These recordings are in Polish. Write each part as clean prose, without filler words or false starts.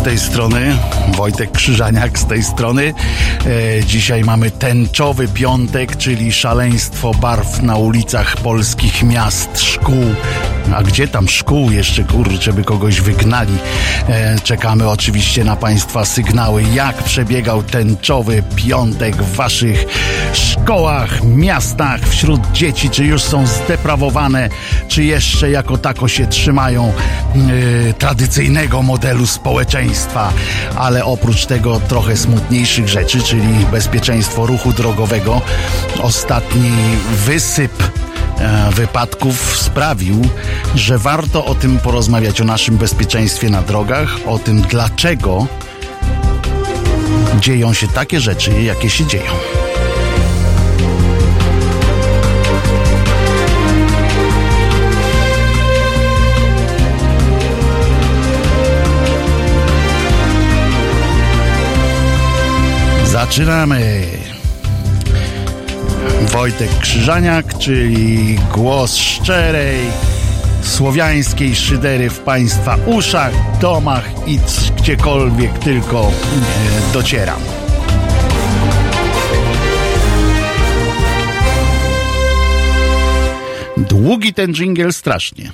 tej strony Wojtek Krzyżaniak z tej strony. Dzisiaj mamy tęczowy piątek, czyli szaleństwo barw na ulicach polskich miast, szkół. A gdzie tam szkół jeszcze, kurczę, by kogoś wygnali. Czekamy oczywiście na Państwa sygnały, jak przebiegał tęczowy piątek w Waszych szkołach, miastach, wśród dzieci, czy już są zdeprawowane, czy jeszcze jako tako się trzymają tradycyjnego modelu społeczeństwa. Ale oprócz tego trochę smutniejszych rzeczy, czyli bezpieczeństwo ruchu drogowego. Ostatni wysyp wypadków sprawił, że warto o tym porozmawiać, o naszym bezpieczeństwie na drogach, o tym, dlaczego dzieją się takie rzeczy, jakie się dzieją. Zaczynamy! Wojtek Krzyżaniak, czyli głos szczerej, słowiańskiej szydery w Państwa uszach, domach i gdziekolwiek tylko docieram. Długi ten dżingiel strasznie.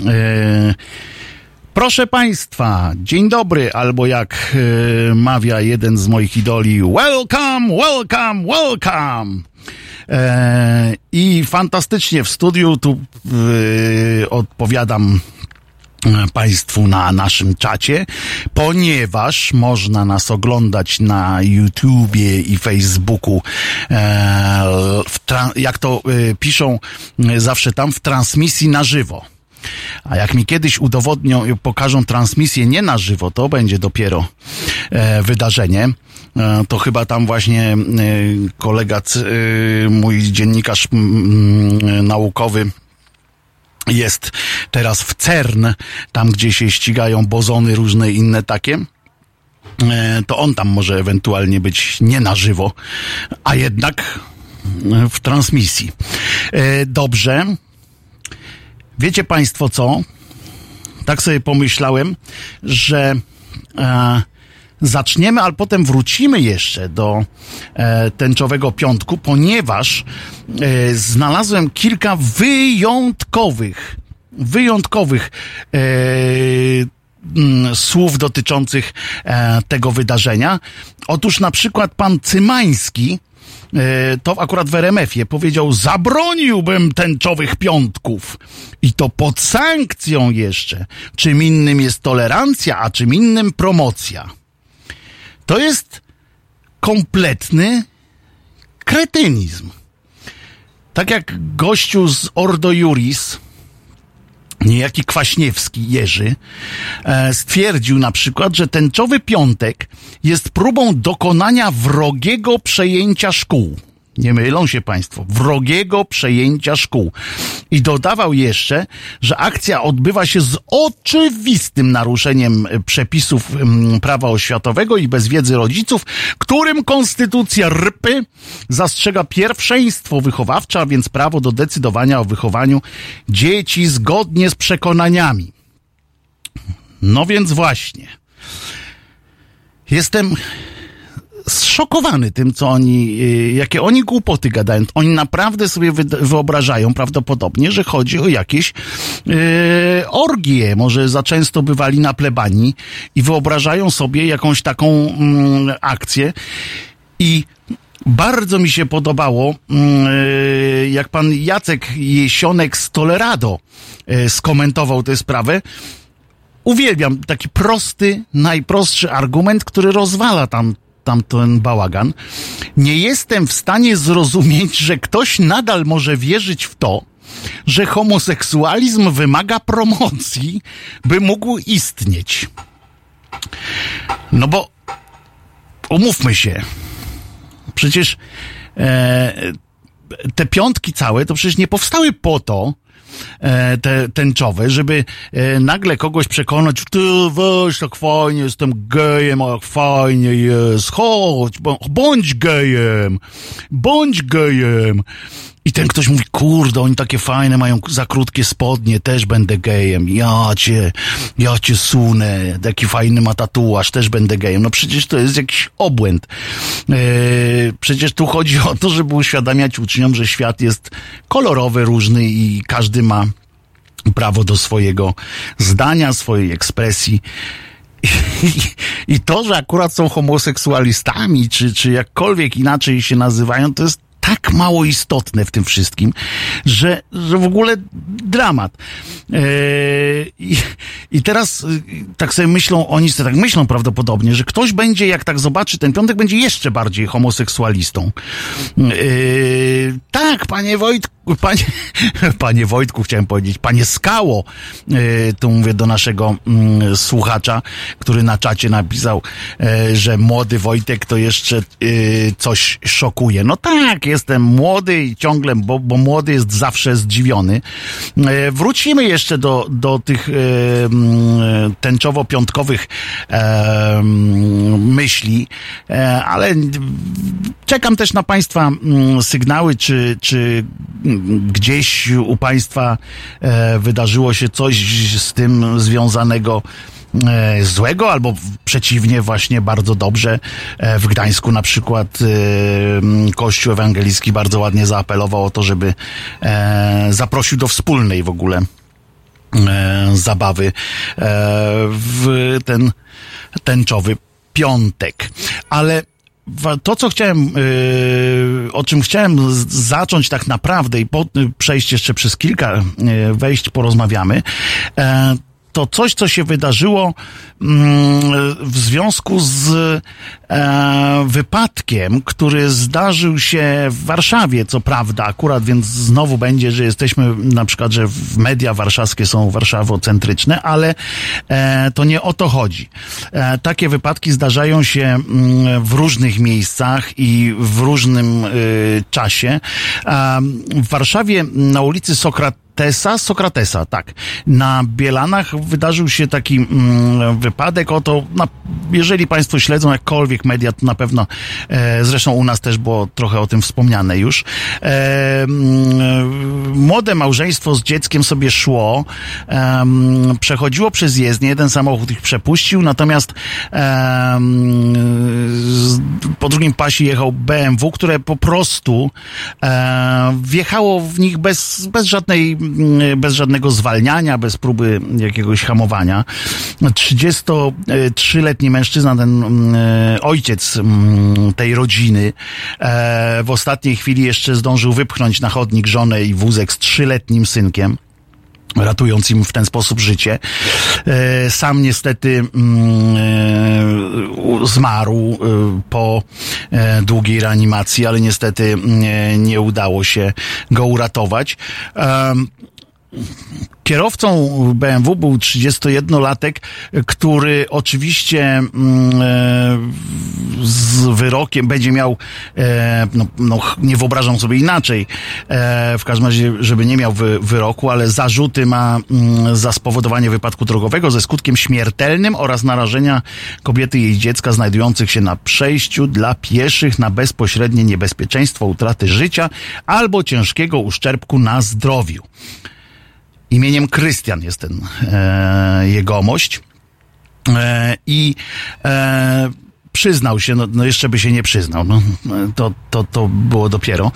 Proszę Państwa, dzień dobry, albo jak mawia jeden z moich idoli, welcome, welcome, welcome. I fantastycznie w studiu tu odpowiadam Państwu na naszym czacie, ponieważ można nas oglądać na YouTubie i Facebooku, jak to piszą zawsze tam, w transmisji na żywo. A jak mi kiedyś udowodnią i pokażą transmisję nie na żywo, to będzie dopiero wydarzenie. To chyba tam właśnie kolega, mój dziennikarz naukowy jest teraz w CERN, tam gdzie się ścigają bozony różne inne takie. To on tam może ewentualnie być nie na żywo, a jednak w transmisji. Dobrze. Wiecie Państwo co? Tak sobie pomyślałem, że zaczniemy, ale potem wrócimy jeszcze do tęczowego piątku, ponieważ znalazłem kilka wyjątkowych słów dotyczących tego wydarzenia. Otóż na przykład pan Cymański, to akurat w RMF-ie powiedział, zabroniłbym tęczowych piątków i to pod sankcją jeszcze. Czym innym jest tolerancja, a czym innym promocja. To jest kompletny kretynizm. Tak jak gościu z Ordo Iuris, niejaki Kwaśniewski Jerzy, stwierdził na przykład, że tęczowy piątek jest próbą dokonania wrogiego przejęcia szkół. Nie mylą się Państwo. Wrogiego przejęcia szkół. I dodawał jeszcze, że akcja odbywa się z oczywistym naruszeniem przepisów prawa oświatowego i bez wiedzy rodziców, którym Konstytucja RP zastrzega pierwszeństwo wychowawcze, a więc prawo do decydowania o wychowaniu dzieci zgodnie z przekonaniami. No więc właśnie. Jestem zszokowany tym, co oni, jakie oni głupoty gadają. Oni naprawdę sobie wyobrażają prawdopodobnie, że chodzi o jakieś orgie. Może za często bywali na plebanii i wyobrażają sobie jakąś taką akcję. I bardzo mi się podobało, jak pan Jacek Jesionek z Tolerado skomentował tę sprawę. Uwielbiam taki prosty, najprostszy argument, który rozwala tam ten bałagan. Nie jestem w stanie zrozumieć, że ktoś nadal może wierzyć w to, że homoseksualizm wymaga promocji, by mógł istnieć. No bo umówmy się, przecież te piątki całe to przecież nie powstały po to, te tęczowe, żeby nagle kogoś przekonać, ty weź, tak fajnie, jestem gejem, jak fajnie jest, chodź, bądź gejem. I ten ktoś mówi, kurde, oni takie fajne mają za krótkie spodnie, też będę gejem. Ja cię sunę, taki fajny ma tatuaż, też będę gejem. No przecież to jest jakiś obłęd. Przecież tu chodzi o to, żeby uświadamiać uczniom, że świat jest kolorowy, różny i każdy ma prawo do swojego zdania, swojej ekspresji. I to, że akurat są homoseksualistami, czy jakkolwiek inaczej się nazywają, to jest tak mało istotne w tym wszystkim, że w ogóle dramat. I teraz tak sobie myślą, oni sobie tak myślą prawdopodobnie, że ktoś będzie, jak tak zobaczy ten piątek, będzie jeszcze bardziej homoseksualistą. Tak, panie Wojtku, chciałem powiedzieć, panie Skało, tu mówię do naszego słuchacza, który na czacie napisał, że młody Wojtek to jeszcze coś szokuje. No tak, jestem młody i ciągle, bo młody jest zawsze zdziwiony. Wrócimy jeszcze do tych tęczowo-piątkowych myśli, ale czekam też na państwa sygnały, czy gdzieś u państwa wydarzyło się coś z tym związanego złego, albo przeciwnie, właśnie bardzo dobrze. W Gdańsku na przykład Kościół Ewangelicki bardzo ładnie zaapelował o to, żeby zaprosił do wspólnej w ogóle zabawy w ten tęczowy piątek. Ale to, co chciałem, o czym chciałem zacząć tak naprawdę i przejść jeszcze przez kilka wejść, porozmawiamy, to coś, co się wydarzyło w związku z wypadkiem, który zdarzył się w Warszawie, co prawda, akurat, więc znowu będzie, że jesteśmy na przykład, że media warszawskie są warszawocentryczne, ale to nie o to chodzi. Takie wypadki zdarzają się w różnych miejscach i w różnym czasie. W Warszawie na ulicy Sokratesa, tak. Na Bielanach wydarzył się taki wypadek. Oto, jeżeli państwo śledzą jakkolwiek media, to na pewno, zresztą u nas też było trochę o tym wspomniane już. Młode małżeństwo z dzieckiem sobie szło, przechodziło przez jezdnię, jeden samochód ich przepuścił, natomiast po drugim pasie jechał BMW, które po prostu wjechało w nich bez żadnego zwalniania, bez próby jakiegoś hamowania. 33-letni mężczyzna, ten ojciec tej rodziny, w ostatniej chwili jeszcze zdążył wypchnąć na chodnik żonę i wózek z 3-letnim synkiem, ratując im w ten sposób życie. Sam niestety zmarł po długiej reanimacji, ale niestety nie udało się go uratować. Kierowcą BMW był 31-latek, który oczywiście z wyrokiem będzie miał, nie wyobrażam sobie inaczej, w każdym razie, żeby nie miał wyroku, ale zarzuty ma za spowodowanie wypadku drogowego ze skutkiem śmiertelnym oraz narażenia kobiety i jej dziecka znajdujących się na przejściu dla pieszych na bezpośrednie niebezpieczeństwo utraty życia albo ciężkiego uszczerbku na zdrowiu. Imieniem Krystian jest ten jegomość i przyznał się, no jeszcze by się nie przyznał, to było dopiero.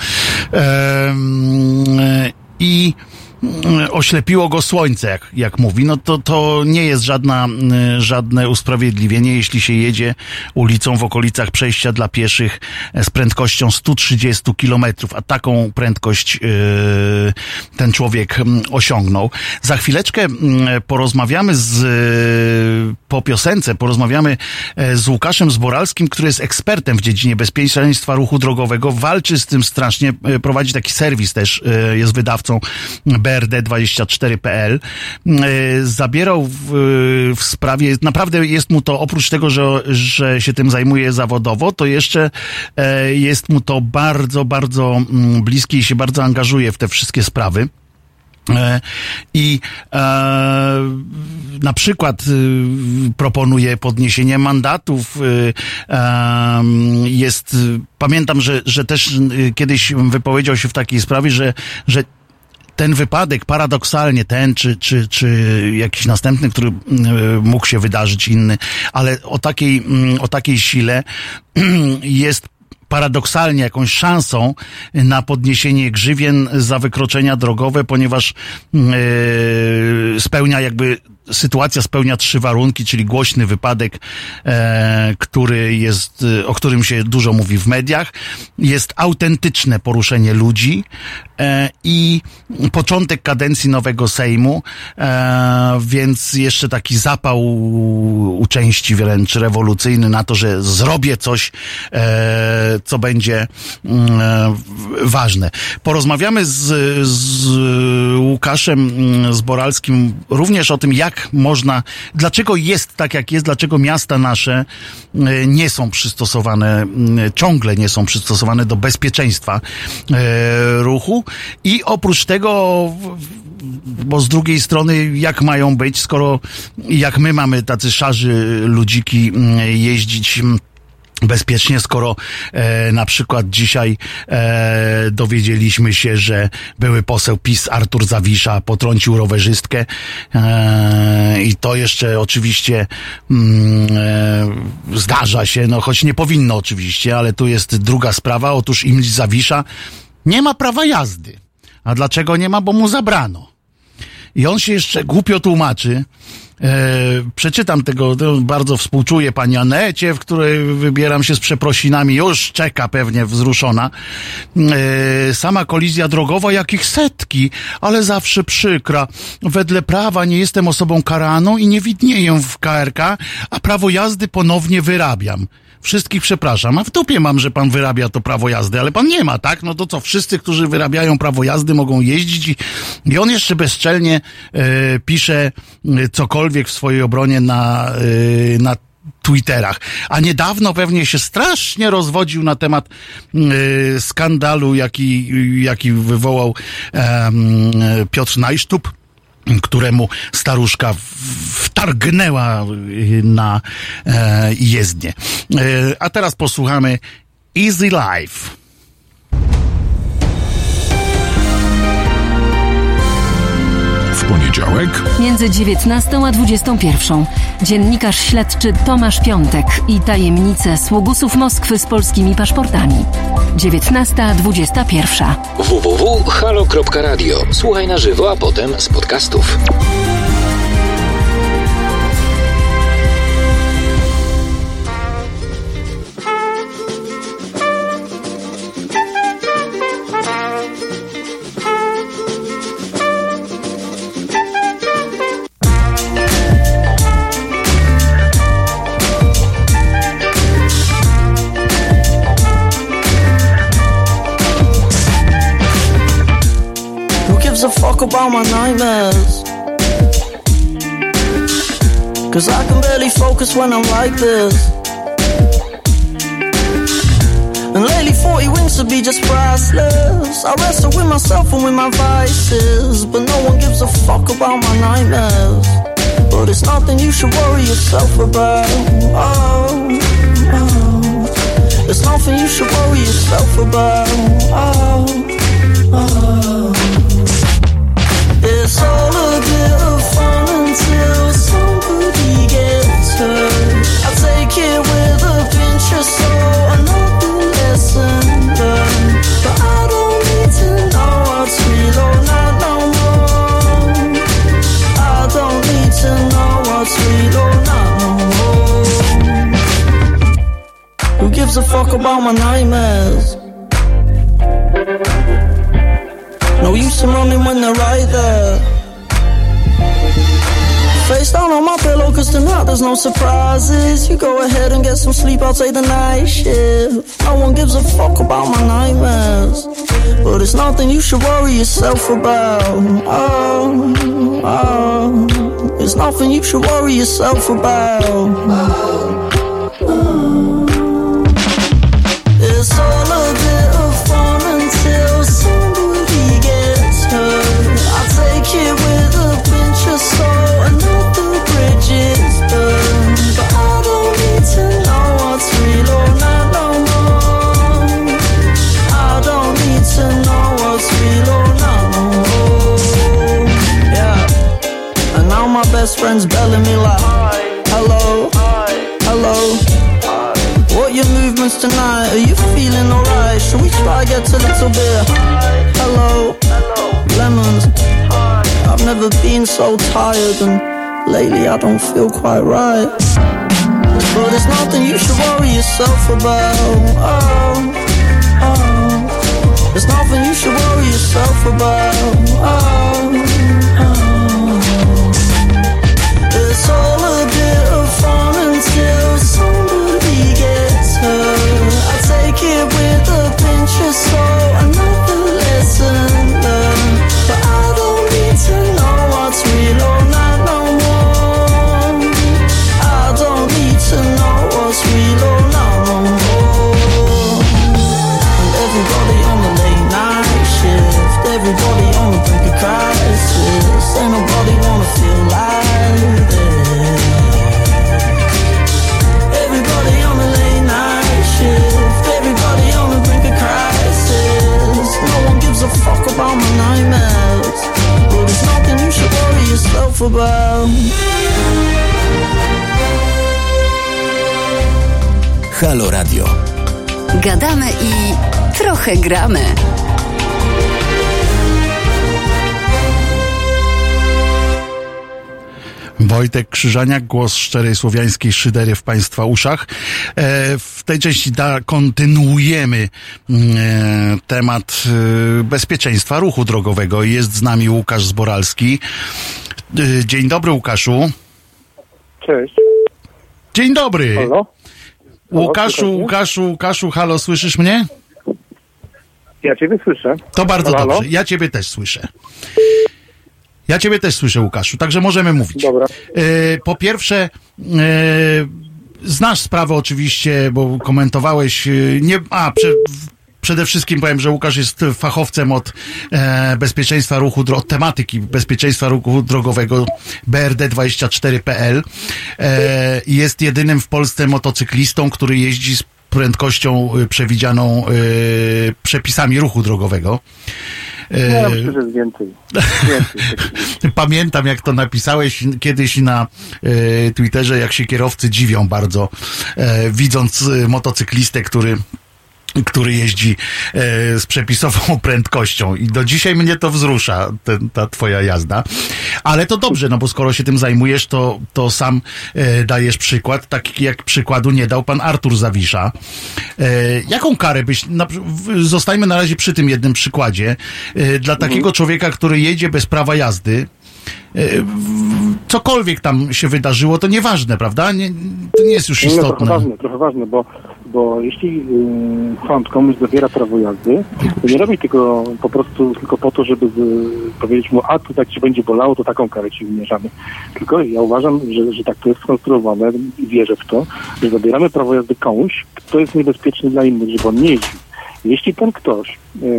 I oślepiło go słońce, jak mówi. No to nie jest żadne usprawiedliwienie, jeśli się jedzie ulicą w okolicach przejścia dla pieszych z prędkością 130 km, a taką prędkość ten człowiek osiągnął. Za chwileczkę porozmawiamy po piosence porozmawiamy z Łukaszem Zboralskim, który jest ekspertem w dziedzinie bezpieczeństwa ruchu drogowego, walczy z tym strasznie, prowadzi taki serwis też, jest wydawcą BRD24.pl. Zabierał w sprawie, naprawdę jest mu to, oprócz tego, że się tym zajmuje zawodowo, to jeszcze jest mu to bardzo, bardzo bliskie i się bardzo angażuje w te wszystkie sprawy. I na przykład proponuje podniesienie mandatów pamiętam, że też kiedyś wypowiedział się w takiej sprawie, że ten wypadek, paradoksalnie ten, czy jakiś następny, który mógł się wydarzyć inny, ale o takiej sile jest paradoksalnie jakąś szansą na podniesienie grzywien za wykroczenia drogowe, ponieważ sytuacja spełnia 3 warunki, czyli głośny wypadek, o którym się dużo mówi w mediach, jest autentyczne poruszenie ludzi i początek kadencji nowego Sejmu, więc jeszcze taki zapał u części wręcz rewolucyjny na to, że zrobię coś, co będzie ważne. Porozmawiamy z Łukaszem Zboralskim również o tym, dlaczego jest tak, jak jest, dlaczego miasta nasze ciągle nie są przystosowane do bezpieczeństwa ruchu i oprócz tego, bo z drugiej strony, jak mają być, skoro jak my mamy tacy szarzy ludziki jeździć bezpiecznie, skoro na przykład dzisiaj dowiedzieliśmy się, że były poseł PiS Artur Zawisza potrącił rowerzystkę i to jeszcze oczywiście zdarza się, no choć nie powinno oczywiście, ale tu jest druga sprawa. Otóż Imrich Zawisza nie ma prawa jazdy. A dlaczego nie ma? Bo mu zabrano. I on się jeszcze głupio tłumaczy. Przeczytam tego, bardzo współczuję pani Anecie, w której wybieram się z przeprosinami, już czeka pewnie wzruszona. Sama kolizja drogowa, jakich setki, ale zawsze przykra. Wedle prawa nie jestem osobą karaną i nie widnieję w KRK, a prawo jazdy ponownie wyrabiam. Wszystkich przepraszam, a w dupie mam, że pan wyrabia to prawo jazdy, ale pan nie ma, tak? No to co, wszyscy, którzy wyrabiają prawo jazdy, mogą jeździć i on jeszcze bezczelnie pisze cokolwiek w swojej obronie na Twitterach. A niedawno pewnie się strasznie rozwodził na temat skandalu, jaki wywołał Piotr Najsztub, któremu staruszka wtargnęła na jezdnię. A teraz posłuchamy Easy Life. W poniedziałek między 19 a 21 dziennikarz śledczy Tomasz Piątek i tajemnice sługusów Moskwy z polskimi paszportami. 19:21. www.halo.radio. Słuchaj na żywo, a potem z podcastów. A fuck about my nightmares, 'cause I can barely focus when I'm like this. And lately 40 wings to be just priceless. I wrestle with myself and with my vices, but no one gives a fuck about my nightmares. But it's nothing you should worry yourself about. Oh, oh. It's nothing you should worry yourself about. Oh, oh. It's all a bit of fun until somebody gets hurt. I take it with a pinch of salt, another lesson learned. But I don't need to know what's real or not no more. I don't need to know what's real or not no more. Who gives a fuck about my nightmares? No use in running when they're right there. Face down on my pillow, 'cause tonight there's no surprises. You go ahead and get some sleep, I'll take the night shift. No one gives a fuck about my nightmares, but it's nothing you should worry yourself about. Oh, oh. It's nothing you should worry yourself about. It's all a bit of fun until somebody gets hurt. I take it with a pinch of salt, another bridge is burned. But I don't need to know what's real or not no more. friends belling me like, hello, hello. What your movements tonight? Are you feeling alright? Should we try get a little bit? Hello, lemons. I've never been so tired and lately I don't feel quite right. But there's nothing you should worry yourself about. Oh. There's nothing you should worry yourself about. It's all a bit of fun until somebody gets hurt. I take it with a pinch of salt, another lesson learned. But I don't need to know what's real or not no more. I don't need to know what's real or not no more. And everybody on the late night shift, everybody on the brink of crisis. Ain't nobody wanna feel like this. Everybody on the late night shift, everybody on the brink of crisis. No one gives a fuck about my nightmares, but there's nothing you should worry yourself about. Halo Radio. Gadamy i trochę gramy. Wojtek Krzyżaniak, głos szczerej słowiańskiej szydery w Państwa uszach. W tej części kontynuujemy temat bezpieczeństwa ruchu drogowego. Jest z nami Łukasz Zboralski. Dzień dobry, Łukaszu. Cześć. Dzień dobry. Halo? Łukaszu, halo, słyszysz mnie? Ja ciebie słyszę. To bardzo halo? dobrze, ja ciebie też słyszę. Łukaszu, także możemy mówić. Dobra. Po pierwsze, znasz sprawę oczywiście, bo komentowałeś, przede wszystkim powiem, że Łukasz jest fachowcem od bezpieczeństwa ruchu, od tematyki bezpieczeństwa ruchu drogowego BRD24.pl. Jest jedynym w Polsce motocyklistą, który jeździ z prędkością przewidzianą przepisami ruchu drogowego. Ja myślę, że jest więcej. Pamiętam, jak to napisałeś kiedyś na Twitterze, jak się kierowcy dziwią bardzo, widząc motocyklistę, który jeździ z przepisową prędkością. I do dzisiaj mnie to wzrusza, ta twoja jazda. Ale to dobrze, no bo skoro się tym zajmujesz, to sam dajesz przykład, tak jak przykładu nie dał pan Artur Zawisza. Jaką karę zostajmy na razie przy tym jednym przykładzie, dla takiego człowieka, który jedzie bez prawa jazdy, cokolwiek tam się wydarzyło, to nieważne, prawda? To nie jest już istotne. Trochę ważne, bo jeśli sąd komuś zabiera prawo jazdy, to nie robi tego po prostu tylko po to, żeby powiedzieć mu, a tu tak ci będzie bolało, to taką karę ci wymierzamy. Tylko ja uważam, że tak to jest skonstruowane i wierzę w to, że zabieramy prawo jazdy komuś, kto jest niebezpieczny dla innych, żeby on nie jeździł. Jeśli ten ktoś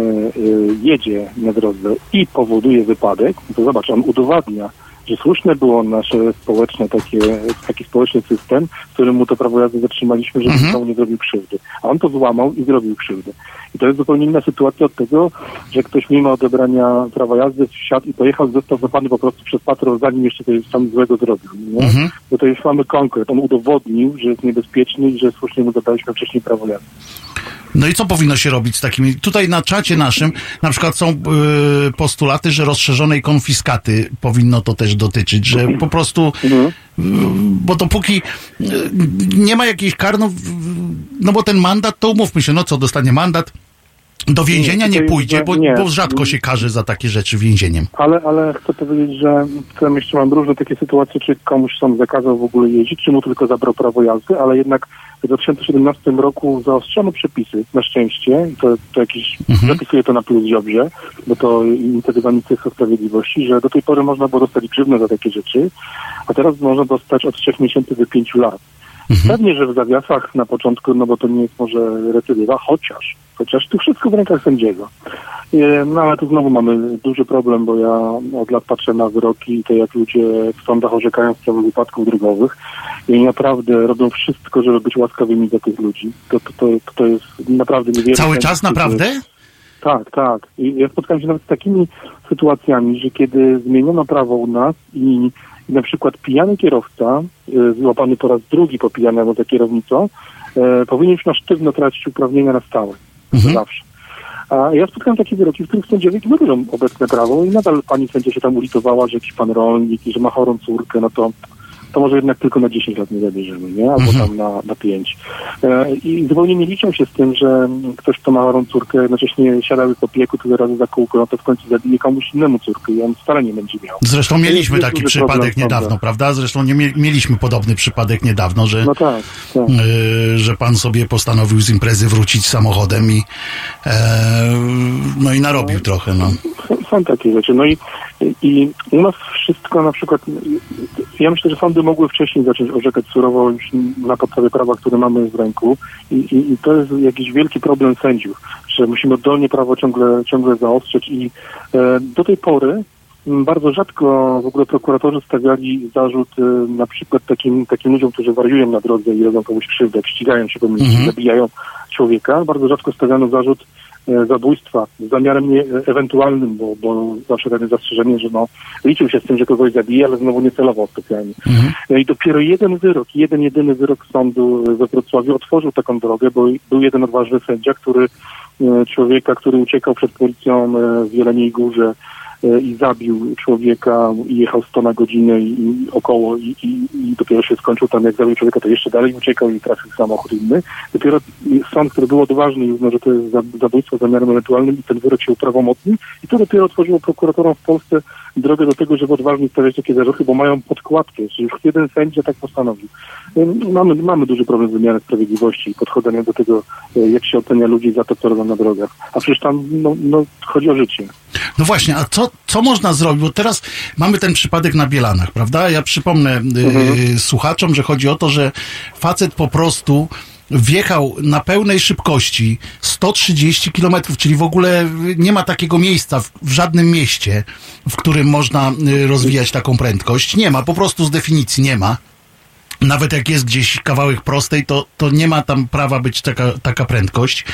jedzie na drodze i powoduje wypadek, to zobacz, on udowadnia, że słuszne było nasze społeczne taki społeczny system, w którym mu to prawo jazdy zatrzymaliśmy, żeby nikomu nie zrobił krzywdy. A on to złamał i zrobił krzywdę. I to jest zupełnie inna sytuacja od tego, że ktoś mimo odebrania prawa jazdy wsiadł i pojechał, został złapany po prostu przez patrol, zanim jeszcze coś tam złego zrobił. Nie? Bo to już mamy konkret. On udowodnił, że jest niebezpieczny i że słusznie mu zabraliśmy wcześniej prawo jazdy. No i co powinno się robić z takimi? Tutaj na czacie naszym na przykład są postulaty, że rozszerzonej konfiskaty powinno to też dotyczyć, że po prostu, bo dopóki nie ma jakiejś kar, no bo ten mandat, to umówmy się, no co, dostanie mandat, do więzienia nie pójdzie, bo rzadko się karze za takie rzeczy więzieniem. Ale chcę powiedzieć, że tam jeszcze mam różne takie sytuacje, czy komuś sąd zakazał w ogóle jeździć, czy mu tylko zabrał prawo jazdy, ale jednak w 2017 roku zaostrzono przepisy, na szczęście, to jakiś, zapisuję to na plus Ziobrze, bo to inicjatywa Ministerstwa Sprawiedliwości, że do tej pory można było dostać grzywnę za takie rzeczy, a teraz można dostać od 3 miesięcy do 5 lat. Pewnie, że w zawiasach na początku, no bo to nie jest może recydywa, chociaż tu wszystko w rękach sędziego. No ale tu znowu mamy duży problem, bo ja od lat patrzę na wyroki i to jak ludzie w sądach orzekają w sprawie wypadków drogowych i oni naprawdę robią wszystko, żeby być łaskawymi dla tych ludzi. To jest naprawdę niewiele. Cały czas naprawdę? Tak. I ja spotkałem się nawet z takimi sytuacjami, że kiedy zmieniono prawo u nas i I na przykład pijany kierowca, złapany po raz drugi po pijanemu za kierownicą, powinien już na sztywno tracić uprawnienia na stałe. Zawsze. A ja spotkałem takie wyroki, w których sędziowie ignorują obecne prawo i nadal pani sędzia się tam ulitowała, że jakiś pan rolnik i że ma chorą córkę, no to może jednak tylko na 10 lat nie zabierzemy, nie? Albo tam na 5. I zupełnie nie liczą się z tym, że ktoś, kto ma chorą córkę, jednocześnie siadały po pieku tyle razy za kółko, no to w końcu zabije komuś innemu córkę i on wcale nie będzie miał. Zresztą mieliśmy taki przypadek niedawno, prawda? Zresztą mieliśmy podobny przypadek niedawno, że, no tak. Że pan sobie postanowił z imprezy wrócić samochodem i narobił trochę, no. Są takie rzeczy. No i u nas wszystko na przykład, ja myślę, że sądy mogły wcześniej zacząć orzekać surowo już na podstawie prawa, które mamy w ręku i to jest jakiś wielki problem sędziów, że musimy oddolnie prawo ciągle zaostrzeć i do tej pory bardzo rzadko w ogóle prokuratorzy stawiali zarzut na przykład takim ludziom, którzy wariują na drodze i robią komuś krzywdę, ścigają się komuś, zabijają człowieka. Bardzo rzadko stawiano zarzut zabójstwa z zamiarem ewentualnym, bo zawsze takie zastrzeżenie, że liczył się z tym, że kogoś zabije, ale znowu nie celował specjalnie. I dopiero jedyny wyrok sądu we Wrocławiu otworzył taką drogę, bo był jeden odważny sędzia, człowieka, który uciekał przed policją w Jeleniej Górze i zabił człowieka i jechał 100 na godzinę i około i dopiero się skończył tam, jak zabił człowieka, to jeszcze dalej uciekał i trafił samochód inny. Dopiero sąd, który był odważny i uznał, że to jest zabójstwo z zamiarem ewentualnym i ten wyrok się uprawomocnił i to dopiero otworzyło prokuratorom w Polsce drogę do tego, żeby odważnie stawiać takie zarzuty, bo mają podkładkę, że już jeden sędzia tak postanowił. Mamy duży problem z wymiarem sprawiedliwości i podchodzenia do tego, jak się ocenia ludzi za to, co robią na drogach. A przecież tam chodzi o życie. No właśnie, a co można zrobić? Bo teraz mamy ten przypadek na Bielanach, prawda? Ja przypomnę słuchaczom, że chodzi o to, że facet po prostu wjechał na pełnej szybkości 130 km, czyli w ogóle nie ma takiego miejsca w żadnym mieście, w którym można rozwijać taką prędkość. Nie ma, po prostu z definicji nie ma. Nawet jak jest gdzieś kawałek prostej, to nie ma tam prawa być taka prędkość.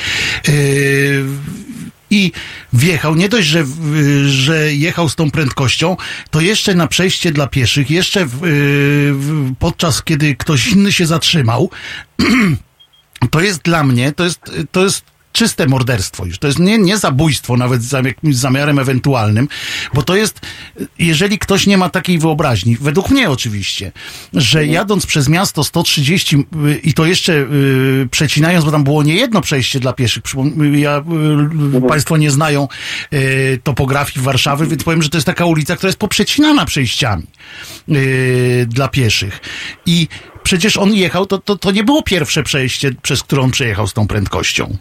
I wjechał, nie dość, że jechał z tą prędkością, to jeszcze na przejście dla pieszych, jeszcze podczas kiedy ktoś inny się zatrzymał, to jest dla mnie, to jest czyste morderstwo już. To jest nie zabójstwo, nawet z jakimś zamiarem ewentualnym, bo to jest, jeżeli ktoś nie ma takiej wyobraźni, według mnie oczywiście, że jadąc przez miasto 130 i to jeszcze przecinając, bo tam było nie jedno przejście dla pieszych. Państwo nie znają topografii Warszawy, więc powiem, że to jest taka ulica, która jest poprzecinana przejściami dla pieszych. I przecież on jechał, to nie było pierwsze przejście, przez które on przejechał z tą prędkością.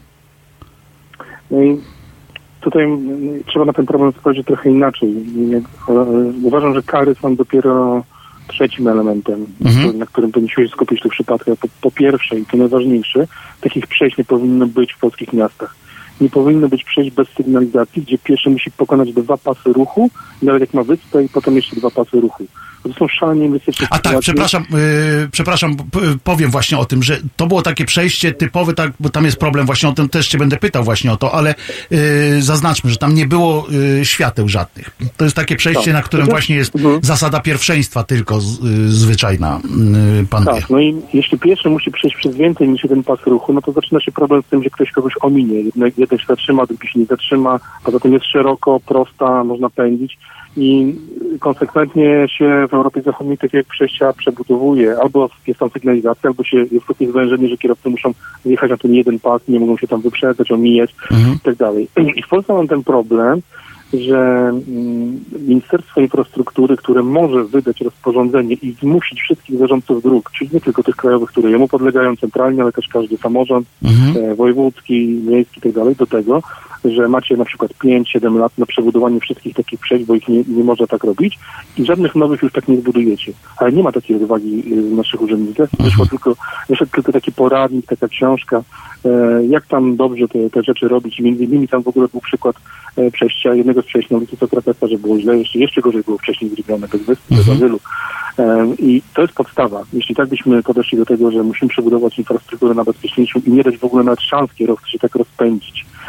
No i tutaj trzeba na ten problem spojrzeć trochę inaczej. Uważam, że kary są dopiero trzecim elementem, na którym powinniśmy się skupić w tych przypadkach. Po pierwsze, i to najważniejsze, takich przejść nie powinno być w polskich miastach. Nie powinno być przejść bez sygnalizacji, gdzie pieszy musi pokonać 2 pasy ruchu, nawet jak ma wyspę i potem jeszcze 2 pasy ruchu. To są szalenie niebezpieczne sytuacje. A tak, przepraszam, powiem właśnie o tym, że to było takie przejście typowe, tak, bo tam jest problem właśnie o tym, też cię będę pytał właśnie o to, ale zaznaczmy, że tam nie było świateł żadnych. To jest takie przejście, na którym właśnie jest zasada pierwszeństwa tylko zwyczajna panuje. Tak, no i jeśli pieszy musi przejść przez więcej niż jeden pas ruchu, no to zaczyna się problem z tym, że ktoś kogoś ominie. Jeden się zatrzyma, drugi się nie zatrzyma, a zatem jest szeroko, prosta, można pędzić. I konsekwentnie się w Europie Zachodniej takie przejścia przebudowuje. Albo jest tam sygnalizacja, albo jest takie zwężenie, że kierowcy muszą jechać na ten jeden pas, nie mogą się tam wyprzedzać, omijać i tak dalej. I w Polsce mam ten problem, że Ministerstwo Infrastruktury, które może wydać rozporządzenie i zmusić wszystkich zarządców dróg, czyli nie tylko tych krajowych, które jemu podlegają centralnie, ale też każdy samorząd wojewódzki, miejski i tak dalej, do tego, że macie na przykład 5-7 lat na przebudowanie wszystkich takich przejść, bo ich nie można tak robić i żadnych nowych już tak nie zbudujecie. Ale nie ma takiej odwagi w naszych urzędnikach. Wyszedł tylko taki poradnik, taka książka, jak tam dobrze te rzeczy robić. I między innymi tam w ogóle był przykład przejścia, jednego z przejść na ulicy Sokratesa, że było źle, jeszcze gorzej było wcześniej zrobione, bez wyspy, bez azylu. I to jest podstawa. Jeśli tak byśmy podeszli do tego, że musimy przebudować infrastrukturę na bezpieczniejszą i nie dać w ogóle nawet szans kierowcy się tak rozpędzić,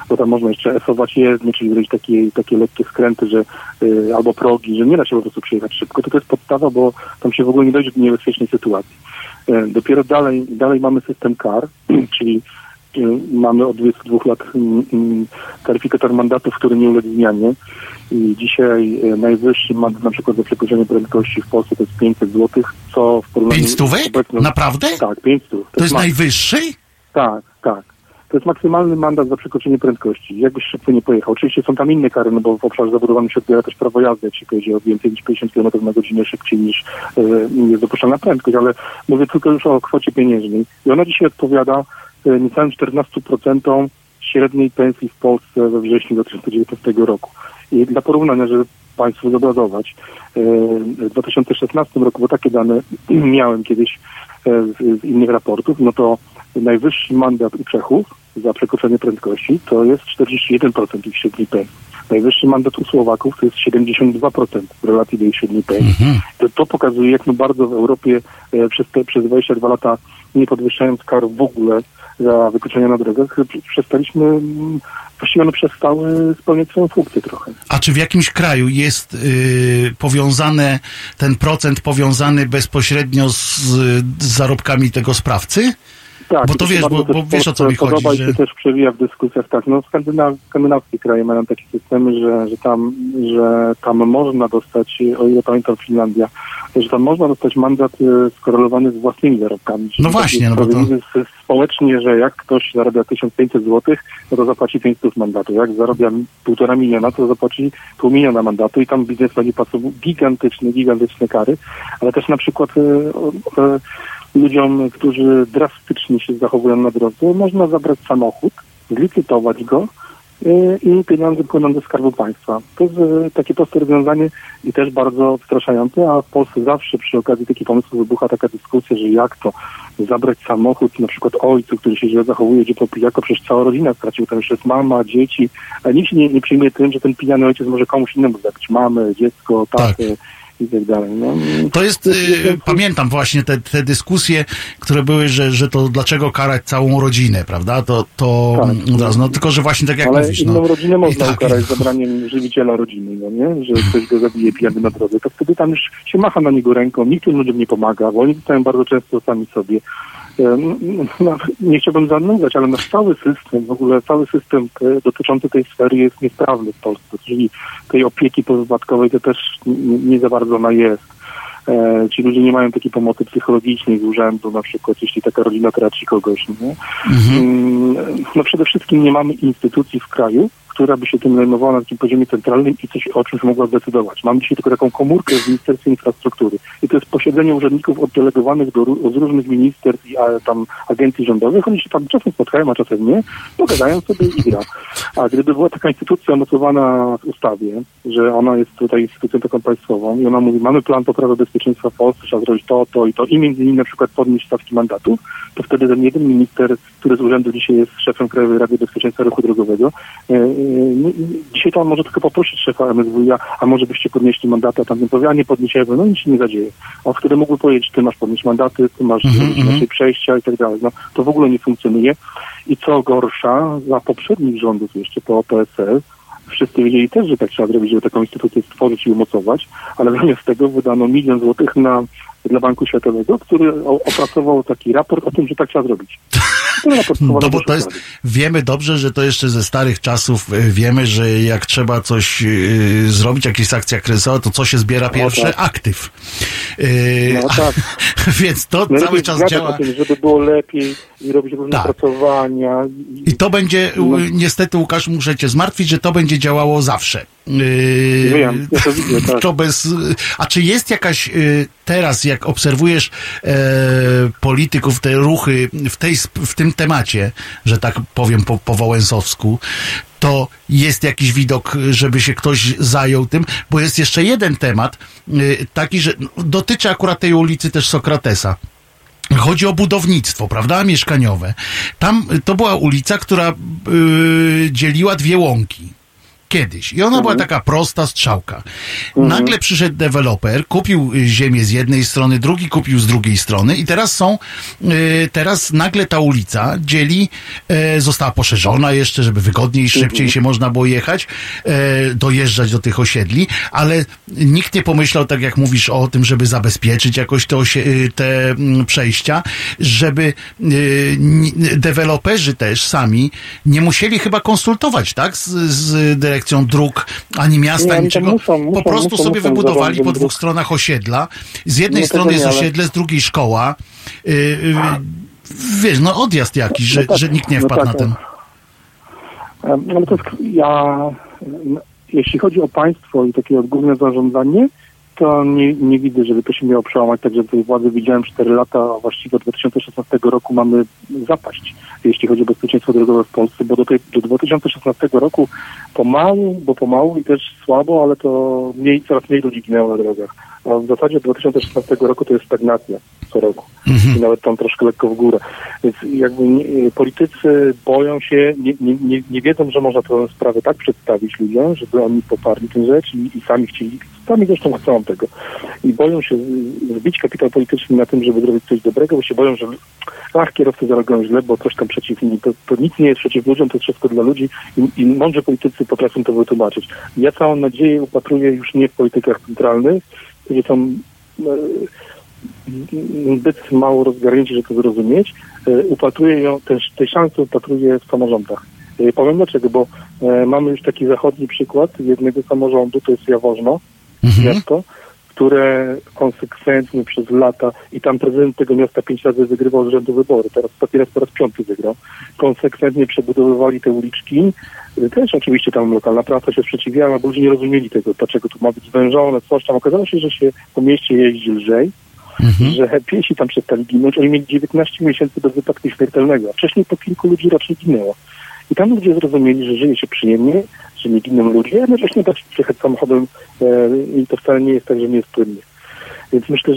bo tam można jeszcze esować jezdnie, czyli zrobić takie lekkie skręty, że albo progi, że nie da się po prostu przejechać szybko. To jest podstawa, bo tam się w ogóle nie dojdzie do niebezpiecznej sytuacji. Dopiero dalej mamy system CAR, czyli mamy od 22 lat taryfikator mandatów, który nie uległ zmianie. I dzisiaj najwyższy mandat na przykład za przekroczenie prędkości w Polsce to jest 500 zł, co w porównaniu... 5 stówek? Naprawdę? Tak, 500. To jest najwyższy? Tak. To jest maksymalny mandat za przekroczenie prędkości. Jakbyś szybko nie pojechał. Oczywiście są tam inne kary, no bo w obszarze zabudowanym się odbiera też prawo jazdy, jak się pojedzie o więcej niż 50 km na godzinę szybciej niż jest dopuszczalna prędkość, ale mówię tylko już o kwocie pieniężnej. I ona dzisiaj odpowiada niecałym 14% średniej pensji w Polsce we wrześniu 2019 roku. I dla porównania, żeby Państwu zobrazować, w 2016 roku, bo takie dane miałem kiedyś z innych raportów, no to najwyższy mandat u Czechów za przekroczenie prędkości to jest 41% ich średniej pensji. Najwyższy mandat u Słowaków to jest 72% w relacji do ich średniej pensji. To pokazuje, jak my bardzo w Europie przez 22 lata, nie podwyższając kar w ogóle za wykroczenia na drogach, przestaliśmy, właściwie one przestały spełniać swoją funkcję trochę. A czy w jakimś kraju jest powiązane, ten procent powiązany bezpośrednio z zarobkami tego sprawcy? Tak, bo to wiesz, bo wiesz, o co mi chodzi. Podoba się też przewija w dyskusjach, tak, no skandynawskie kraje mają takie systemy, że tam można dostać, o ile pamiętam Finlandia, że tam można dostać mandat skorelowany z własnymi zarobkami. No właśnie, no bo to... Społecznie, że jak ktoś zarabia 1500 zł, no to zapłaci 500 mandatu. Jak zarabia 1,5 miliona, to zapłaci 0,5 miliona mandatu i tam biznesmeni płacą gigantyczne kary, ale też na przykład ludziom, którzy drastycznie się zachowują na drodze, można zabrać samochód, zlicytować go i pieniądze płyną do Skarbu Państwa. To jest takie proste rozwiązanie i też bardzo odstraszające, a w Polsce zawsze przy okazji takich pomysłów wybucha taka dyskusja, że jak to zabrać samochód na przykład ojcu, który się źle zachowuje, gdzie po pijaku przecież cała rodzina stracił, tam jeszcze jest mama, dzieci, a nikt się nie przyjmuje tym, że ten pijany ojciec może komuś innemu zabić mamę, dziecko, tatę. Tak. I tak dalej. No. To jest, pamiętam właśnie te dyskusje, które były, że to dlaczego karać całą rodzinę, prawda? To tak, od razu, no tylko, że właśnie tak jak ale mówisz. Inną rodzinę można ukarać zabraniem żywiciela rodziny, no nie? Że ktoś go zabije pijany na drodze. To wtedy tam już się macha na niego ręką, nikt tym ludziom nie pomaga, bo oni zostają bardzo często sami sobie. No, nie chciałbym zanudzać, ale nasz cały system, w ogóle cały system dotyczący tej sfery jest niesprawny w Polsce, czyli tej opieki powypadkowej to też nie za bardzo ona jest. Ci ludzie nie mają takiej pomocy psychologicznej z urzędu, na przykład jeśli taka rodzina traci kogoś. Nie? No przede wszystkim nie mamy instytucji w kraju, która by się tym zajmowała na takim poziomie centralnym i coś o czymś mogła zdecydować. Mam dzisiaj tylko taką komórkę w Ministerstwie Infrastruktury. I to jest posiedzenie urzędników oddelegowanych z różnych ministerstw i tam agencji rządowych. Oni się tam czasem spotkają, a czasem nie. Pogadają sobie i gra. A gdyby była taka instytucja mocowana w ustawie, że ona jest tutaj instytucją taką państwową i ona mówi, mamy plan poprawy bezpieczeństwa w Polsce, trzeba zrobić to i to i między innymi na przykład podnieść stawki mandatów, to wtedy ten jeden minister, który z urzędu dzisiaj jest szefem Krajowej Rady Bezpieczeństwa Ruchu Drogowego, dzisiaj to on może tylko poprosić szefa MSWiA, a może byście podnieśli mandaty, a tamten powie, a nie podniesiemy, no nic się nie zadzieje. On wtedy mógłby powiedzieć, ty masz podnieść mandaty, ty masz inaczej przejścia i tak dalej. No to w ogóle nie funkcjonuje. I co gorsza, za poprzednich rządów jeszcze po PSL, wszyscy wiedzieli też, że tak trzeba zrobić, żeby taką instytucję stworzyć i umocować, ale zamiast tego wydano 1 000 000 złotych dla Banku Światowego, który opracował taki raport o tym, że tak trzeba zrobić. No bo to jest, wiemy dobrze, że to jeszcze ze starych czasów wiemy, że jak trzeba coś zrobić, jakieś akcja kryzysowa, to co się zbiera pierwsze? Tak. Aktyw. No tak. Więc to cały czas działa. Tym, żeby było lepiej i robić różne opracowania. I to będzie, niestety Łukasz, muszę cię zmartwić, że to będzie działało zawsze. Wiem, ja to widzę, tak. To a czy jest jakaś teraz, jak obserwujesz polityków, te ruchy w tym temacie, że tak powiem po wałęsowsku, to jest jakiś widok, żeby się ktoś zajął tym, bo jest jeszcze jeden temat, taki, że dotyczy akurat tej ulicy też Sokratesa. Chodzi o budownictwo, prawda, mieszkaniowe. Tam to była ulica, która dzieliła 2 łąki. Kiedyś. I ona była taka prosta strzałka. Nagle przyszedł deweloper, kupił ziemię z jednej strony, drugi kupił z drugiej strony i teraz nagle ta ulica dzieli, została poszerzona jeszcze, żeby wygodniej, szybciej się można było jechać, dojeżdżać do tych osiedli, ale nikt nie pomyślał, tak jak mówisz o tym, żeby zabezpieczyć jakoś te przejścia, żeby deweloperzy też sami nie musieli chyba konsultować, tak, z dyrekcją dróg, ani miasta, niczego. Po prostu sobie wybudowali po dwóch stronach osiedla. Z jednej strony jest osiedle, z drugiej szkoła. Wiesz, odjazd jakiś, że nikt nie wpadł na ten. No to jeśli chodzi o państwo i takie odgórne zarządzanie, to nie widzę, żeby to się miało przełamać, także tej władzy widziałem 4 lata, a właściwie od 2016 roku mamy zapaść, jeśli chodzi o bezpieczeństwo drogowe w Polsce, bo do 2016 roku pomału i też słabo, ale to coraz mniej ludzi ginęło na drogach. A w zasadzie od 2016 roku to jest stagnacja co roku. I nawet tam troszkę lekko w górę. Więc jakby politycy boją się, nie wiedzą, że można tę sprawę tak przedstawić ludziom, żeby oni poparli tę rzecz i sami zresztą chcą tego. I boją się zbić kapitał polityczny na tym, żeby zrobić coś dobrego, bo się boją, że kierowcy zareagują źle, bo coś tam przeciw nimi. To nic nie jest przeciw ludziom, to jest wszystko dla ludzi i mądrzy politycy potrafią to wytłumaczyć. Ja całą nadzieję upatruję już nie w politykach centralnych, którzy są zbyt mało rozgarnięci, żeby to zrozumieć. Upatruję ją, tej szansy upatruję w samorządach. Powiem dlaczego, bo mamy już taki zachodni przykład jednego samorządu, to jest Jaworzno, miasto, które konsekwentnie przez lata, i tam prezydent tego miasta 5 razy wygrywał z rzędu wybory, teraz po raz 5 wygrał, konsekwentnie przebudowywali te uliczki. Też oczywiście tam lokalna prasa się sprzeciwiała, bo ludzie nie rozumieli tego, dlaczego tu ma być zwężone, coś tam. Okazało się, że się po mieście jeździ lżej, że piesi tam przestali ginąć. Oni mieli 19 miesięcy bez wypadku śmiertelnego, a wcześniej po kilku ludzi raczej ginęło. I tam ludzie zrozumieli, że żyje się przyjemnie, że nie giną ludzie, a jednocześnie da się przejechać samochodem i to wcale nie jest tak, że nie jest płynnie. Więc myślę,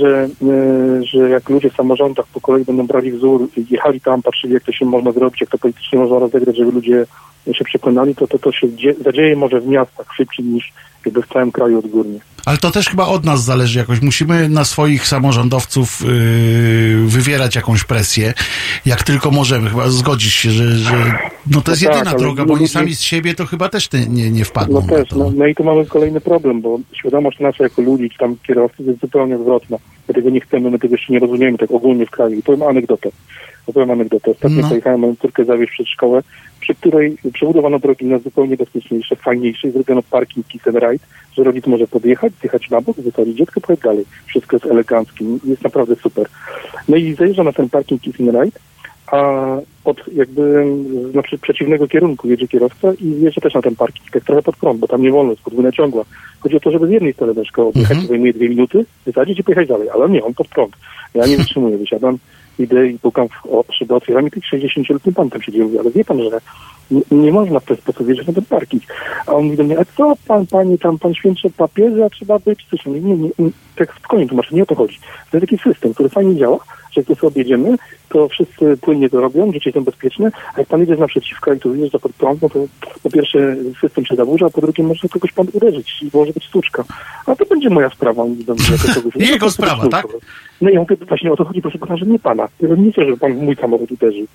że jak ludzie w samorządach po kolei będą brali wzór, jechali tam, patrzyli, jak to się można zrobić, jak to politycznie można rozegrać, żeby ludzie się przekonali, to się zadzieje może w miastach szybciej niż jakby w całym kraju odgórnie. Ale to też chyba od nas zależy jakoś. Musimy na swoich samorządowców wywierać jakąś presję, jak tylko możemy. Chyba zgodzisz się, że to jest jedyna droga, bo oni sami z siebie to chyba też nie wpadną. No i tu mamy kolejny problem, bo świadomość nasza jako ludzi, czy tam kierowców jest zupełnie odwrotna. My tego nie chcemy, my tego jeszcze nie rozumiemy tak ogólnie w kraju. I powiem anegdotę. Ostatnio pojechałem moją córkę zawieźć przed szkołę, przy której przebudowano drogi na zupełnie bezpieczniejsze, fajniejsze i zrobiono parking kiss and ride, że rodzic może podjechać, zjechać na bok, wysadzić dziecko, pojechać dalej. Wszystko jest eleganckie, jest naprawdę super. No i zajeżdża na ten parking kiss and ride, a od jakby przeciwnego kierunku jedzie kierowca i jedzie też na ten parking, tak trochę pod prąd, bo tam nie wolno, jest podwójna ciągła. Chodzi o to, żeby z jednej strony do szkoły odjechać, zajmuje 2 minuty, wysadzić i pojechać dalej, ale nie, on pod prąd. Ja nie wytrzymuję, wysiadam, idę i pukam w szybę, otwieram i tych 60-letni pan tam siedzi, mówi, ale wie pan, że nie można w ten sposób wjeżdżać na ten parking. A on mówi do mnie, a co panie, tam pan świętsze papieże, a trzeba być coś. Nie, tak spokojnie tłumaczę, nie o to chodzi. To jest taki system, który fajnie działa, że jak tu sobie jedziemy, to wszyscy płynnie to robią, życie są bezpieczne, a jak pan jedzie naprzeciwka i tu wjeżdża pod prąd, no to po pierwsze system się zaburza, a po drugie może kogoś pan uderzyć i może być sztuczka. A to będzie moja sprawa. Jego sprawa, tak? No i ja mówię, właśnie o to chodzi, proszę pana, że nie pana. Nie chcę, żeby pan w mój samochód uderzył.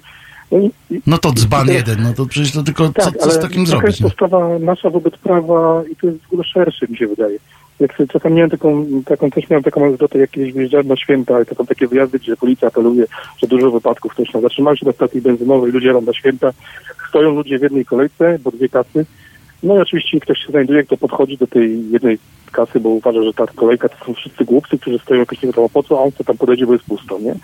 No to dzban jeden, no to przecież to tylko tak, co z takim zrobić? To jest postawa nasza wobec prawa i to jest w ogóle szersze, mi się wydaje. Jak czasem miałem taką anegdotę, jak kiedyś wyjeżdżałem na święta, i to są takie wyjazdy, gdzie policja apeluje, że dużo wypadków też zatrzymają się na stacji benzynowej, ludzie jadą na święta, stoją ludzie w jednej kolejce, bo 2 kasy. No i oczywiście ktoś się znajduje, kto podchodzi do tej jednej kasy, bo uważa, że ta kolejka to są wszyscy głupcy, którzy stoją jakoś nie wiadomo po co, a on co tam podejdzie, bo jest pusto, nie?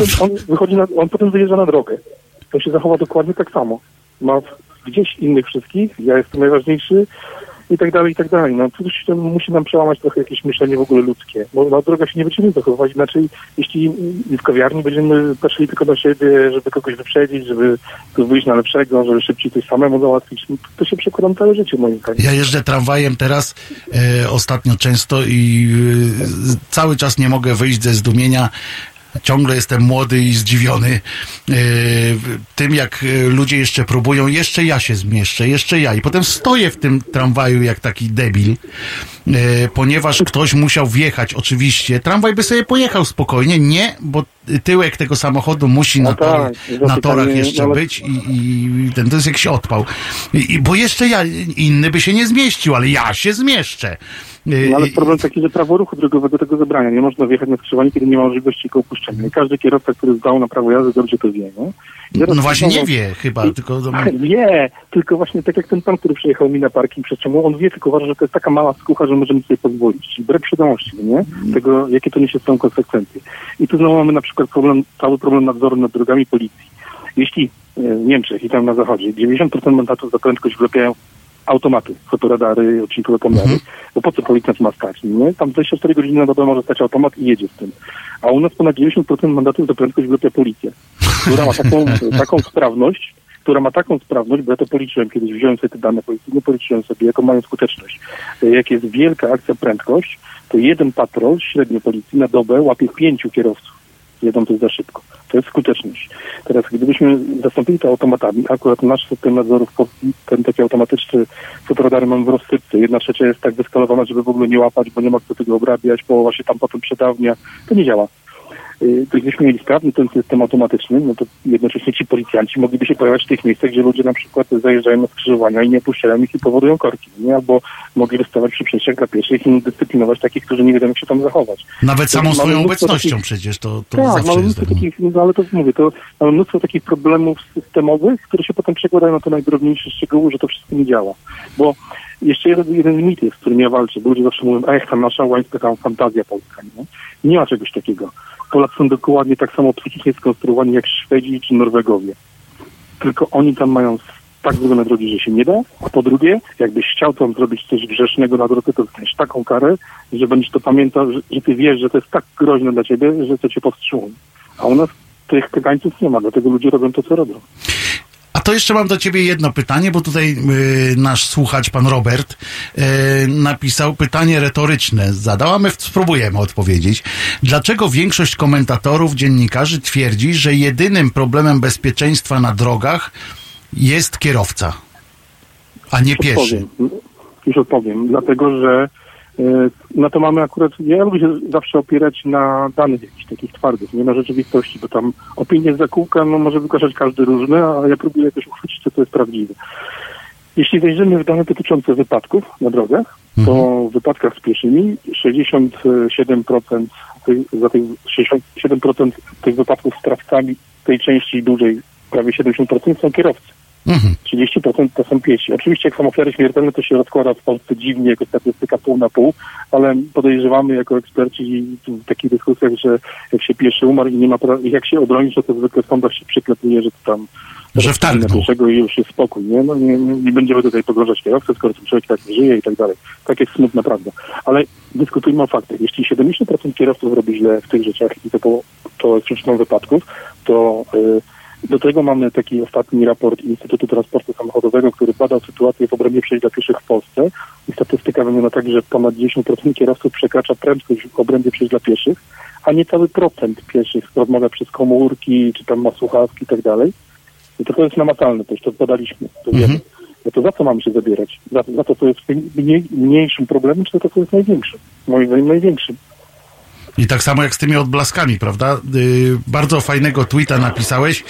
On potem wyjeżdża na drogę. To się zachowa dokładnie tak samo. Ma gdzieś innych wszystkich, ja jestem najważniejszy i tak dalej, i tak dalej. No to musi nam przełamać trochę jakieś myślenie w ogóle ludzkie, bo na drogach się nie będziemy zachowywać, inaczej jeśli w kawiarni będziemy patrzyli tylko na siebie, żeby kogoś wyprzedzić, żeby tu wyjść na lepszego, żeby szybciej coś samemu załatwić, to się przekładam całe życie moim zdaniem. Ja jeżdżę tramwajem teraz ostatnio często i cały czas nie mogę wyjść ze zdumienia. Ciągle jestem młody i zdziwiony tym, jak ludzie jeszcze próbują, jeszcze ja się zmieszczę, jeszcze ja. I potem stoję w tym tramwaju jak taki debil, ponieważ ktoś musiał wjechać, oczywiście. Tramwaj by sobie pojechał spokojnie, nie, bo tyłek tego samochodu musi na torach jeszcze być i to jest jakiś odpał. Bo jeszcze ja, inny by się nie zmieścił, ale ja się zmieszczę. No ale problem taki, że prawo ruchu drogowego tego zabrania. Nie można wjechać na skrzyżowanie, kiedy nie ma możliwości jego opuszczenia. I każdy kierowca, który zdał na prawo jazdy, dobrze to wie, nie? No właśnie nie wie chyba, tylko... Wie, tylko właśnie tak jak ten pan, który przyjechał mi na parking przez czemu, on wie, tylko uważa, że to jest taka mała skucha, że możemy sobie pozwolić. Czyli brak świadomości, nie? Tego, jakie to niesie z tą konsekwencje. I tu znowu mamy na przykład cały problem nadzoru nad drogami policji. Jeśli w Niemczech i tam na zachodzie 90% mandatów za prędkość wlepiają automaty, fotoradary, odcinkowe pomiary, bo po co policjant ma stać, nie? Tam 24 godziny na dobę może stać automat i jedzie z tym. A u nas ponad 90% mandatów za prędkość wlepia policja, która ma taką sprawność, bo ja to policzyłem kiedyś, wziąłem sobie te dane policyjne, policzyłem sobie, jaką mają skuteczność. Jak jest wielka akcja prędkość, to jeden patrol średnio policji na dobę łapie 5 kierowców. Jeden to jest za szybko. To jest skuteczność. Teraz, gdybyśmy zastąpili to automatami, akurat nasz system nadzoru w Polsce, ten taki automatyczny fotoradary mamy w rozsypce. 1/3 jest tak wyskalowana, żeby w ogóle nie łapać, bo nie ma kto tego obrabiać, połowa się tam potem przedawnia. To nie działa. Gdybyśmy mieli sprawny ten system automatyczny, no to jednocześnie ci policjanci mogliby się pojawiać w tych miejscach, gdzie ludzie na przykład zajeżdżają na skrzyżowania i nie puszczają ich i powodują korki, nie? Albo mogliby stawać przy przejściach dla pieszych i dyscyplinować takich, którzy nie wiedzą, jak się tam zachować. Nawet samą swoją obecnością przecież to tak, zawsze mamy jest. Takich, no ale to mówię, to mamy mnóstwo takich problemów systemowych, które się potem przekładają na te najdrobniejsze szczegóły, że to wszystko nie działa. Bo jeszcze jeden mit jest, z którym ja walczę, bo ludzie zawsze mówią, ta nasza łańska, tam fantazja polska, nie? Nie ma czegoś takiego. Polacy są dokładnie tak samo psychicznie skonstruowani jak Szwedzi czy Norwegowie. Tylko oni tam mają tak zrobione drogi, że się nie da, a po drugie, jakbyś chciał tam zrobić coś grzesznego na drodze, to dostaniesz taką karę, że będziesz to pamiętał, że ty wiesz, że to jest tak groźne dla ciebie, że to cię powstrzymuje. A u nas tych kagańców nie ma, dlatego ludzie robią to, co robią. A to jeszcze mam do ciebie jedno pytanie, bo tutaj nasz słuchacz, pan Robert, napisał pytanie retoryczne. Zadał, a my spróbujemy odpowiedzieć. Dlaczego większość komentatorów, dziennikarzy twierdzi, że jedynym problemem bezpieczeństwa na drogach jest kierowca, a nie pieszy? Już odpowiem. Dlatego, że na to mamy akurat, ja lubię się zawsze opierać na danych jakichś takich twardych, nie na rzeczywistości, bo tam opinie z zakółka może wygłaszać każdy różny, a ja próbuję jakoś uchwycić, co to jest prawdziwe. Jeśli wejrzymy w dane dotyczące wypadków na drogach, to w wypadkach z pieszymi 67% tych wypadków z trawcami tej części dużej, prawie 70% są kierowcy. 30% to są piesi. Oczywiście jak są ofiary śmiertelne, to się rozkłada w Polsce dziwnie, jako statystyka pół na pół, ale podejrzewamy jako eksperci w takich dyskusjach, że jak się pieszy umarł i nie ma jak się obronić, to zwykle w sądach się przyklepuje, że to tam że wtargnął. I już jest spokój, nie? No nie będziemy tutaj pogrążać kierowcę, skoro ten człowiek tak nie żyje i tak dalej. Tak jest smutna prawda. Ale dyskutujmy o faktach. Jeśli 70% kierowców robi źle w tych rzeczach i to jest przyczyną wypadków, to do tego mamy taki ostatni raport Instytutu Transportu Samochodowego, który badał sytuację w obrębie przejść dla pieszych w Polsce i statystyka wygląda tak, że ponad 10% kierowców przekracza prędkość w obrębie przejść dla pieszych, a niecały procent pieszych rozmawia przez komórki, czy tam ma słuchawki i tak dalej. I to jest namacalne, to już to badaliśmy, to wiemy. No to za co mamy się zabierać? Za to, co jest mniejszym problemem, czy za to, co jest największym? Moim zdaniem największym. I tak samo jak z tymi odblaskami, prawda? Bardzo fajnego tweeta napisałeś.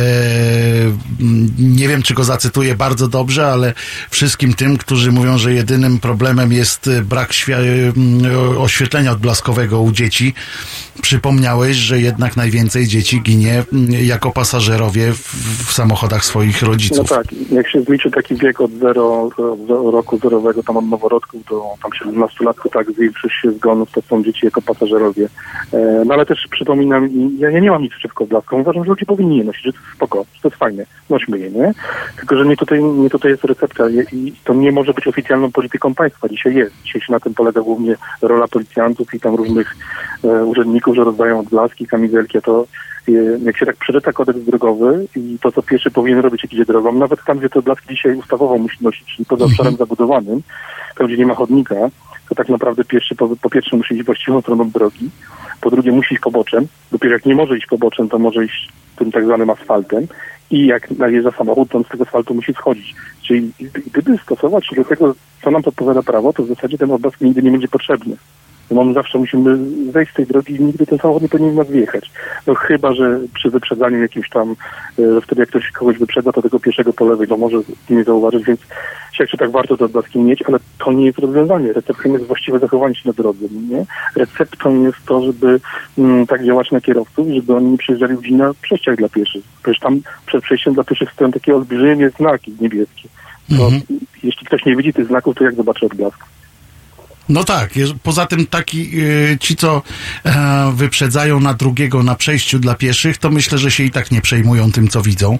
Nie wiem, czy go zacytuję bardzo dobrze, ale wszystkim tym, którzy mówią, że jedynym problemem jest brak oświetlenia odblaskowego u dzieci, przypomniałeś, że jednak najwięcej dzieci ginie jako pasażerowie w samochodach swoich rodziców. No tak, jak się zliczy taki wiek od roku zerowego, tam od noworodków do tam 17-latków, tak, większość się zgonów to są dzieci jako pasażerowie. No ale też przypominam, ja nie mam nic przeciwko odblaskom, uważam, że ludzie powinni je nosić, że to jest spoko, że to jest fajne, nośmy je, nie? Tylko, że nie tutaj jest recepta i to nie może być oficjalną polityką państwa, dzisiaj jest. Dzisiaj się na tym polega głównie rola policjantów i tam różnych urzędników, że rozdają odblaski, kamizelki, a to jak się tak przeczyta kodeks drogowy i to, co pieszy powinien robić, jak idzie drogą, nawet tam, gdzie te odblaski dzisiaj ustawowo musi nosić, czyli poza obszarem zabudowanym, tam, gdzie nie ma chodnika, to tak naprawdę pieszy po pierwsze musi iść właściwą stroną drogi, po drugie musi iść poboczem, dopiero jak nie może iść poboczem, to może iść tym tak zwanym asfaltem i jak najeżdża samochód, to on z tego asfaltu musi schodzić. Czyli gdyby stosować się do tego, co nam podpowiada prawo, to w zasadzie ten odblask nigdy nie będzie potrzebny. No zawsze musimy zejść z tej drogi i nigdy ten samochód nie powinien nas wjechać. No chyba, że przy wyprzedzaniu jakimś tam, wtedy jak ktoś kogoś wyprzedza, to tego pieszego po lewej, to może nie zauważyć, więc siedźcie, tak warto te odblaski mieć, ale to nie jest rozwiązanie. Receptą jest właściwe zachowanie się na drodze, nie? Receptą jest to, żeby tak działać na kierowców, żeby oni nie przejeżdżali ludzi na przejściach dla pieszych. Przecież tam przed przejściem dla pieszych stoją takie olbrzymie znaki niebieskie. To, jeśli ktoś nie widzi tych znaków, to jak zobaczy odblask? No tak, poza tym ci, co wyprzedzają na drugiego na przejściu dla pieszych, to myślę, że się i tak nie przejmują tym, co widzą,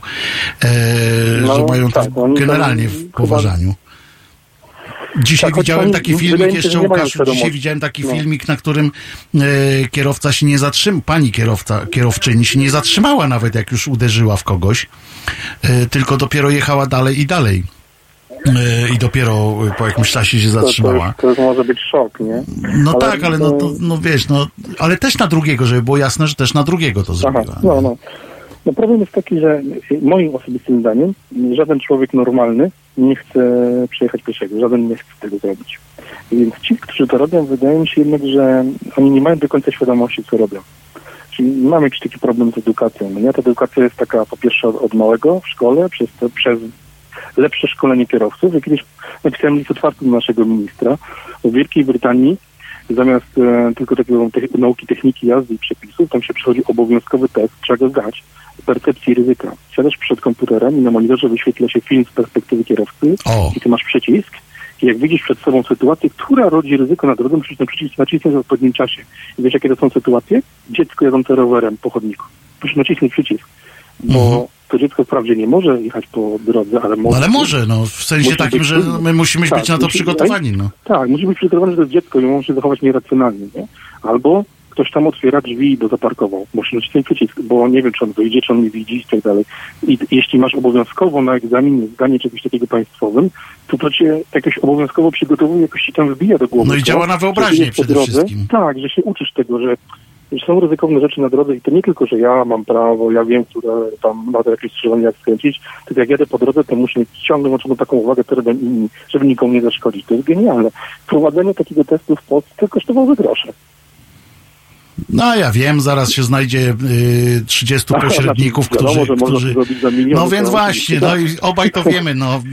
że mają tak, to generalnie w poważaniu. Dzisiaj widziałem taki filmik jeszcze, Łukaszu, filmik, na którym kierowca się nie zatrzymał, pani kierowczyni się nie zatrzymała nawet, jak już uderzyła w kogoś, tylko dopiero jechała dalej i dalej. I dopiero po jakimś czasie się zatrzymała. To może być szok, nie? No ale, tak, ale no wiesz, ale też na drugiego, żeby było jasne, że też na drugiego to zrobiła. No problem jest taki, że moim osobistym zdaniem żaden człowiek normalny nie chce przejechać pieszego. Żaden nie chce tego zrobić. Więc ci, którzy to robią, wydaje mi się jednak, że oni nie mają do końca świadomości, co robią. Czyli mamy jakiś taki problem z edukacją. No nie? Ta edukacja jest taka po pierwsze od małego w szkole, przez lepsze szkolenie kierowców. Ja kiedyś napisałem list otwarty do naszego ministra. W Wielkiej Brytanii zamiast tylko takiego nauki techniki jazdy i przepisów, tam się przechodzi obowiązkowy test, trzeba go zdać, percepcji ryzyka. Siadasz przed komputerem i na monitorze wyświetla się film z perspektywy kierowcy i ty masz przycisk i jak widzisz przed sobą sytuację, która rodzi ryzyko na drodze, musisz ten przycisk nacisnąć w odpowiednim czasie. I wiesz, jakie to są sytuacje? Dziecko jadące rowerem po chodniku. Musisz nacisnąć przycisk, bo to dziecko wprawdzie nie może jechać po drodze, ale może. Ale może, w sensie takim, że my musimy być na to przygotowani. Tak, musimy być przygotowani, że to jest dziecko i może się zachować nieracjonalnie, nie? Albo ktoś tam otwiera drzwi i go zaparkował. Musisz nacisnąć przycisk, bo nie wiem, czy on wyjdzie, czy on nie widzi i tak dalej. I jeśli masz obowiązkowo na egzaminie zdanie czegoś takiego państwowym, to cię jakoś obowiązkowo przygotowuje, jakoś ci tam wbija do głowy. No i działa na wyobraźnię przede wszystkim. Tak, że się uczysz tego, że są ryzykowne rzeczy na drodze i to nie tylko, że ja mam prawo, ja wiem, które tam na to jakieś strzelanie jak skręcić, tylko jak jadę po drodze, to muszę mieć ciągle włączoną taką uwagę, żeby nikomu nie zaszkodzić. To jest genialne. Wprowadzenie takiego testu w Polsce kosztowało grosze. No ja wiem, zaraz się znajdzie 30 pośredników, którzy... No więc właśnie, i obaj to wiemy,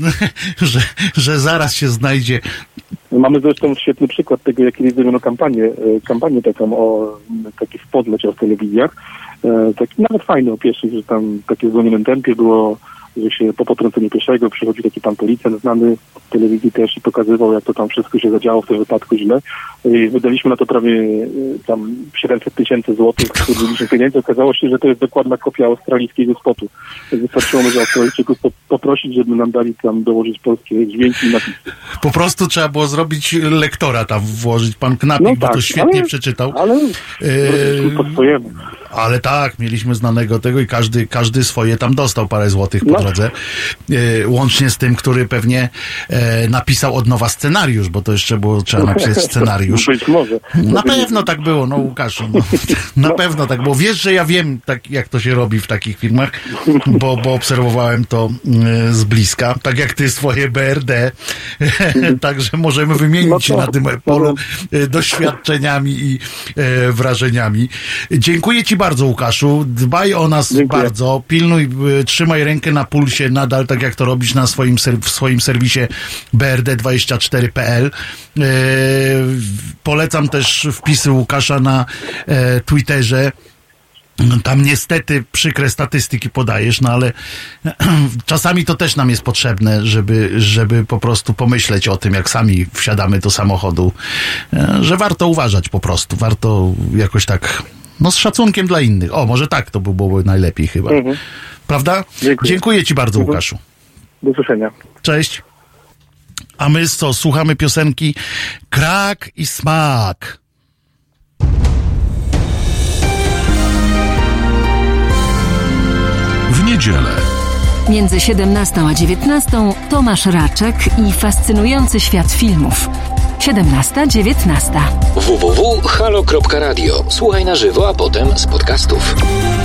że zaraz się znajdzie. Mamy zresztą świetny przykład tego, jak kiedyś zrobiono kampanię taką o taki spot leciał w telewizjach. Taki nawet fajny o pieszych, że tam takie w zwolnionym tempie było, że się po potrąceniu pieszego przychodzi taki pan policjant znany w telewizji też i pokazywał, jak to tam wszystko się zadziało w tym wypadku źle. I wydaliśmy na to prawie tam 700 000 złotych, z pieniędzy. Okazało się, że to jest dokładna kopia australijskiego spotu. Wystarczyło może Australijczyków poprosić, żeby nam dali tam dołożyć polskie dźwięki i napisy. Po prostu trzeba było zrobić lektora tam włożyć. Pan Knapik, bo to świetnie przeczytał. Ale po swojemu. Ale tak, mieliśmy znanego tego i każdy swoje tam dostał parę złotych po drodze. Łącznie z tym, który pewnie napisał od nowa scenariusz, bo to jeszcze trzeba napisać scenariusz. Być może. Na pewno tak było, Łukaszu. Na pewno tak było. Wiesz, że ja wiem, tak jak to się robi w takich filmach, bo obserwowałem to z bliska, tak jak ty swoje BRD. Także możemy wymienić się na tym polu doświadczeniami i wrażeniami. Dziękuję ci bardzo, Łukaszu. Dbaj o nas bardzo. Pilnuj, trzymaj rękę na pulsie nadal, tak jak to robisz na w swoim serwisie brd24.pl. Polecam też wpisy Łukasza na Twitterze. Tam niestety przykre statystyki podajesz, ale czasami to też nam jest potrzebne, żeby po prostu pomyśleć o tym, jak sami wsiadamy do samochodu, że warto uważać po prostu. Warto jakoś tak, z szacunkiem dla innych. Może tak to byłoby najlepiej chyba. Prawda? Dziękuję ci bardzo, Łukaszu. Do usłyszenia. Cześć. A my słuchamy piosenki Krak i Smak. W niedzielę. Między 17 a 19 Tomasz Raczek i fascynujący świat filmów. 17:19. www.halo.radio. Słuchaj na żywo, a potem z podcastów.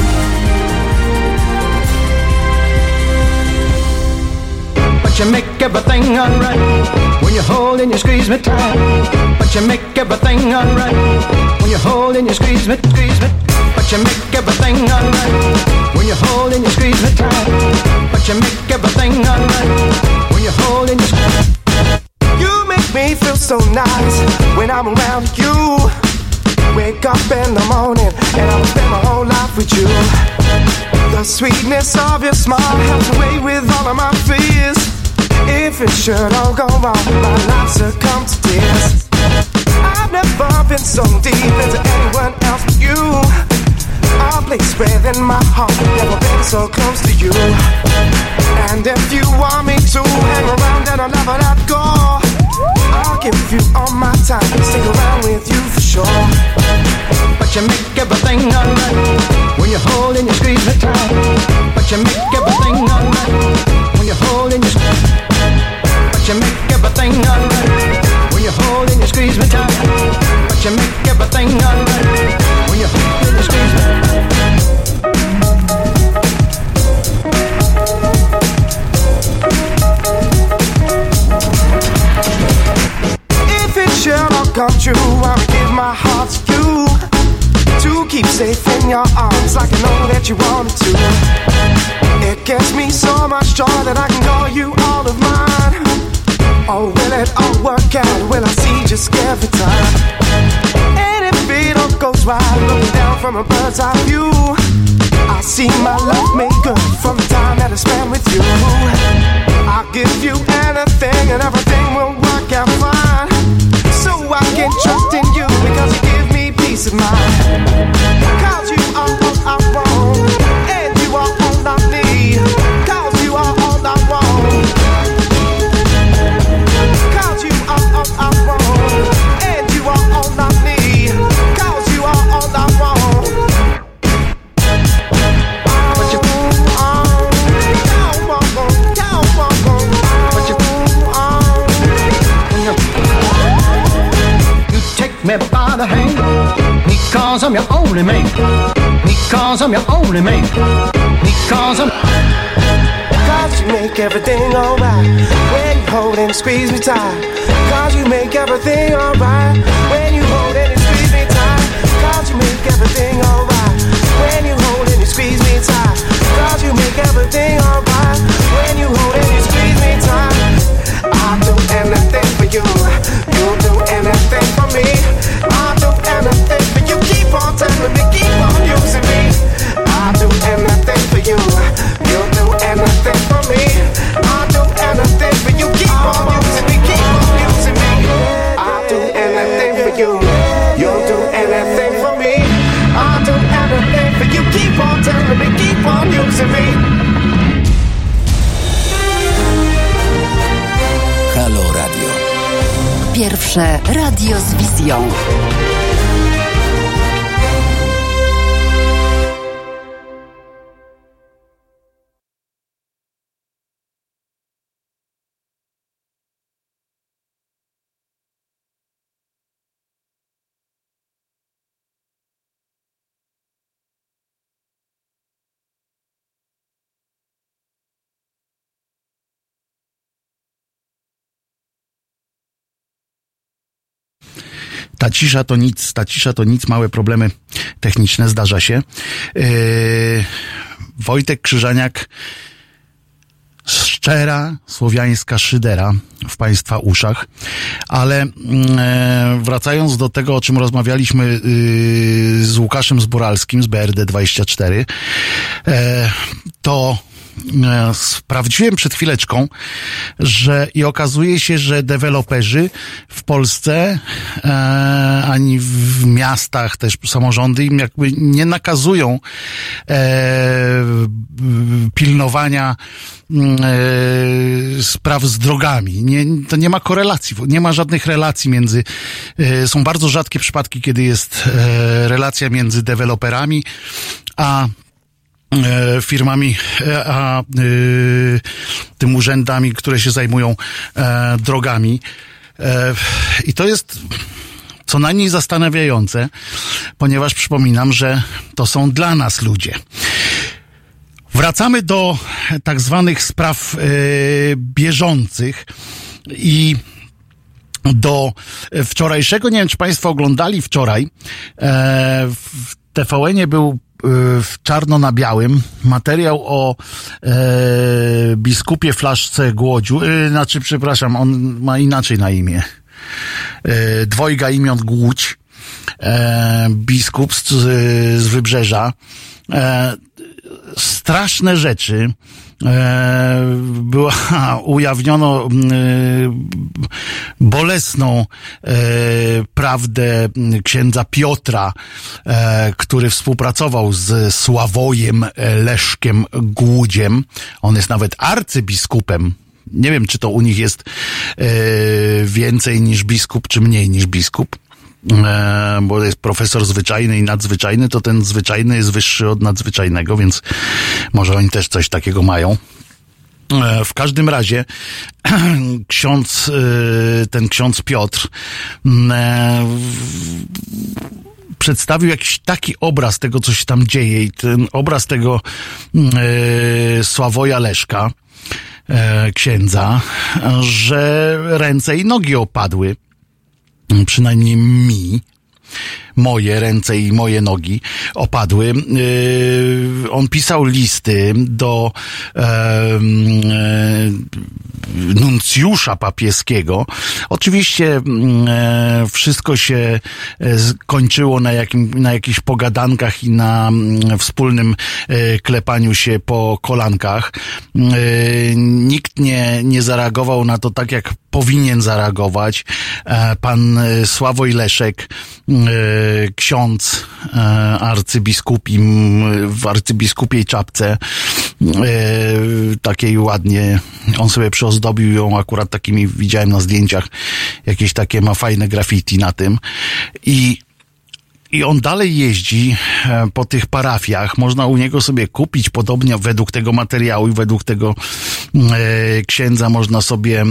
But you make everything alright when you hold and you squeeze me tight. But you make everything alright when you hold and you squeeze me, squeeze me. But you make everything alright when you hold and you squeeze me tight. But you make everything alright when you hold and you squeeze. You make me feel so nice when I'm around you. Wake up in the morning and I'll spend my whole life with you. The sweetness of your smile helps away with all of my fears. If it should all go wrong, my life succumb to tears. I've never been so deep into anyone else but you. A place within my heart, never been so close to you. And if you want me to hang around and I'll never let go, I'll give you all my time, stick around with you for sure. But you make everything alright when you hold and you squeeze me tight. But you make everything alright when you hold and you squeeze. But you make everything alright when you hold and you squeeze me tight. But you make everything alright when you hold and you squeeze me. If it shall all come true, I'll give my heart to you, to keep safe in your arms like I know that you wanted to. It gives me so much joy that I can call you all of mine. Oh, will it all work out? Will I see just every time? And if it all goes right, looking down from a bird's eye view, I see my love made good from the time that I spent with you. I'll give you anything and everything will work out fine. So I can trust in you because you give me peace of mind. Cause you are all I want, and you are all I need. Cause you are all I want. Cause you are all I want, and you are all I need. Cause you are all I want. But you take me by the hand, because I'm your only mate. Because I'm your only mate. Because I'm. Cause you make everything alright when you hold and squeeze me tight. Cause you make everything alright when you hold and squeeze me tight. Cause you make everything alright when you hold and squeeze me tight. Cause you make everything alright when you hold and squeeze me tight. I'll do anything for you. You'll do anything for me. I'll do anything for you. Keep on telling me, keep on using me. I'll do anything for you. You'll do anything for me. I'll do anything for you. Keep on using me, keep on using me. I'll do anything for you. You'll do anything for me. I'll do anything for you. Keep on telling me, keep on using me. Halo Radio. Pierwsze radio z wizją. Ta cisza to nic, małe problemy techniczne, zdarza się. Wojtek Krzyżaniak, szczera słowiańska szydera w Państwa uszach, ale wracając do tego, o czym rozmawialiśmy z Łukaszem Zboralskim z BRD24, to sprawdziłem przed chwileczką, że i okazuje się, że deweloperzy w Polsce ani w miastach też samorządy im jakby nie nakazują pilnowania spraw z drogami. To nie ma korelacji, nie ma żadnych relacji między, są bardzo rzadkie przypadki, kiedy jest relacja między deweloperami a firmami, a tym urzędami, które się zajmują drogami. I to jest co najmniej zastanawiające, ponieważ przypominam, że to są dla nas ludzie. Wracamy do tak zwanych spraw bieżących i do wczorajszego, nie wiem, czy Państwo oglądali wczoraj, w TVN-ie był w czarno na białym materiał o biskupie Flaszce Głodziu, przepraszam, on ma inaczej na imię. Dwojga imion Głódź, biskup z Wybrzeża. Straszne rzeczy. Ujawniono bolesną prawdę księdza Piotra, który współpracował z Sławojem Leszkiem Głudziem. On jest nawet arcybiskupem. Nie wiem, czy to u nich jest więcej niż biskup, czy mniej niż biskup. Bo jest profesor zwyczajny i nadzwyczajny, to ten zwyczajny jest wyższy od nadzwyczajnego, więc może oni też coś takiego mają. W każdym razie ten ksiądz Piotr przedstawił jakiś taki obraz tego, co się tam dzieje, i ten obraz tego Sławoja Leszka, księdza, że ręce i nogi opadły. Przynajmniej mi, moje ręce i moje nogi opadły. On pisał listy do nuncjusza papieskiego. Oczywiście wszystko się kończyło na jakichś pogadankach i na wspólnym klepaniu się po kolankach. Nikt nie zareagował na to tak, jak powinien zareagować. Pan Sławoj Leszek, ksiądz arcybiskupi w arcybiskupiej czapce, takiej ładnie, on sobie przyozdobił ją akurat takimi, widziałem na zdjęciach, jakieś takie ma fajne graffiti na tym i on dalej jeździ po tych parafiach. Można u niego sobie kupić, podobnie według tego materiału i według tego księdza można sobie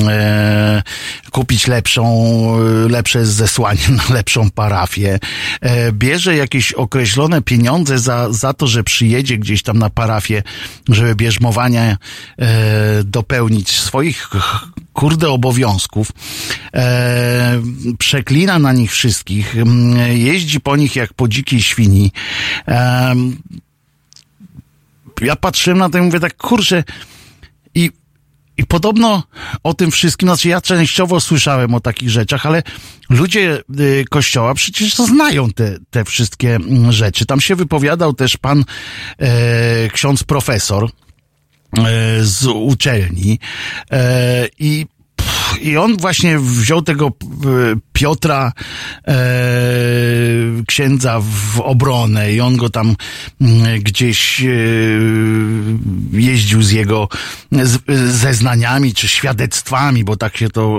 kupić lepsze zesłanie na lepszą parafię. Bierze jakieś określone pieniądze za to, że przyjedzie gdzieś tam na parafię, żeby bierzmowania dopełnić swoich obowiązków. Przeklina na nich wszystkich. Jeździ po nich jak po dzikiej świni. Ja patrzyłem na to i mówię tak, kurczę, i podobno o tym wszystkim, znaczy ja częściowo słyszałem o takich rzeczach, ale ludzie Kościoła przecież znają te wszystkie rzeczy. Tam się wypowiadał też pan ksiądz profesor z uczelni i on właśnie wziął tego Piotra, księdza w obronę i on go tam gdzieś jeździł z jego zeznaniami czy świadectwami, bo tak się to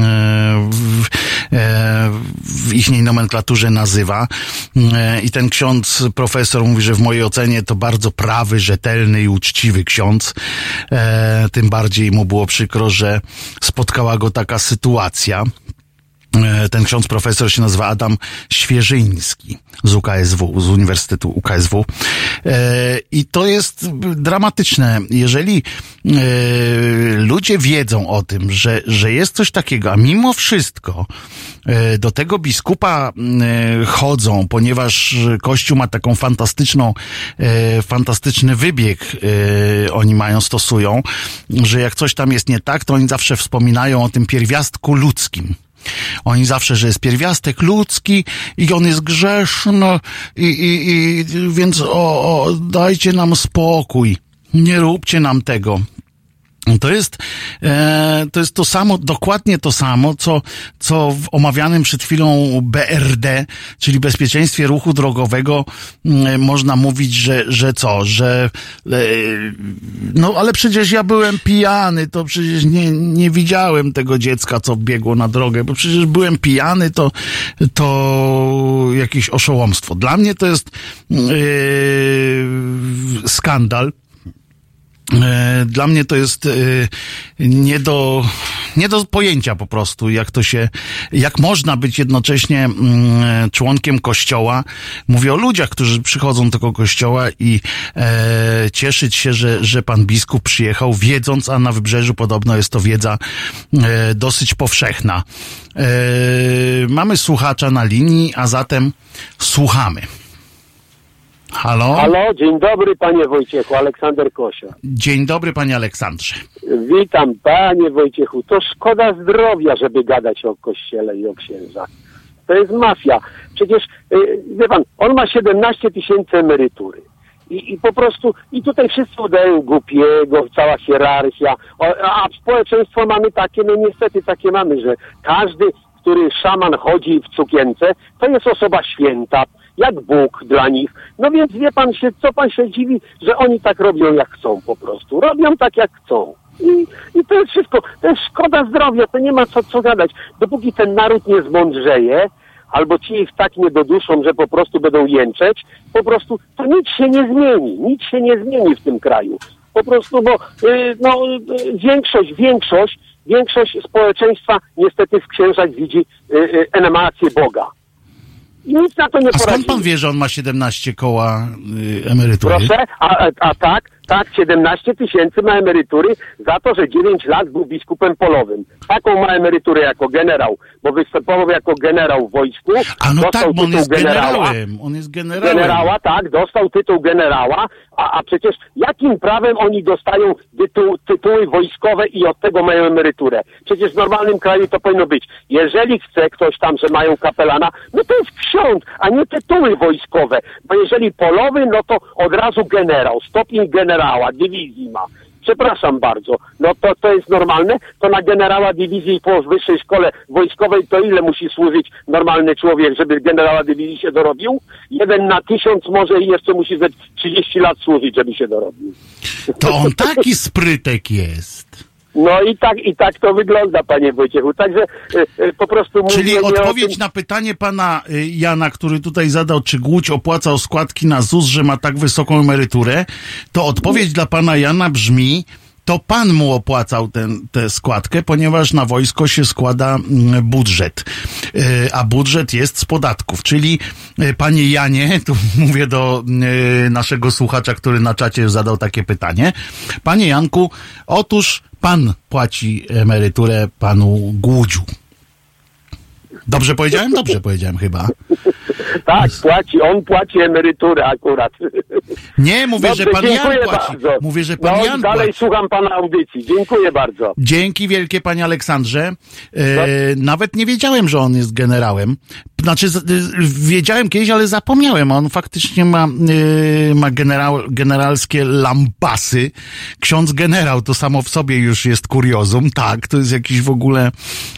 w ichniej nomenklaturze nazywa. I ten ksiądz profesor mówi, że w mojej ocenie to bardzo prawy, rzetelny i uczciwy ksiądz. Tym bardziej mu było przykro, że spotkała go taka sytuacja. Ten ksiądz profesor się nazywa Adam Świeżyński z UKSW, z Uniwersytetu UKSW. I to jest dramatyczne. Jeżeli ludzie wiedzą o tym, że jest coś takiego, a mimo wszystko do tego biskupa chodzą, ponieważ Kościół ma taką fantastyczny wybieg, oni stosują, że jak coś tam jest nie tak, to oni zawsze wspominają o tym pierwiastku ludzkim. Oni zawsze, że jest pierwiastek ludzki i on jest grzeszny więc dajcie nam spokój, nie róbcie nam tego. To jest to samo, dokładnie to samo, co w omawianym przed chwilą BRD, czyli bezpieczeństwie ruchu drogowego, można mówić, że no ale przecież ja byłem pijany, to przecież nie widziałem tego dziecka, co biegło na drogę, bo przecież byłem pijany, to jakieś oszołomstwo. Dla mnie to jest skandal. Dla mnie to jest nie do pojęcia po prostu, jak można być jednocześnie członkiem kościoła. Mówię o ludziach, którzy przychodzą do tego kościoła i cieszyć się, że pan biskup przyjechał, wiedząc, a na Wybrzeżu podobno jest to wiedza dosyć powszechna. Mamy słuchacza na linii, a zatem słuchamy. Halo? Halo, dzień dobry panie Wojciechu, Aleksander Kosia. Dzień dobry panie Aleksandrze. Witam panie Wojciechu, to szkoda zdrowia, żeby gadać o kościele i o księżach. To jest mafia. Przecież, wie pan, on ma 17 000 emerytury. I po prostu, i tutaj wszyscy udają głupiego, cała hierarchia, a społeczeństwo mamy takie, no niestety takie mamy, że każdy, który szaman chodzi w sukience, to jest osoba święta, jak Bóg dla nich. No więc wie pan się, co pan się dziwi, że oni tak robią jak chcą po prostu. Robią tak jak chcą. I to jest wszystko. To jest szkoda zdrowia, to nie ma co gadać. Dopóki ten naród nie zmądrzeje, albo ci ich tak nie doduszą, że po prostu będą jęczeć, po prostu to nic się nie zmieni. Nic się nie zmieni w tym kraju. Po prostu, bo większość społeczeństwa niestety w księżach widzi emanację Boga. I nic na to nie poradzi. A skąd pan wie, że on ma 17 koła emerytury? Proszę, tak, 17 000 ma emerytury za to, że 9 lat był biskupem polowym. Taką ma emeryturę jako generał, bo występował jako generał w wojsku. A no tak, bo on jest generała. On jest generałem. Generała, tak, dostał tytuł generała, a przecież jakim prawem oni dostają tytuły wojskowe i od tego mają emeryturę? Przecież w normalnym kraju to powinno być. Jeżeli chce ktoś tam, że mają kapelana, no to jest ksiądz, a nie tytuły wojskowe. Bo jeżeli polowy, no to od razu generał, stopień generała, dywizji ma. Przepraszam bardzo, no to jest normalne? To na generała dywizji po wyższej szkole wojskowej to ile musi służyć normalny człowiek, żeby generała dywizji się dorobił? 1 na 1000 może i jeszcze musi ze 30 lat służyć, żeby się dorobił. To on taki sprytek jest. No i tak to wygląda, panie Wojciechu. Także po prostu mówię... Czyli odpowiedź na pytanie pana Jana, który tutaj zadał, czy Głódź opłacał składki na ZUS, że ma tak wysoką emeryturę, to odpowiedź dla pana Jana brzmi, to pan mu opłacał tę składkę, ponieważ na wojsko się składa budżet, a budżet jest z podatków. Czyli, panie Janie, tu mówię do naszego słuchacza, który na czacie zadał takie pytanie. Panie Janku, otóż pan płaci emeryturę panu Głudziu. Dobrze powiedziałem? Dobrze powiedziałem chyba. Tak, on płaci emeryturę akurat. Nie, mówię, dobrze, że pan Jan płaci. Bardzo. Mówię, że pan Jan dalej płaci. Słucham pana audycji. Dziękuję bardzo. Dzięki wielkie, panie Aleksandrze. Nawet nie wiedziałem, że on jest generałem. Znaczy, wiedziałem kiedyś, ale zapomniałem. On faktycznie ma generalskie lampasy. Ksiądz generał to samo w sobie już jest kuriozum. Tak, to jest jakiś w ogóle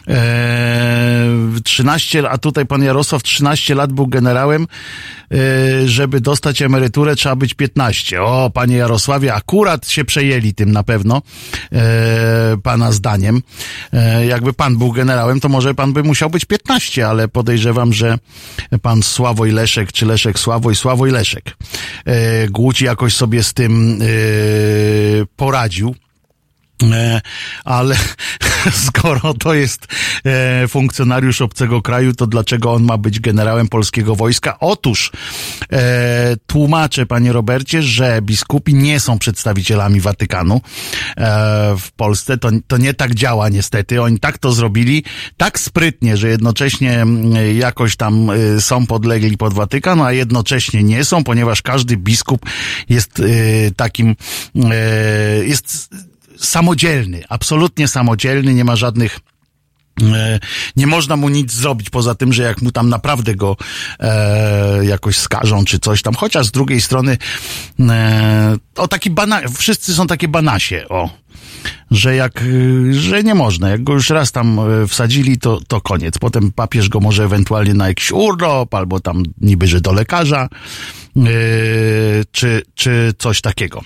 13, a tutaj pan Jarosław 13 lat był generałem, żeby dostać emeryturę trzeba być 15. O, panie Jarosławie, akurat się przejęli tym na pewno, pana zdaniem. Jakby pan był generałem, to może pan by musiał być 15, ale podejrzewam, że pan Sławoj Leszek, czy Leszek Sławoj Leszek, Głódź jakoś sobie z tym poradził. Ale skoro to jest funkcjonariusz obcego kraju, to dlaczego on ma być generałem polskiego wojska? Otóż tłumaczę, panie Robercie, że biskupi nie są przedstawicielami Watykanu w Polsce. To nie tak działa niestety. Oni tak to zrobili, tak sprytnie, że jednocześnie jakoś tam są podlegli pod Watykan, a jednocześnie nie są, ponieważ każdy biskup jest takim jest samodzielny, absolutnie samodzielny, nie ma żadnych, nie można mu nic zrobić poza tym, że jak mu tam naprawdę go jakoś skażą czy coś tam, chociaż z drugiej strony wszyscy są takie banasie, że nie można, jak go już raz tam wsadzili, to koniec, potem papież go może ewentualnie na jakiś urlop, albo tam niby, że do lekarza, czy coś takiego.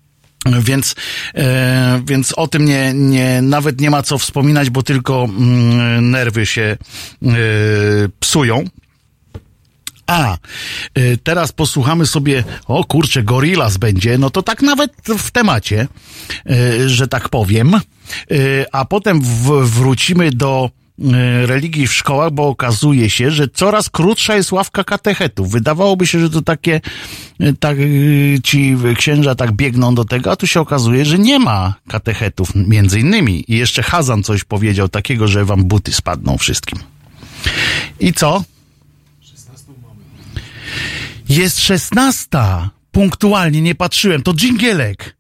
Więc o tym nawet nie ma co wspominać, bo tylko nerwy się psują. A teraz posłuchamy sobie, o kurczę, Gorillaz będzie, no to tak nawet w temacie, że tak powiem, a potem wrócimy do religii w szkołach, bo okazuje się, że coraz krótsza jest ławka katechetów. Wydawałoby się, że to takie ci księża tak biegną do tego, a tu się okazuje, że nie ma katechetów, między innymi. I jeszcze Hazan coś powiedział takiego, że wam buty spadną wszystkim. I co? Jest 16. Punktualnie, nie patrzyłem. To dżingielek.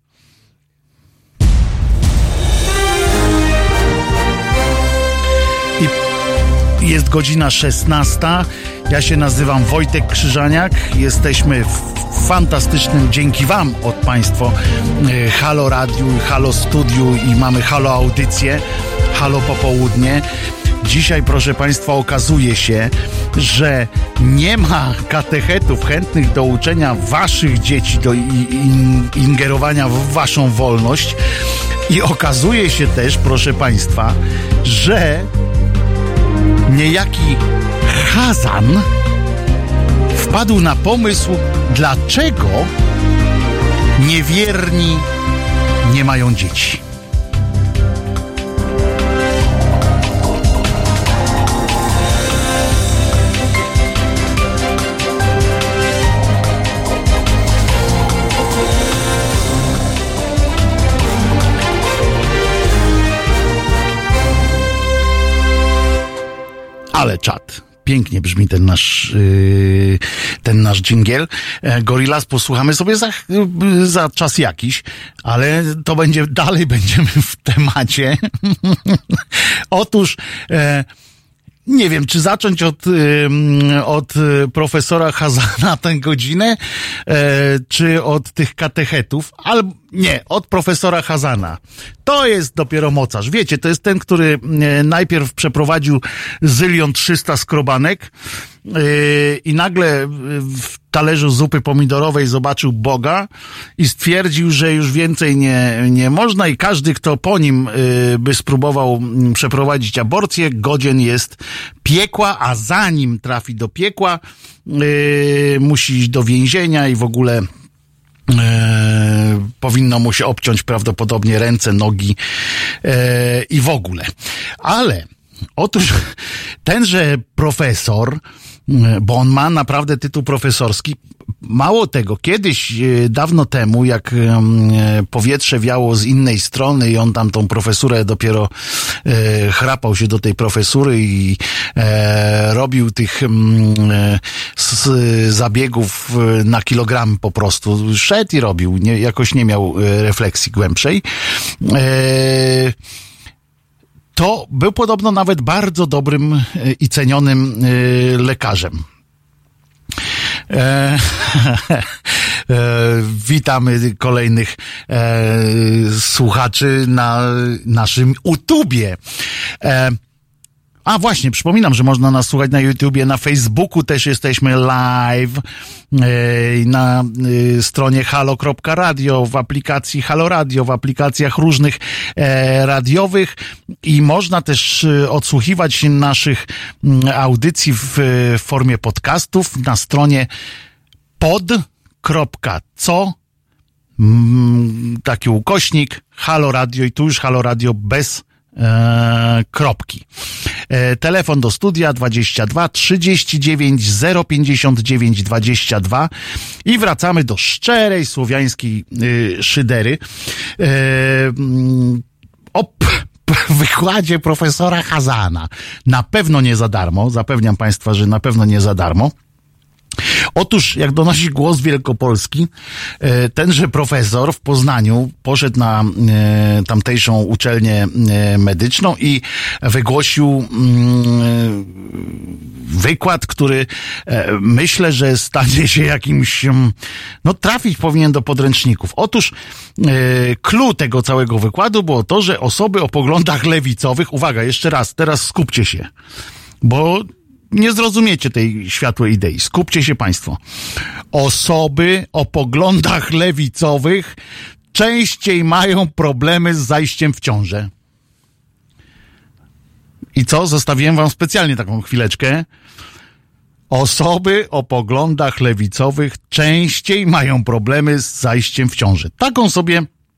I jest godzina 16. Ja się nazywam Wojtek Krzyżaniak. Jesteśmy w fantastycznym, dzięki wam od państwo, Halo Radiu, Halo Studiu i mamy Halo Audycję, Halo Popołudnie. Dzisiaj, proszę państwa, okazuje się, że nie ma katechetów chętnych do uczenia waszych dzieci, do ingerowania w waszą wolność. I okazuje się też, proszę państwa, że niejaki Hazan wpadł na pomysł, dlaczego niewierni nie mają dzieci. Ale czad. Pięknie brzmi ten nasz dżingiel. Gorillaz posłuchamy sobie za czas jakiś, ale to będzie, dalej będziemy w temacie. Otóż nie wiem, czy zacząć od profesora Hazana tę godzinę, czy od tych katechetów, albo nie, od profesora Hazana. To jest dopiero mocarz. Wiecie, to jest ten, który najpierw przeprowadził 1 300 skrobanek i nagle w talerzu zupy pomidorowej zobaczył Boga i stwierdził, że już więcej nie można i każdy, kto po nim by spróbował przeprowadzić aborcję, godzien jest piekła, a zanim trafi do piekła, musi iść do więzienia i w ogóle powinno mu się obciąć prawdopodobnie ręce, nogi i w ogóle. Ale otóż tenże profesor, bo on ma naprawdę tytuł profesorski, mało tego, kiedyś, dawno temu, jak powietrze wiało z innej strony i on tam tą profesurę dopiero chrapał się do tej profesury i robił tych zabiegów na kilogram po prostu. Szedł i robił, jakoś nie miał refleksji głębszej. To był podobno nawet bardzo dobrym i cenionym lekarzem. Witamy kolejnych słuchaczy na naszym YouTubie. A właśnie, przypominam, że można nas słuchać na YouTubie, na Facebooku też jesteśmy live, na stronie halo.radio, w aplikacji Halo Radio, w aplikacjach różnych radiowych i można też odsłuchiwać naszych audycji w formie podcastów na stronie pod.co, taki ukośnik, Halo Radio i tu już Halo Radio bez kropki. Telefon do studia 22 39 059 22 i wracamy do szczerej słowiańskiej szydery. O wykładzie profesora Hazana. Na pewno nie za darmo. Zapewniam państwa, że na pewno nie za darmo. Otóż, jak donosi Głos Wielkopolski, tenże profesor w Poznaniu poszedł na tamtejszą uczelnię medyczną i wygłosił wykład, który myślę, że stanie się jakimś, no trafić powinien do podręczników. Otóż clue tego całego wykładu było to, że osoby o poglądach lewicowych, uwaga, jeszcze raz, teraz skupcie się, bo nie zrozumiecie tej światłej idei. Skupcie się państwo. Osoby o poglądach lewicowych częściej mają problemy z zajściem w ciążę. I co? Zostawiłem wam specjalnie taką chwileczkę. Osoby o poglądach lewicowych częściej mają problemy z zajściem w ciążę. Taką sobie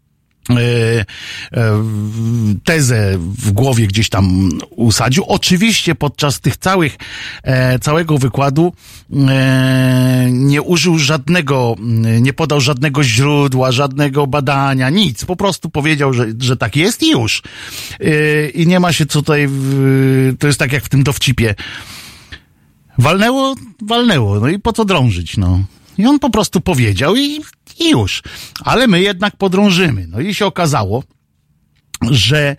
tezę w głowie gdzieś tam usadził. Oczywiście podczas tych całego wykładu nie użył nie podał żadnego źródła, żadnego badania, nic. Po prostu powiedział, że tak jest i już. I nie ma się co tutaj, to jest tak jak w tym dowcipie. Walnęło, no i po co drążyć, no. I on po prostu powiedział i już. Ale my jednak podrążymy. No i się okazało, że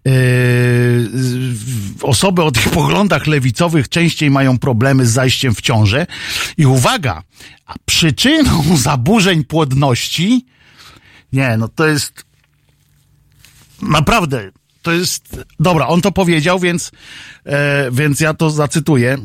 osoby o tych poglądach lewicowych częściej mają problemy z zajściem w ciążę. I uwaga, przyczyną zaburzeń płodności, to jest naprawdę, to jest, dobra, on to powiedział, więc ja to zacytuję.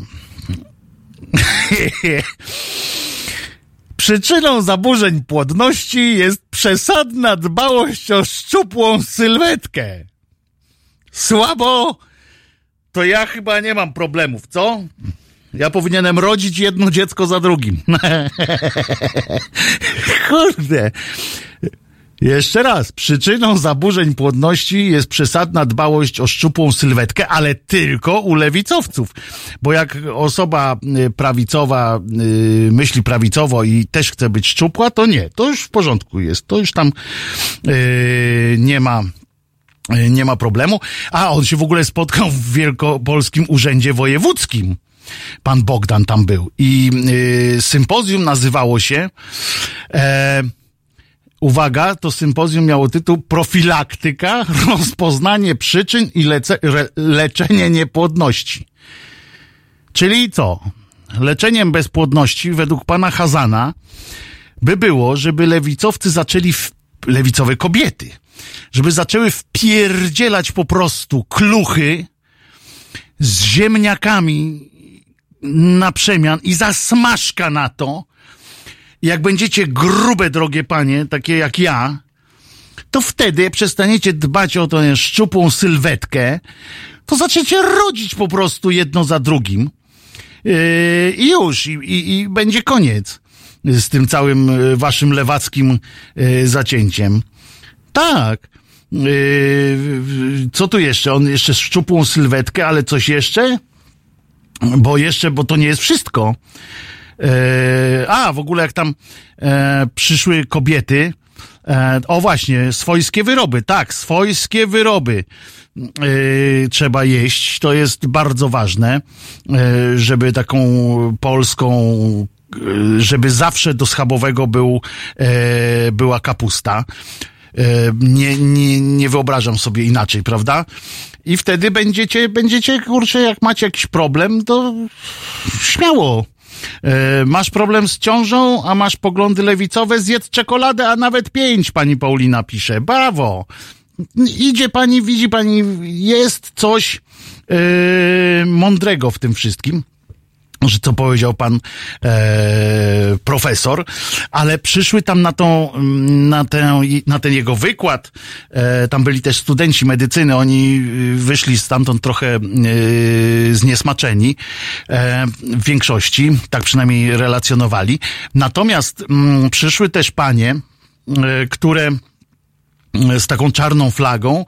Przyczyną zaburzeń płodności jest przesadna dbałość o szczupłą sylwetkę. Słabo? To ja chyba nie mam problemów, co? Ja powinienem rodzić jedno dziecko za drugim. Kurde. Jeszcze raz. Przyczyną zaburzeń płodności jest przesadna dbałość o szczupłą sylwetkę, ale tylko u lewicowców. Bo jak osoba prawicowa myśli prawicowo i też chce być szczupła, to nie. To już w porządku jest. To już tam nie ma problemu. A on się w ogóle spotkał w Wielkopolskim Urzędzie Wojewódzkim. Pan Bogdan tam był. I sympozjum nazywało się... Uwaga, to sympozjum miało tytuł Profilaktyka, rozpoznanie przyczyn i leczenie niepłodności. Czyli co? Leczeniem bezpłodności według pana Chazana by było, żeby lewicowcy lewicowe kobiety, żeby zaczęły wpierdzielać po prostu kluchy z ziemniakami na przemian i zasmażka na to. Jak będziecie grube, drogie panie, takie jak ja, to wtedy przestaniecie dbać o tę szczupłą sylwetkę, to zaczniecie rodzić po prostu jedno za drugim. I już, i będzie koniec z tym całym waszym lewackim zacięciem. Tak. Co tu jeszcze? On jeszcze szczupłą sylwetkę, ale coś jeszcze? Bo to nie jest wszystko. W ogóle jak tam przyszły kobiety, o właśnie, swojskie wyroby, tak, swojskie wyroby trzeba jeść, to jest bardzo ważne, żeby taką polską, żeby zawsze do schabowego była kapusta. Nie wyobrażam sobie inaczej, prawda? I wtedy będziecie, kurczę, jak macie jakiś problem, to śmiało. Masz problem z ciążą, a masz poglądy lewicowe, zjedz czekoladę, a nawet 5, pani Paulina pisze. Brawo! Idzie pani, widzi pani, jest coś mądrego w tym wszystkim, że co powiedział pan profesor, ale przyszły tam na ten jego wykład, tam byli też studenci medycyny, oni wyszli stamtąd trochę zniesmaczeni, w większości, tak przynajmniej relacjonowali. Natomiast przyszły też panie, które z taką czarną flagą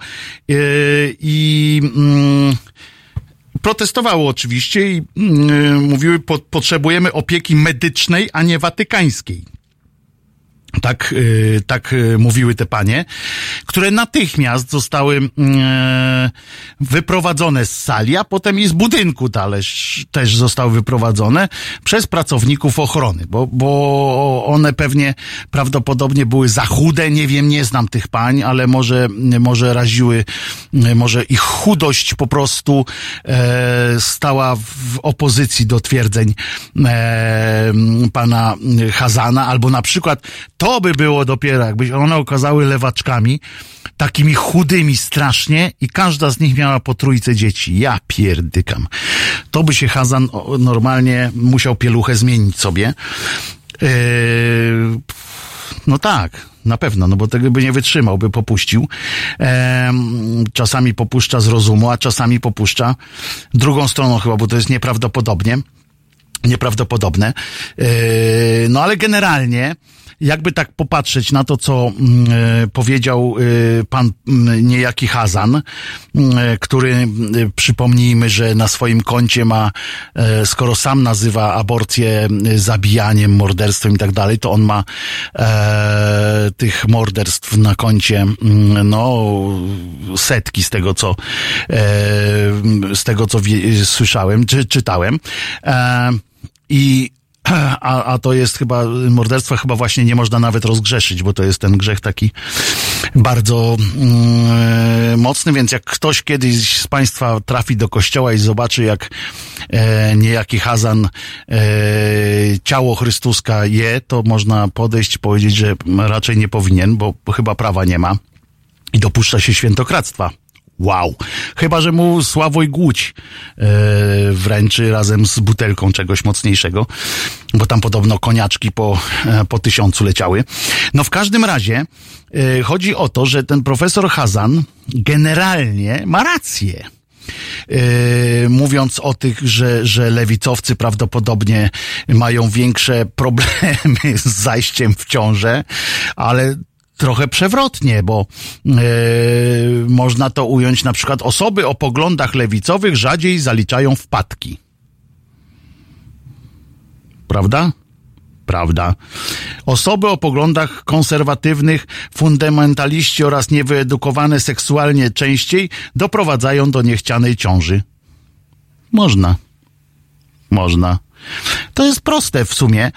protestowały oczywiście i mówiły, potrzebujemy opieki medycznej, a nie watykańskiej. Tak mówiły te panie, które natychmiast zostały wyprowadzone z sali, a potem i z budynku też zostały wyprowadzone przez pracowników ochrony, bo one prawdopodobnie były za chude, nie wiem, nie znam tych pań, ale może raziły, może ich chudość po prostu stała w opozycji do twierdzeń pana Chazana, albo na przykład to by było dopiero, jakby one okazały lewaczkami, takimi chudymi strasznie i każda z nich miała po 3 dzieci. Ja pierdykam. To by się Chazan normalnie musiał pieluchę zmienić sobie. No tak, na pewno, no bo tego by nie wytrzymał, by popuścił. Czasami popuszcza z rozumu, a czasami popuszcza drugą stroną chyba, bo to jest nieprawdopodobnie. nieprawdopodobne. No ale generalnie, jakby tak popatrzeć na to, co powiedział pan niejaki Chazan, który, przypomnijmy, że na swoim koncie ma, skoro sam nazywa aborcję zabijaniem, morderstwem i tak dalej, to on ma tych morderstw na koncie, no, setki z tego, co słyszałem, czy czytałem. A to jest chyba, morderstwa chyba właśnie nie można nawet rozgrzeszyć, bo to jest ten grzech taki bardzo mocny, więc jak ktoś kiedyś z państwa trafi do kościoła i zobaczy, jak niejaki Chazan ciało Chrystuska je, to można podejść i powiedzieć, że raczej nie powinien, bo chyba prawa nie ma i dopuszcza się świętokradztwa. Wow. Chyba że mu Sławoj Głódź wręczy razem z butelką czegoś mocniejszego, bo tam podobno koniaczki po 1000 leciały. No w każdym razie chodzi o to, że ten profesor Chazan generalnie ma rację. Mówiąc o tych, że lewicowcy prawdopodobnie mają większe problemy z zajściem w ciążę, ale trochę przewrotnie, bo można to ująć, na przykład osoby o poglądach lewicowych rzadziej zaliczają wpadki. Prawda? Prawda. Osoby o poglądach konserwatywnych, fundamentaliści oraz niewyedukowane seksualnie częściej doprowadzają do niechcianej ciąży. Można. To jest proste w sumie,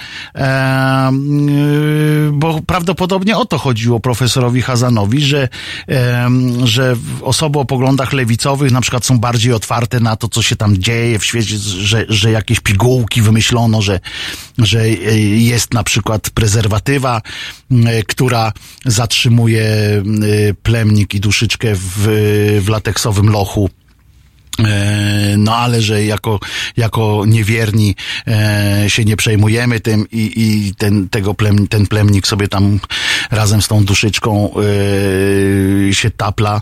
bo prawdopodobnie o to chodziło profesorowi Chazanowi, że osoby o poglądach lewicowych na przykład są bardziej otwarte na to, co się tam dzieje w świecie, że jakieś pigułki wymyślono, że jest na przykład prezerwatywa, która zatrzymuje plemnik i duszyczkę w lateksowym lochu. No ale że jako niewierni się nie przejmujemy tym i ten plemnik sobie tam razem z tą duszyczką się tapla.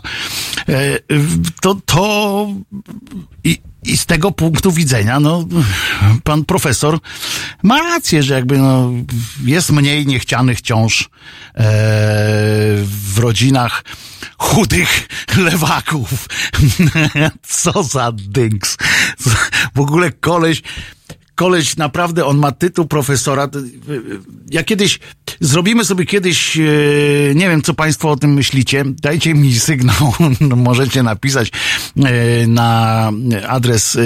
I z tego punktu widzenia, no, pan profesor ma rację, że jakby, no, jest mniej niechcianych ciąż w rodzinach chudych lewaków. Co za dynks. W ogóle koleś naprawdę, on ma tytuł profesora. Zrobimy sobie kiedyś, nie wiem, co państwo o tym myślicie, dajcie mi sygnał, możecie napisać na adres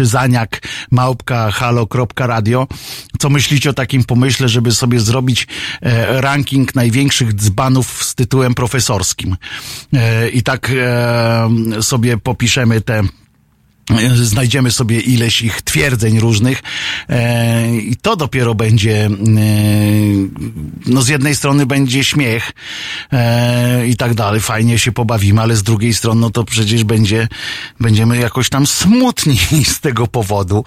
krzyzaniak@halo.radio, co myślicie o takim pomyśle, żeby sobie zrobić ranking największych dzbanów z tytułem profesorskim. I tak sobie popiszemy znajdziemy sobie ileś ich twierdzeń różnych i to dopiero będzie, no z jednej strony będzie śmiech i tak dalej, fajnie się pobawimy, ale z drugiej strony no to przecież będziemy jakoś tam smutni z tego powodu.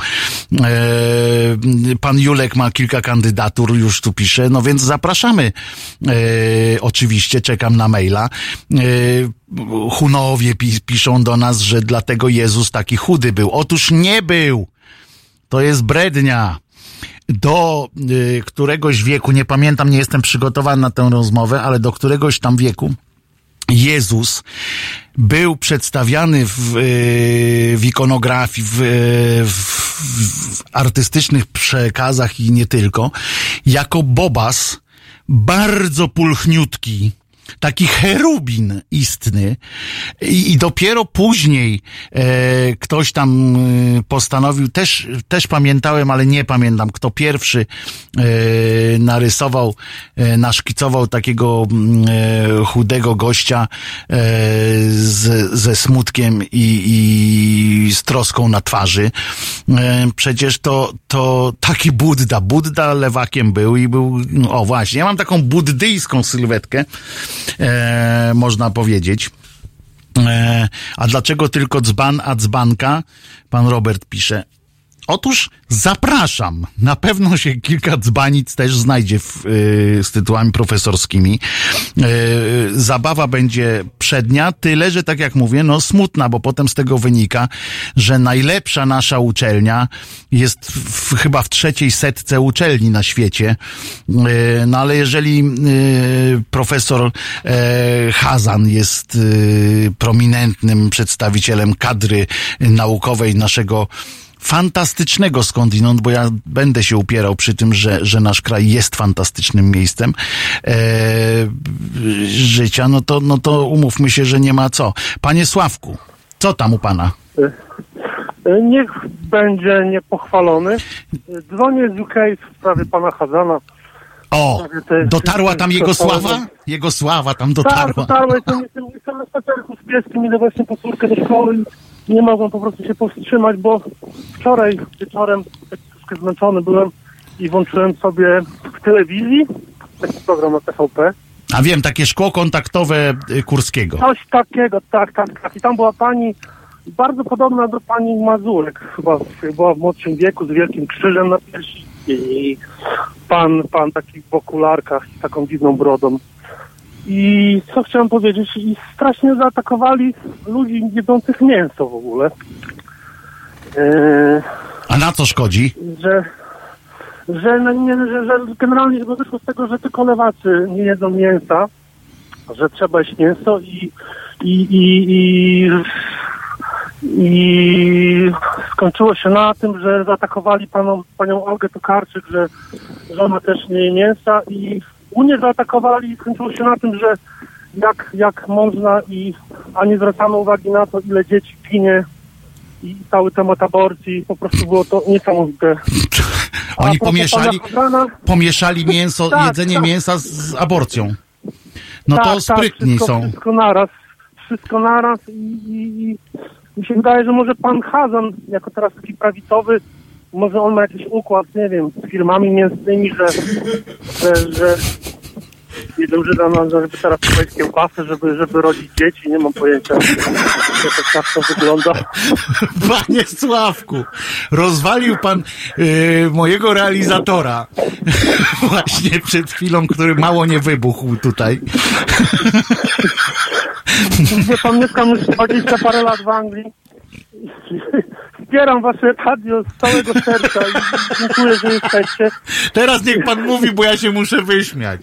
Pan Julek ma kilka kandydatur, już tu pisze, no więc zapraszamy. Oczywiście czekam na maila. Hunowie piszą do nas, że dlatego Jezus taki chudy był. Otóż nie był. To jest brednia. Do któregoś wieku, nie pamiętam, nie jestem przygotowany na tę rozmowę, ale do któregoś tam wieku Jezus był przedstawiany w ikonografii, w artystycznych przekazach i nie tylko, jako bobas bardzo pulchniutki, taki cherubin istny i dopiero później ktoś tam postanowił, też pamiętałem, ale nie pamiętam, kto pierwszy narysował, naszkicował takiego chudego gościa ze smutkiem i z troską na twarzy. Przecież to taki Budda lewakiem był i był, o właśnie, ja mam taką buddyjską sylwetkę, można powiedzieć. A dlaczego tylko dzban, a dzbanka? Pan Robert pisze. Otóż zapraszam. Na pewno się kilka dzbanic też znajdzie z tytułami profesorskimi. Zabawa będzie przednia, tyle, że tak jak mówię, no smutna, bo potem z tego wynika, że najlepsza nasza uczelnia jest chyba w 3. setce uczelni na świecie. No ale jeżeli profesor Chazan jest prominentnym przedstawicielem kadry naukowej naszego fantastycznego skądinąd, bo ja będę się upierał przy tym, że nasz kraj jest fantastycznym miejscem życia, no to umówmy się, że nie ma co. Panie Sławku, co tam u pana? Niech będzie niepochwalony. Dzwonię z UK w sprawie pana Chazana. O, dotarła tam jego sława? Jego sława tam dotarła. Tak, dotarła. Jestem na spacerku z pieskiem, idę właśnie po córkę do szkoły. Nie mogłem po prostu się powstrzymać, bo wczoraj wieczorem troszkę zmęczony byłem i włączyłem sobie w telewizji taki program na TVP. A wiem, takie szkło kontaktowe Kurskiego. Coś takiego, tak. I tam była pani bardzo podobna do pani Mazurek. Chyba była w młodszym wieku, z wielkim krzyżem na piersi i pan taki w okularkach i taką dziwną brodą. I co chciałem powiedzieć? I strasznie zaatakowali ludzi jedzących mięso w ogóle. A na co szkodzi? Że generalnie wyszło z tego, że tylko lewacy nie jedzą mięsa, że trzeba jeść mięso i skończyło się na tym, że zaatakowali panią Olgę Tokarczyk, że ona też nie je mięsa i Unię zaatakowali i skończyło się na tym, że jak można a nie zwracamy uwagi na to, ile dzieci ginie i cały temat aborcji, po prostu było to niesamowite. Oni pomieszali mięso, jedzenie mięsa z aborcją. No to sprytni są. Wszystko naraz i mi się wydaje, że może pan Chazan, jako teraz taki prawicowy, może on ma jakiś układ, nie wiem, z firmami mięsnymi, że jeden Żyda, żeby teraz kupować kiełbasę, żeby rodzić dzieci, nie mam pojęcia, jak to wygląda. Panie Sławku, rozwalił pan mojego realizatora właśnie przed chwilą, który mało nie wybuchł tutaj. Wie pan, mieszkam już 20 parę lat w Anglii. Wspieram wasze radio z całego serca i dziękuję, że jesteście. Teraz niech pan mówi, bo ja się muszę wyśmiać.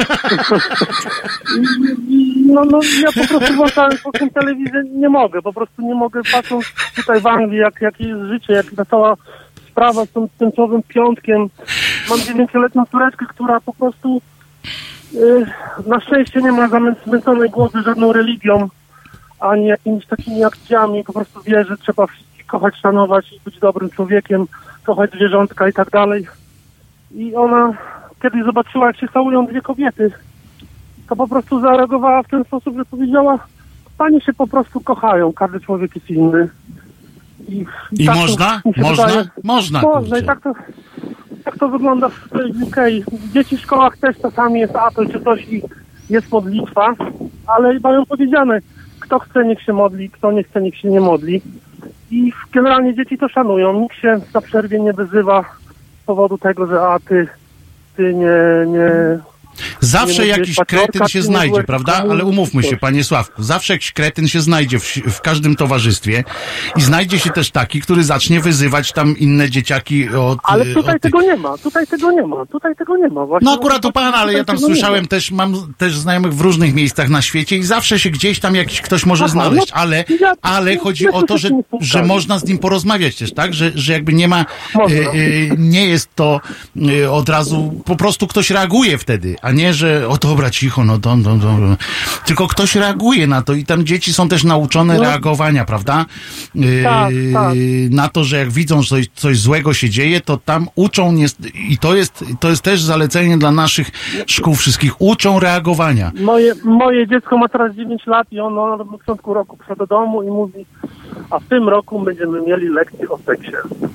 No ja po prostu włączałem po tym telewizję, nie mogę, patrząc tutaj w Anglii, jakie jest życie, jak ta cała sprawa z tym tęczowym piątkiem. Mam 9-letnią córeczkę, która po prostu na szczęście nie ma zamęconej głowy żadną religią, ani jakimiś takimi akcjami, po prostu wie, że trzeba wszystkich kochać, szanować i być dobrym człowiekiem, kochać zwierzątka i tak dalej. I ona kiedyś zobaczyła, jak się całują dwie kobiety, to po prostu zareagowała w ten sposób, że powiedziała, panie się po prostu kochają, każdy człowiek jest inny. I tak można? Można. I tak to wygląda w UK. Dzieci w szkołach też czasami jest apel czy coś i jest modlitwa, ale mają powiedziane, kto chce, niech się modli, kto nie chce, niech się nie modli. I generalnie dzieci to szanują. Nikt się na przerwie nie wyzywa z powodu tego, że ty nie... Zawsze jakiś kretyn się znajdzie, prawda? Ale umówmy się, panie Sławku, zawsze jakiś kretyn się znajdzie w każdym towarzystwie i znajdzie się też taki, który zacznie wyzywać tam inne dzieciaki Ale tutaj tego nie ma. Właśnie no akurat to pan, ale ja tam słyszałem mam też znajomych w różnych miejscach na świecie i zawsze się gdzieś tam jakiś ktoś może znaleźć, ale chodzi o to, że można z nim porozmawiać też, tak? Że jakby nie ma, nie jest to od razu, po prostu ktoś reaguje wtedy, a nie, że o dobra, cicho, no tylko ktoś reaguje na to i tam dzieci są też nauczone reagowania, prawda? Tak. Na to, że jak widzą, że coś złego się dzieje, to tam uczą, i to jest też zalecenie dla naszych szkół wszystkich, uczą reagowania. Moje dziecko ma teraz 9 lat i ono na początku roku przyszło do domu i mówi, a w tym roku będziemy mieli lekcję o seksie.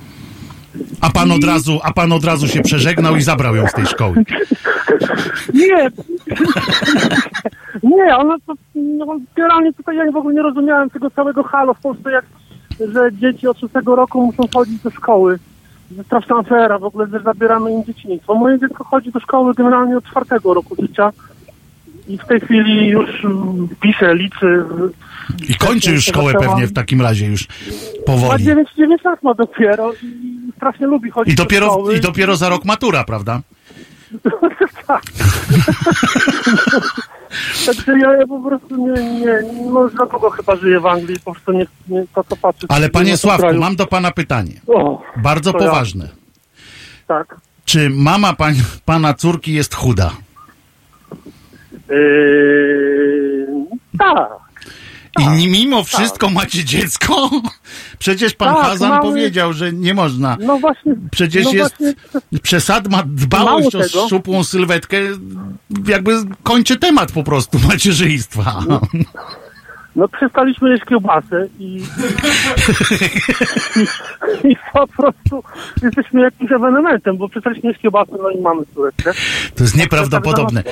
A pan od razu się przeżegnał i zabrał ją z tej szkoły. Nie, ona to, generalnie tutaj ja w ogóle nie rozumiałem tego całego halo w Polsce, że dzieci od 6 roku muszą chodzić do szkoły. straszna afera, w ogóle zabieramy im dzieciństwo. Moje dziecko chodzi do szkoły generalnie od 4 roku życia i w tej chwili już pisze, liczy. I kończy już szkołę pewnie w takim razie już powoli. Ma 9 lat ma dopiero i strasznie lubi chodzić do szkoły. I dopiero za rok matura, prawda? Tak. Także ja po prostu no za długo chyba żyję w Anglii, po prostu nie to co patrzę. Ale panie Sławku, mam do pana pytanie. Bardzo poważne. Tak. Czy mama pana córki jest chuda? Tak. I mimo wszystko macie dziecko? Przecież pan Hazan powiedział, że nie można. No właśnie. Przecież jest przesadna dbałość o szczupłą sylwetkę, jakby kończy temat po prostu macierzyństwa. No przestaliśmy jeść kiełbasę i po prostu jesteśmy jakimś ewenementem, bo przestaliśmy jeść kiełbasę, no i mamy córeczkę. To jest nieprawdopodobne.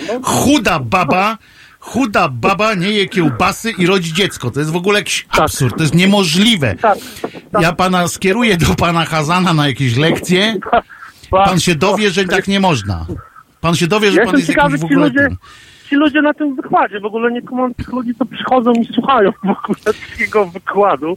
Chuda baba nie je kiełbasy i rodzi dziecko. To jest w ogóle jakiś absurd. To jest niemożliwe. Ja pana skieruję do pana Hazana na jakieś lekcje. Pan się dowie, że tak nie można. Pan się dowie, że pan jest jakiś w ogóle... Ci ludzie na tym wykładzie, w ogóle nie kumam tych ludzi, co przychodzą i słuchają w ogóle takiego wykładu.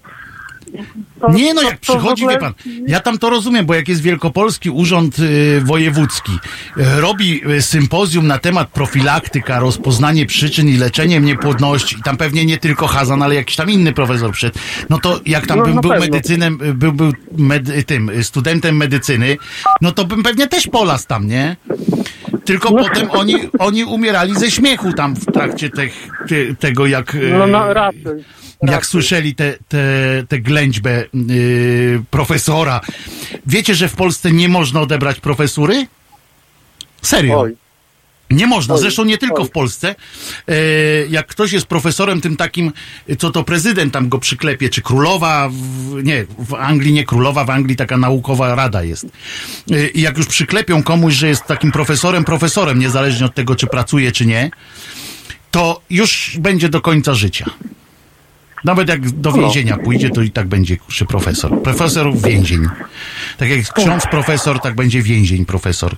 Jak przychodzi, wie pan, ja tam to rozumiem, bo jak jest Wielkopolski Urząd Wojewódzki, robi sympozjum na temat profilaktyka, rozpoznanie przyczyn i leczeniem niepłodności, i tam pewnie nie tylko Hazan, ale jakiś tam inny profesor przyszedł, no to jak tam bym był studentem medycyny, no to bym pewnie też polas tam, nie? Tylko potem oni umierali ze śmiechu tam w trakcie tego, jak... raczej. Jak słyszeli tę ględźbę profesora. Wiecie, że w Polsce nie można odebrać profesury? Serio. Nie można. Zresztą nie tylko w Polsce. Jak ktoś jest profesorem tym takim, co to prezydent tam go przyklepie, czy królowa, w Anglii nie królowa, w Anglii taka naukowa rada jest. I jak już przyklepią komuś, że jest takim profesorem, niezależnie od tego, czy pracuje, czy nie, to już będzie do końca życia. Nawet jak do więzienia pójdzie, to i tak będzie profesor. Profesor więzień. Tak jak ksiądz profesor, tak będzie więzień profesor.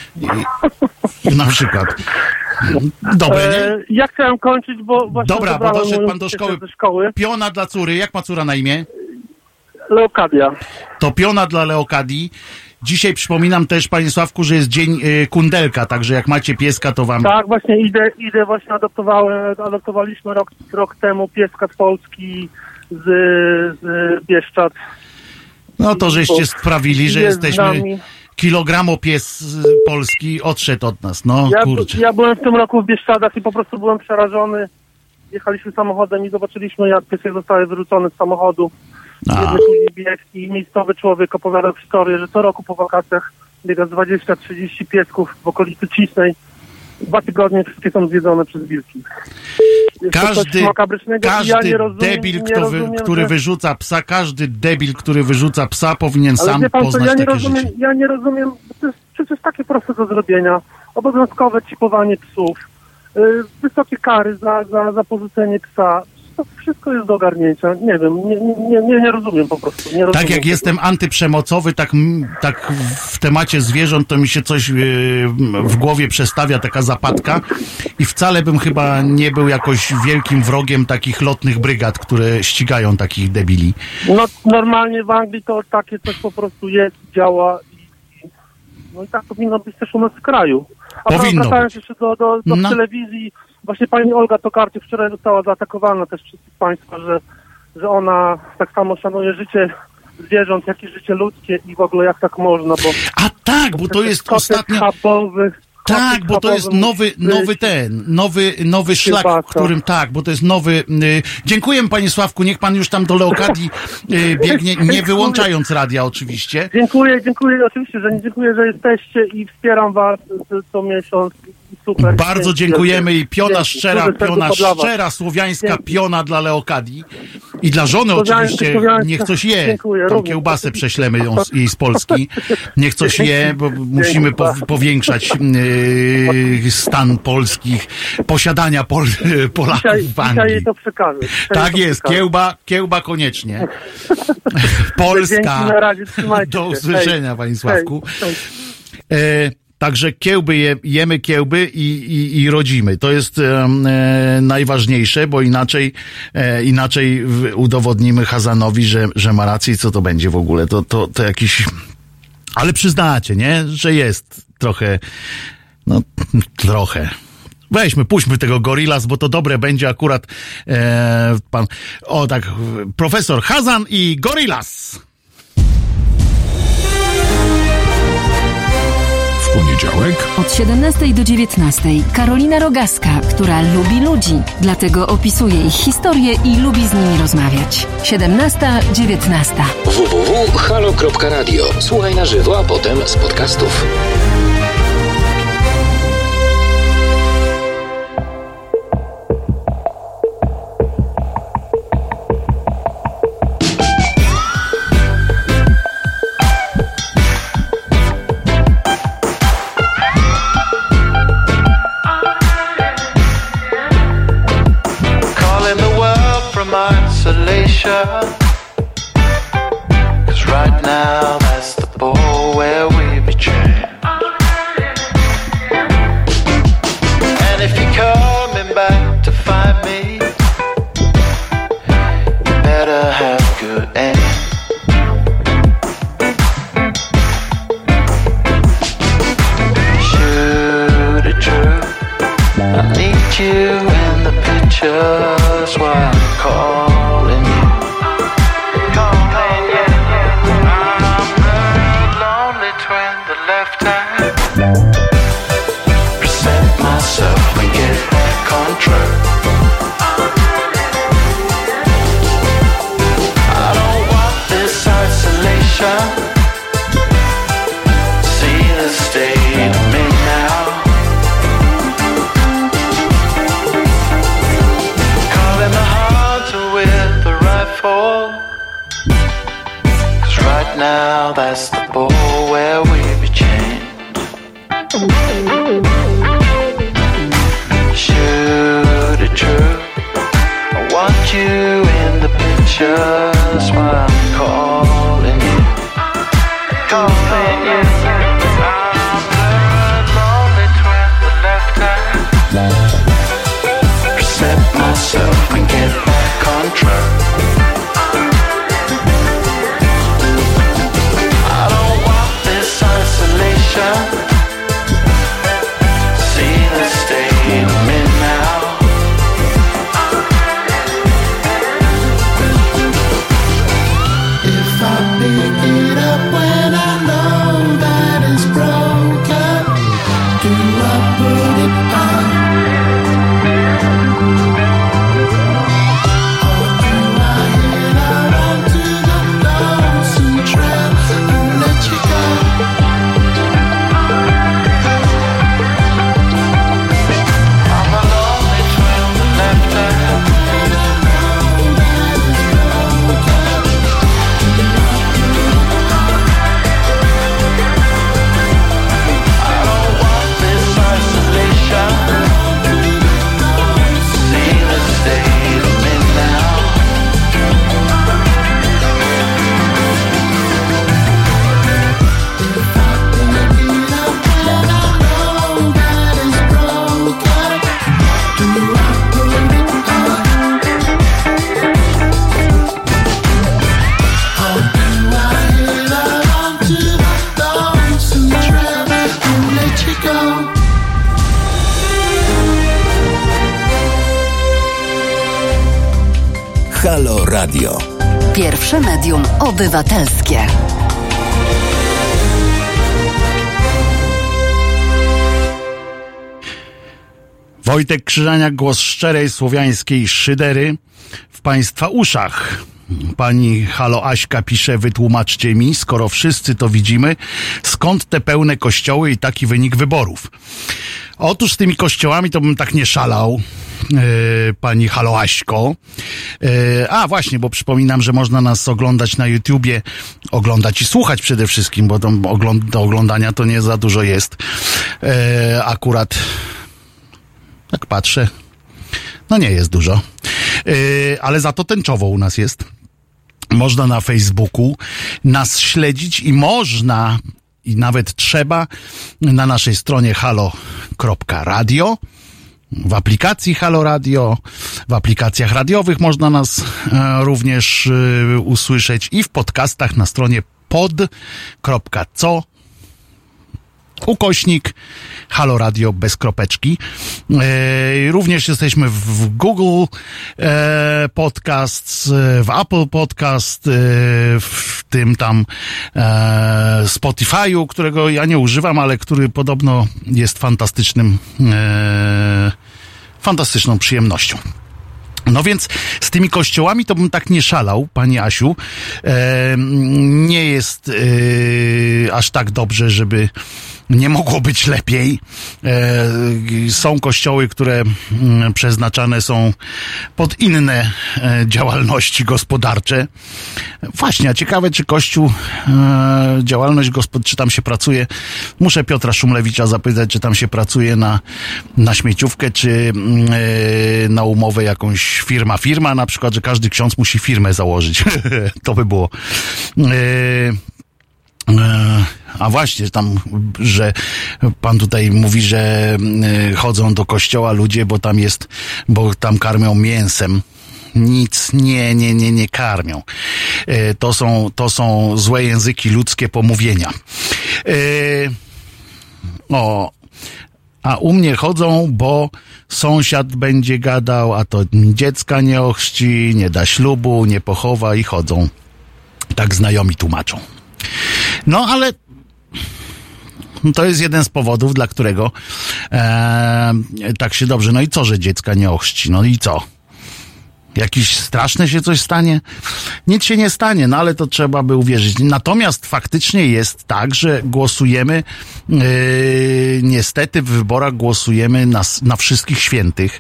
Na przykład. Dobre, nie? Ja chciałem kończyć, bo właśnie... Dobra, bo doszedł pan do szkoły. Piona dla córy. Jak ma córa na imię? Leokadia. To piona dla Leokadii. Dzisiaj przypominam też, panie Sławku, że jest dzień kundelka, także jak macie pieska, to wam... Tak, właśnie idę właśnie adoptowaliśmy rok temu pieska z Polski z Bieszczad. No to żeście sprawili, że jesteśmy... Kilogramopies polski odszedł od nas, kurczę. Ja byłem w tym roku w Bieszczadach i po prostu byłem przerażony. Jechaliśmy samochodem i zobaczyliśmy, jak piesek zostały wyrzucone z samochodu. Jedny później bieg i miejscowy człowiek opowiadał historię, że co roku po wakacjach biega z 20-30 piesków w okolicy Cisnej. 2 tygodnie wszystkie są zjedzone przez wilki. Każdy debil, który wyrzuca psa, każdy debil, który wyrzuca psa, powinien sam poznać takie życie. Ja nie rozumiem, to jest przecież takie proste do zrobienia. Obowiązkowe czipowanie psów, wysokie kary za porzucenie psa. To wszystko jest do ogarnięcia. Nie wiem, nie rozumiem po prostu. Tak jak jestem antyprzemocowy, tak w temacie zwierząt to mi się coś w głowie przestawia, taka zapadka i wcale bym chyba nie był jakoś wielkim wrogiem takich lotnych brygad, które ścigają takich debili. No normalnie w Anglii to takie coś po prostu jest, działa i tak powinno być też u nas w kraju. A wracając jeszcze do telewizji, właśnie pani Olga Tokarczuk wczoraj została zaatakowana też przez państwa, że ona tak samo szanuje życie zwierząt, jak i życie ludzkie i w ogóle jak tak można, bo... A tak, bo to jest ostatnio... Tak, bo to jest nowy szlak, w którym bo to jest nowy... Dziękuję, panie Sławku, niech pan już tam do Leokadii biegnie, nie wyłączając radia oczywiście. Dziękuję, oczywiście, dziękuję, że jesteście i wspieram was co miesiąc. super. Bardzo dziękujemy i piona szczera, Duże szczera słowiańska Dzięki. piona dla Leokadii. I dla żony oczywiście, niech coś je. Dziękuję, Tą również. kiełbasę prześlemy jej z Polski. Niech coś je, bo musimy powiększać stan polskich, posiadania Polaków w Anglii. Dzisiaj jej to przekażę. Tak jest, kiełba koniecznie. Polska. Dzięki, na razie, trzymajcie Do się. usłyszenia, panie Sławku. Hej. Także kiełby jemy kiełby i rodzimy. To jest najważniejsze, bo inaczej udowodnimy Hazanowi, że ma rację i co to będzie w ogóle. To jakiś... Ale przyznacie, nie? Że jest trochę... No, trochę. Puśćmy tego Gorillaz, bo to dobre będzie akurat profesor Hazan i Gorillaz. W poniedziałek Od 17 do 19 Karolina Rogaska, która lubi ludzi, dlatego opisuje ich historię i lubi z nimi rozmawiać. 17-19. www.halo.radio. Słuchaj na żywo, a potem z podcastów. Isolation, 'cause right now that's the ball where we betray. And if you're coming back to find me, you better have good aim. Shoot it true, I need you in the pictures while I'm calling you. Calling you. I'm the lonely twin, the left hand. Present myself and get back on track. I don't want this isolation. See the state of me now. Calling the hunter with the rifle. 'Cause right now that's the ball where we be chained. Shoot it true. I want you in the pictures while I'm calling you. Calling you. I'm the lonely twin, the left hand. Present myself and get back on track. I don't want this isolation. See the state of me now. If I pick it up when I know that it's broken, do I put it on? Or do I head out onto the lonesome trail and let you go? I'm a lonely twin, the left hand. I don't want this isolation. See the state of me now. If I pick it up when I know that it's broken, do I put it on? Or do I head out onto the lonesome trail and let you go? Halo Radio. Pierwsze medium obywatelskie. Wojtek Krzyżaniak, głos szczerej słowiańskiej szydery w państwa uszach. Pani Halo Aśka pisze, wytłumaczcie mi, skoro wszyscy to widzimy, skąd te pełne kościoły i taki wynik wyborów? Otóż z tymi kościołami to bym tak nie szalał, pani Halo Aśko. A właśnie, bo przypominam, że można nas oglądać na YouTubie, oglądać i słuchać przede wszystkim, bo do oglądania to nie za dużo jest. Akurat tak patrzę, no nie jest dużo, ale za to tęczowo u nas jest. Można na Facebooku nas śledzić i można, i nawet trzeba, na naszej stronie halo.radio, w aplikacji Halo Radio, w aplikacjach radiowych można nas również usłyszeć i w podcastach na stronie pod.co /Halo Radio bez kropeczki. Również jesteśmy w Google Podcasts, w Apple Podcast, w tym tam Spotify'u, którego ja nie używam, ale który podobno jest fantastyczną przyjemnością. No więc z tymi kościołami to bym tak nie szalał, pani Asiu. Nie jest aż tak dobrze, żeby nie mogło być lepiej. Są kościoły, które przeznaczane są pod inne działalności gospodarcze. Właśnie, a ciekawe, czy kościół, działalność czy tam się pracuje. Muszę Piotra Szumlewicza zapytać, czy tam się pracuje na śmieciówkę, czy na umowę jakąś firma, na przykład, że każdy ksiądz musi firmę założyć. To by było. A właśnie, tam, że pan tutaj mówi, że chodzą do kościoła ludzie, bo tam karmią mięsem. Nic nie karmią. To są złe języki, ludzkie pomówienia. A u mnie chodzą, bo sąsiad będzie gadał, a to dziecka nie ochrzci, nie da ślubu, nie pochowa i chodzą. Tak znajomi tłumaczą. No ale to jest jeden z powodów, dla którego tak się dobrze. No i co, że dziecka nie ochrzci? No i co? Jakiś straszne się coś stanie? Nic się nie stanie, no ale to trzeba by uwierzyć. Natomiast faktycznie jest tak, że głosujemy, niestety w wyborach głosujemy na wszystkich świętych.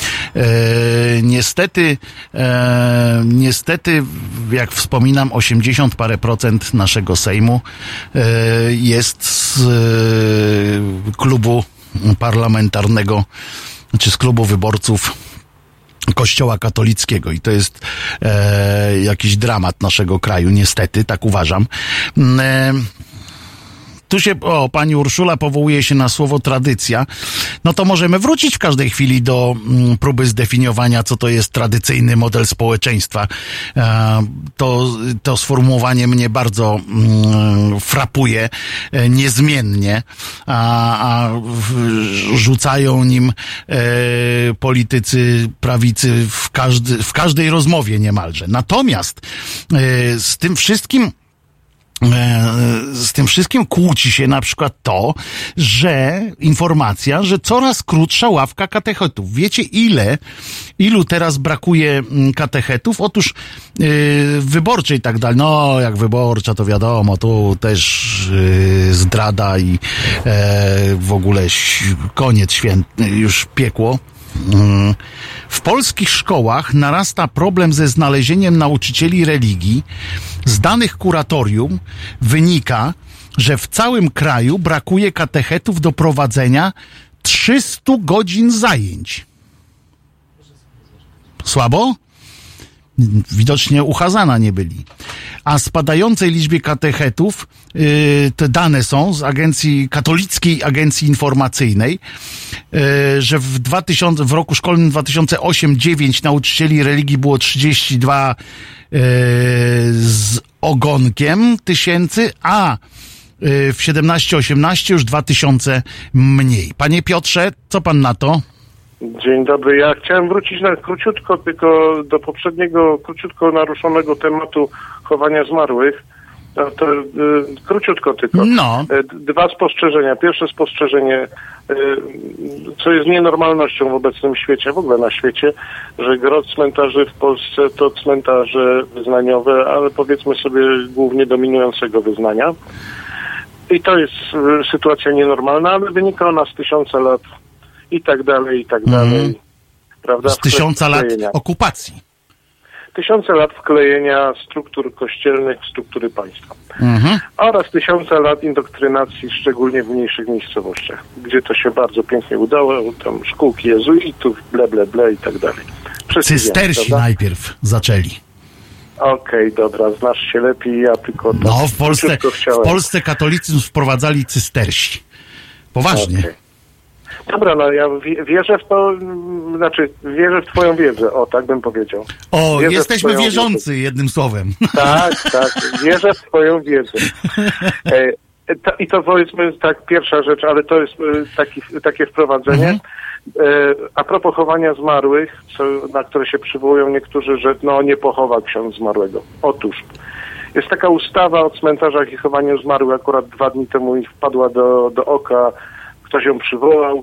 Niestety, jak wspominam, 80 parę procent naszego Sejmu jest z klubu parlamentarnego, czy z klubu wyborców Kościoła katolickiego i to jest jakiś dramat naszego kraju, niestety, tak uważam. Tu się, pani Urszula powołuje się na słowo tradycja. No to możemy wrócić w każdej chwili do próby zdefiniowania, co to jest tradycyjny model społeczeństwa. To sformułowanie mnie bardzo frapuje niezmiennie, a rzucają nim politycy prawicy w każdej rozmowie niemalże. Natomiast z tym wszystkim kłóci się na przykład informacja, że coraz krótsza ławka katechetów. Wiecie ilu teraz brakuje katechetów? Otóż wyborczej i tak dalej. No, jak wyborcza to wiadomo, tu też zdrada i w ogóle koniec święty, już piekło. W polskich szkołach narasta problem ze znalezieniem nauczycieli religii. Z danych kuratorium wynika, że w całym kraju brakuje katechetów do prowadzenia 300 godzin zajęć. Słabo? Widocznie u Chazana nie byli. A spadającej liczbie katechetów, te dane są z Katolickiej Agencji Informacyjnej, że w roku szkolnym 2008-2009 nauczycieli religii było 32 z ogonkiem tysięcy, a w 17-18 już 2000 mniej. Panie Piotrze, co pan na to? Dzień dobry. Ja chciałem wrócić króciutko do poprzedniego, króciutko naruszonego tematu chowania zmarłych. No to króciutko tylko. No. Dwa spostrzeżenia. Pierwsze spostrzeżenie, co jest nienormalnością w obecnym świecie, w ogóle na świecie, że gros cmentarzy w Polsce to cmentarze wyznaniowe, ale powiedzmy sobie głównie dominującego wyznania. I to jest sytuacja nienormalna, ale wynika ona z 1000 lat i tak dalej, prawda? Z 1000 lat okupacji. 1000 lat wklejenia struktur kościelnych w struktury państwa. Oraz 1000 lat indoktrynacji, szczególnie w mniejszych miejscowościach, gdzie to się bardzo pięknie udało, tam szkółki jezuitów, ble i tak dalej. Cystersi najpierw zaczęli. Okej, dobra, znasz się lepiej, ja tylko... No, w Polsce katolicyzm wprowadzali cystersi. Poważnie. Okay. Dobra, no ja wierzę w to, wierzę w twoją wiedzę, o, tak bym powiedział. O, wierzę, jesteśmy wierzący, jednym słowem. Tak, wierzę w twoją wiedzę. I to powiedzmy tak, pierwsza rzecz, ale to jest takie wprowadzenie. A propos chowania zmarłych, na które się przywołują niektórzy, że nie pochowa ksiądz zmarłego. Otóż, jest taka ustawa o cmentarzach i chowaniu zmarłych, akurat 2 dni temu mi wpadła do oka, ktoś ją przywołał.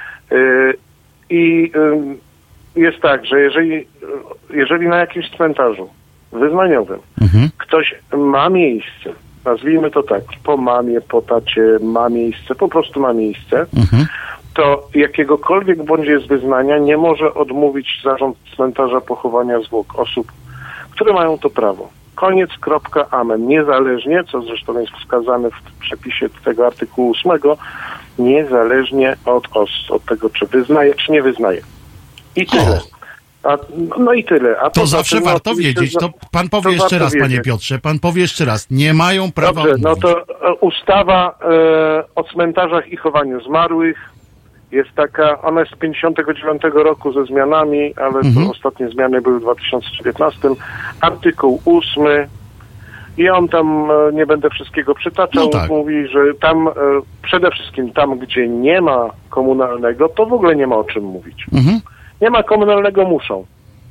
I jest tak, że jeżeli na jakimś cmentarzu wyznaniowym ktoś ma miejsce, nazwijmy to tak, po mamie, po tacie ma miejsce, po prostu ma miejsce, to jakiegokolwiek bądź jest wyznania nie może odmówić zarząd cmentarza pochowania zwłok osób, które mają to prawo. Koniec, kropka, amen. Niezależnie, co zresztą jest wskazane w przepisie tego artykułu 8, niezależnie od tego, czy wyznaje, czy nie wyznaje. I tyle. I tyle. A to zawsze warto wiedzieć. To pan powie jeszcze raz, panie Piotrze, pan powie jeszcze raz. Nie mają prawa odmówić. No to ustawa o cmentarzach i chowaniu zmarłych jest taka, ona jest z 59 roku ze zmianami, ale to ostatnie zmiany były w 2019. Artykuł 8 i on tam, nie będę wszystkiego przytaczał, mówi, że tam przede wszystkim tam, gdzie nie ma komunalnego, to w ogóle nie ma o czym mówić. Nie ma komunalnego, muszą.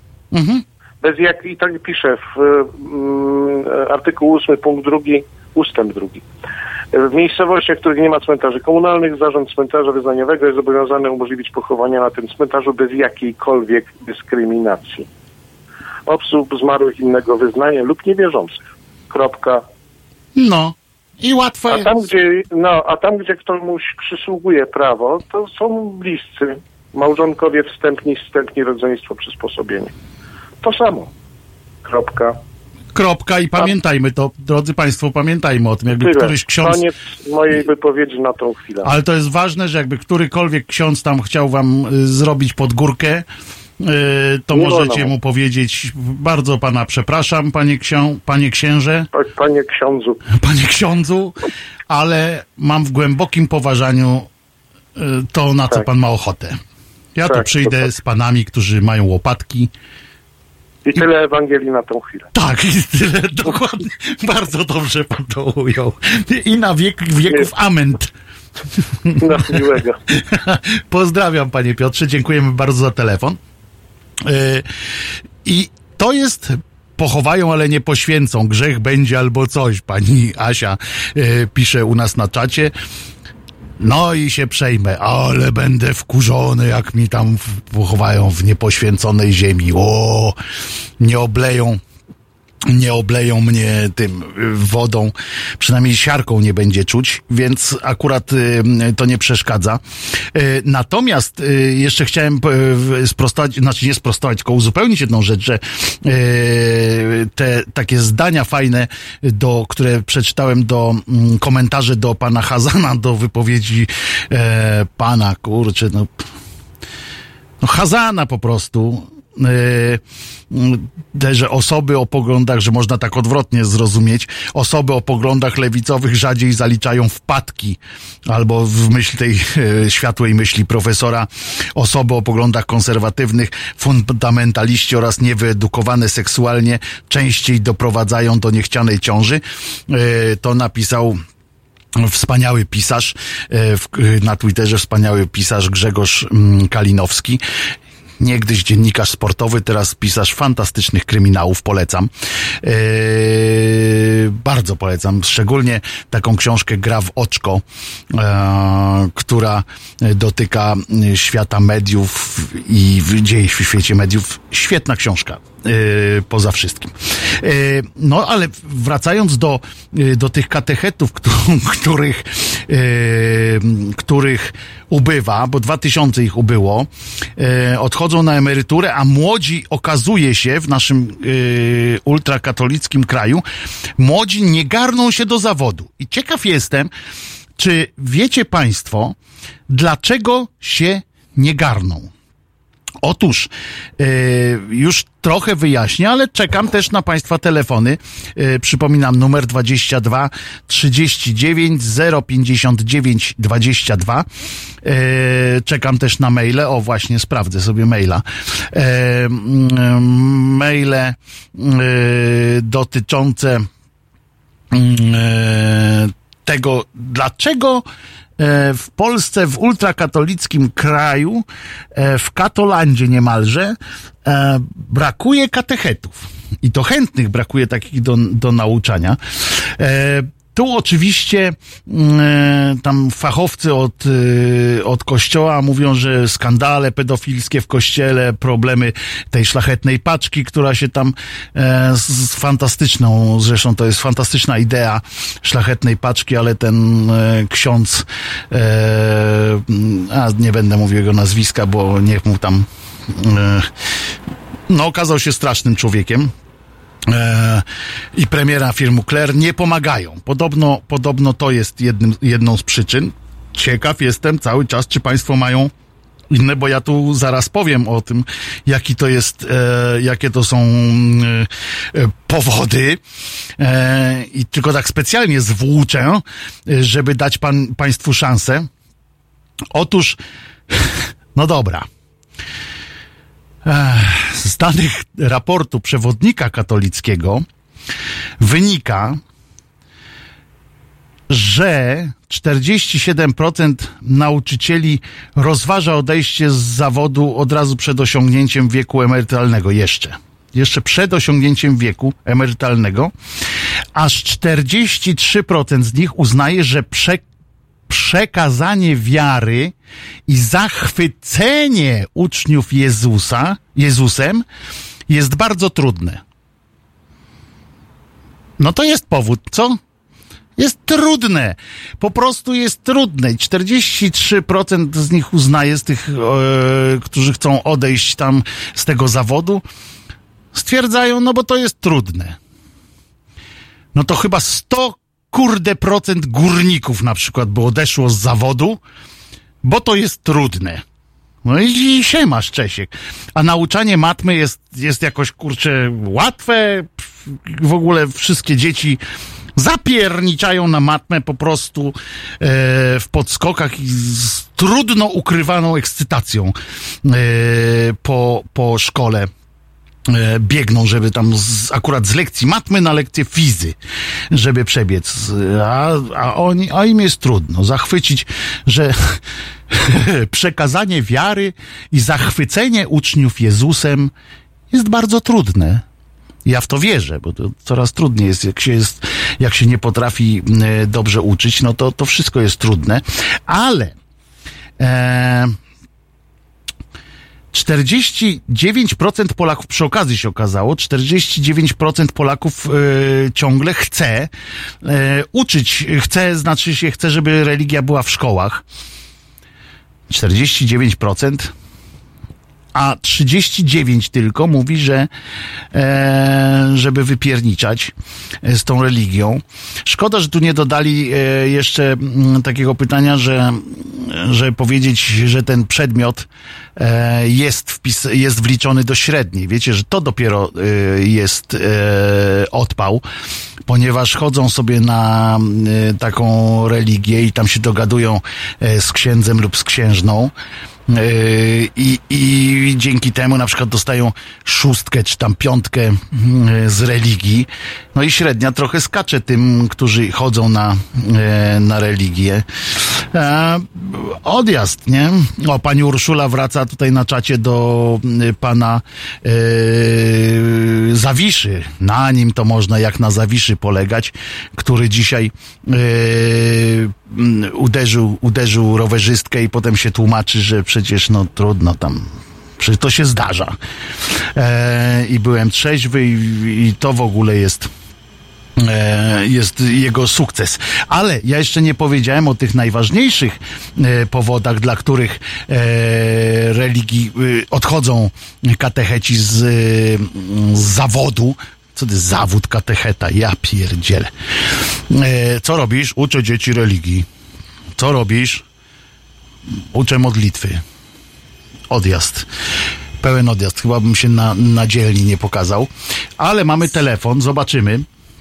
I tak pisze w artykuł 8 punkt 2, ustęp 2. W miejscowościach, w których nie ma cmentarzy komunalnych, zarząd cmentarza wyznaniowego jest zobowiązany umożliwić pochowania na tym cmentarzu bez jakiejkolwiek dyskryminacji osób zmarłych innego wyznania lub niewierzących. Kropka. No. I łatwo jest. A tam, gdzie komuś przysługuje prawo, to są bliscy, małżonkowie wstępni, rodzeństwo, przysposobienie. To samo. Kropka i pamiętajmy to, drodzy państwo, pamiętajmy o tym, jakby któryś ksiądz... Koniec mojej wypowiedzi na tą chwilę. Ale to jest ważne, że jakby którykolwiek ksiądz tam chciał wam zrobić pod górkę, to nie możecie mu powiedzieć, bardzo pana przepraszam, panie księże. Panie ksiądzu. Panie ksiądzu, ale mam w głębokim poważaniu to, na co pan ma ochotę. Ja tu przyjdę z panami, którzy mają łopatki. I tyle Ewangelii na tą chwilę. Tak, i tyle, dokładnie. Bardzo dobrze pan to ujął. I na wieków amen. No, miłego. Pozdrawiam, panie Piotrze, dziękujemy bardzo za telefon. I to jest... Pochowają, ale nie poświęcą. Grzech będzie albo coś. Pani Asia pisze u nas na czacie. No i się przejmę, ale będę wkurzony, jak mi tam pochowają w niepoświęconej ziemi. Nie obleją mnie tym wodą, przynajmniej siarką nie będzie czuć, więc akurat to nie przeszkadza. Natomiast jeszcze chciałem sprostować, nie sprostować, tylko uzupełnić jedną rzecz, że te takie zdania fajne, które przeczytałem do komentarzy do pana Chazana, do wypowiedzi pana, Chazana po prostu, że osoby o poglądach, że można tak odwrotnie zrozumieć, osoby o poglądach lewicowych rzadziej zaliczają wpadki, albo w myśl tej światłej myśli profesora, osoby o poglądach konserwatywnych, fundamentaliści oraz niewyedukowane seksualnie częściej doprowadzają do niechcianej ciąży. To napisał wspaniały pisarz na Twitterze, wspaniały pisarz Grzegorz Kalinowski. Niegdyś dziennikarz sportowy, teraz pisarz fantastycznych kryminałów, polecam. Bardzo polecam, szczególnie taką książkę Gra w oczko, która dotyka świata mediów i dzieje w świecie mediów. Świetna książka. Poza wszystkim. No, ale wracając do tych katechetów, których ubywa, bo 2000 ich ubyło, odchodzą na emeryturę, a młodzi, okazuje się, w naszym ultrakatolickim kraju, młodzi nie garną się do zawodu. I ciekaw jestem, czy wiecie państwo, dlaczego się nie garną? Otóż już trochę wyjaśnię, ale czekam też na państwa telefony. Przypominam, numer 22 39 059 22. Czekam też na maile. O, właśnie, sprawdzę sobie maila. Maile dotyczące tego, dlaczego w Polsce, w ultrakatolickim kraju, w Katolandzie niemalże, brakuje katechetów. I to chętnych brakuje takich do nauczania. Tu oczywiście tam fachowcy od kościoła mówią, że skandale pedofilskie w kościele, problemy tej szlachetnej paczki, która się tam z fantastyczną, zresztą to jest fantastyczna idea szlachetnej paczki, ale ten ksiądz, nie będę mówił jego nazwiska, bo niech mu tam, okazał się strasznym człowiekiem. I premiera firmy Kler nie pomagają. Podobno to jest jedną z przyczyn. Ciekaw jestem cały czas, czy państwo mają inne, bo ja tu zaraz powiem o tym, jaki to jest, jakie to są powody. I tylko tak specjalnie zwłóczę, żeby dać państwu szansę. Otóż, no dobra. Z danych raportu przewodnika katolickiego wynika, że 47% nauczycieli rozważa odejście z zawodu od razu przed osiągnięciem wieku emerytalnego. Jeszcze przed osiągnięciem wieku emerytalnego. Aż 43% z nich uznaje, że przekazanie wiary i zachwycenie uczniów Jezusem jest bardzo trudne. No to jest powód, co? Jest trudne. Po prostu jest trudne. 43% z nich uznaje, z tych, którzy chcą odejść tam z tego zawodu, stwierdzają, no bo to jest trudne. No to chyba 100% górników na przykład by odeszło z zawodu, bo to jest trudne. No i się masz, Czesiek. A nauczanie matmy jest jakoś, łatwe. W ogóle wszystkie dzieci zapierniczają na matmę po prostu w podskokach i z trudno ukrywaną ekscytacją po szkole biegną, żeby tam akurat z lekcji matmy na lekcję fizy, żeby przebiec. A im jest trudno zachwycić, że przekazanie wiary i zachwycenie uczniów Jezusem jest bardzo trudne. Ja w to wierzę, bo to coraz trudniej jest, jak się nie potrafi dobrze uczyć, no to wszystko jest trudne, ale 49% Polaków, przy okazji się okazało, 49% Polaków ciągle chce uczyć, chce, żeby religia była w szkołach. 49%, a 39% tylko mówi, że żeby wypierniczać z tą religią. Szkoda, że tu nie dodali jeszcze takiego pytania, że powiedzieć, że ten przedmiot jest wliczony do średniej. Wiecie, że to dopiero jest odpał, ponieważ chodzą sobie na taką religię i tam się dogadują z księdzem lub z księżną. I dzięki temu na przykład dostają 6 czy tam 5 z religii. No i średnia trochę skacze tym, którzy chodzą na religię. Odjazd, nie? O, pani Urszula wraca tutaj na czacie do pana Zawiszy. Na nim to można jak na Zawiszy polegać, który dzisiaj uderzył rowerzystkę i potem się tłumaczy, że przecież no trudno tam. Przecież to się zdarza. I byłem trzeźwy i to w ogóle jest jego sukces. Ale ja jeszcze nie powiedziałem o tych najważniejszych powodach, dla których religii odchodzą katecheci z zawodu. Co to jest zawód katecheta? Ja pierdzielę. Co robisz? Uczę dzieci religii. Co robisz? Uczę modlitwy. Odjazd. Pełen odjazd. Chyba bym się na dzielni nie pokazał. Ale mamy telefon. Zobaczymy.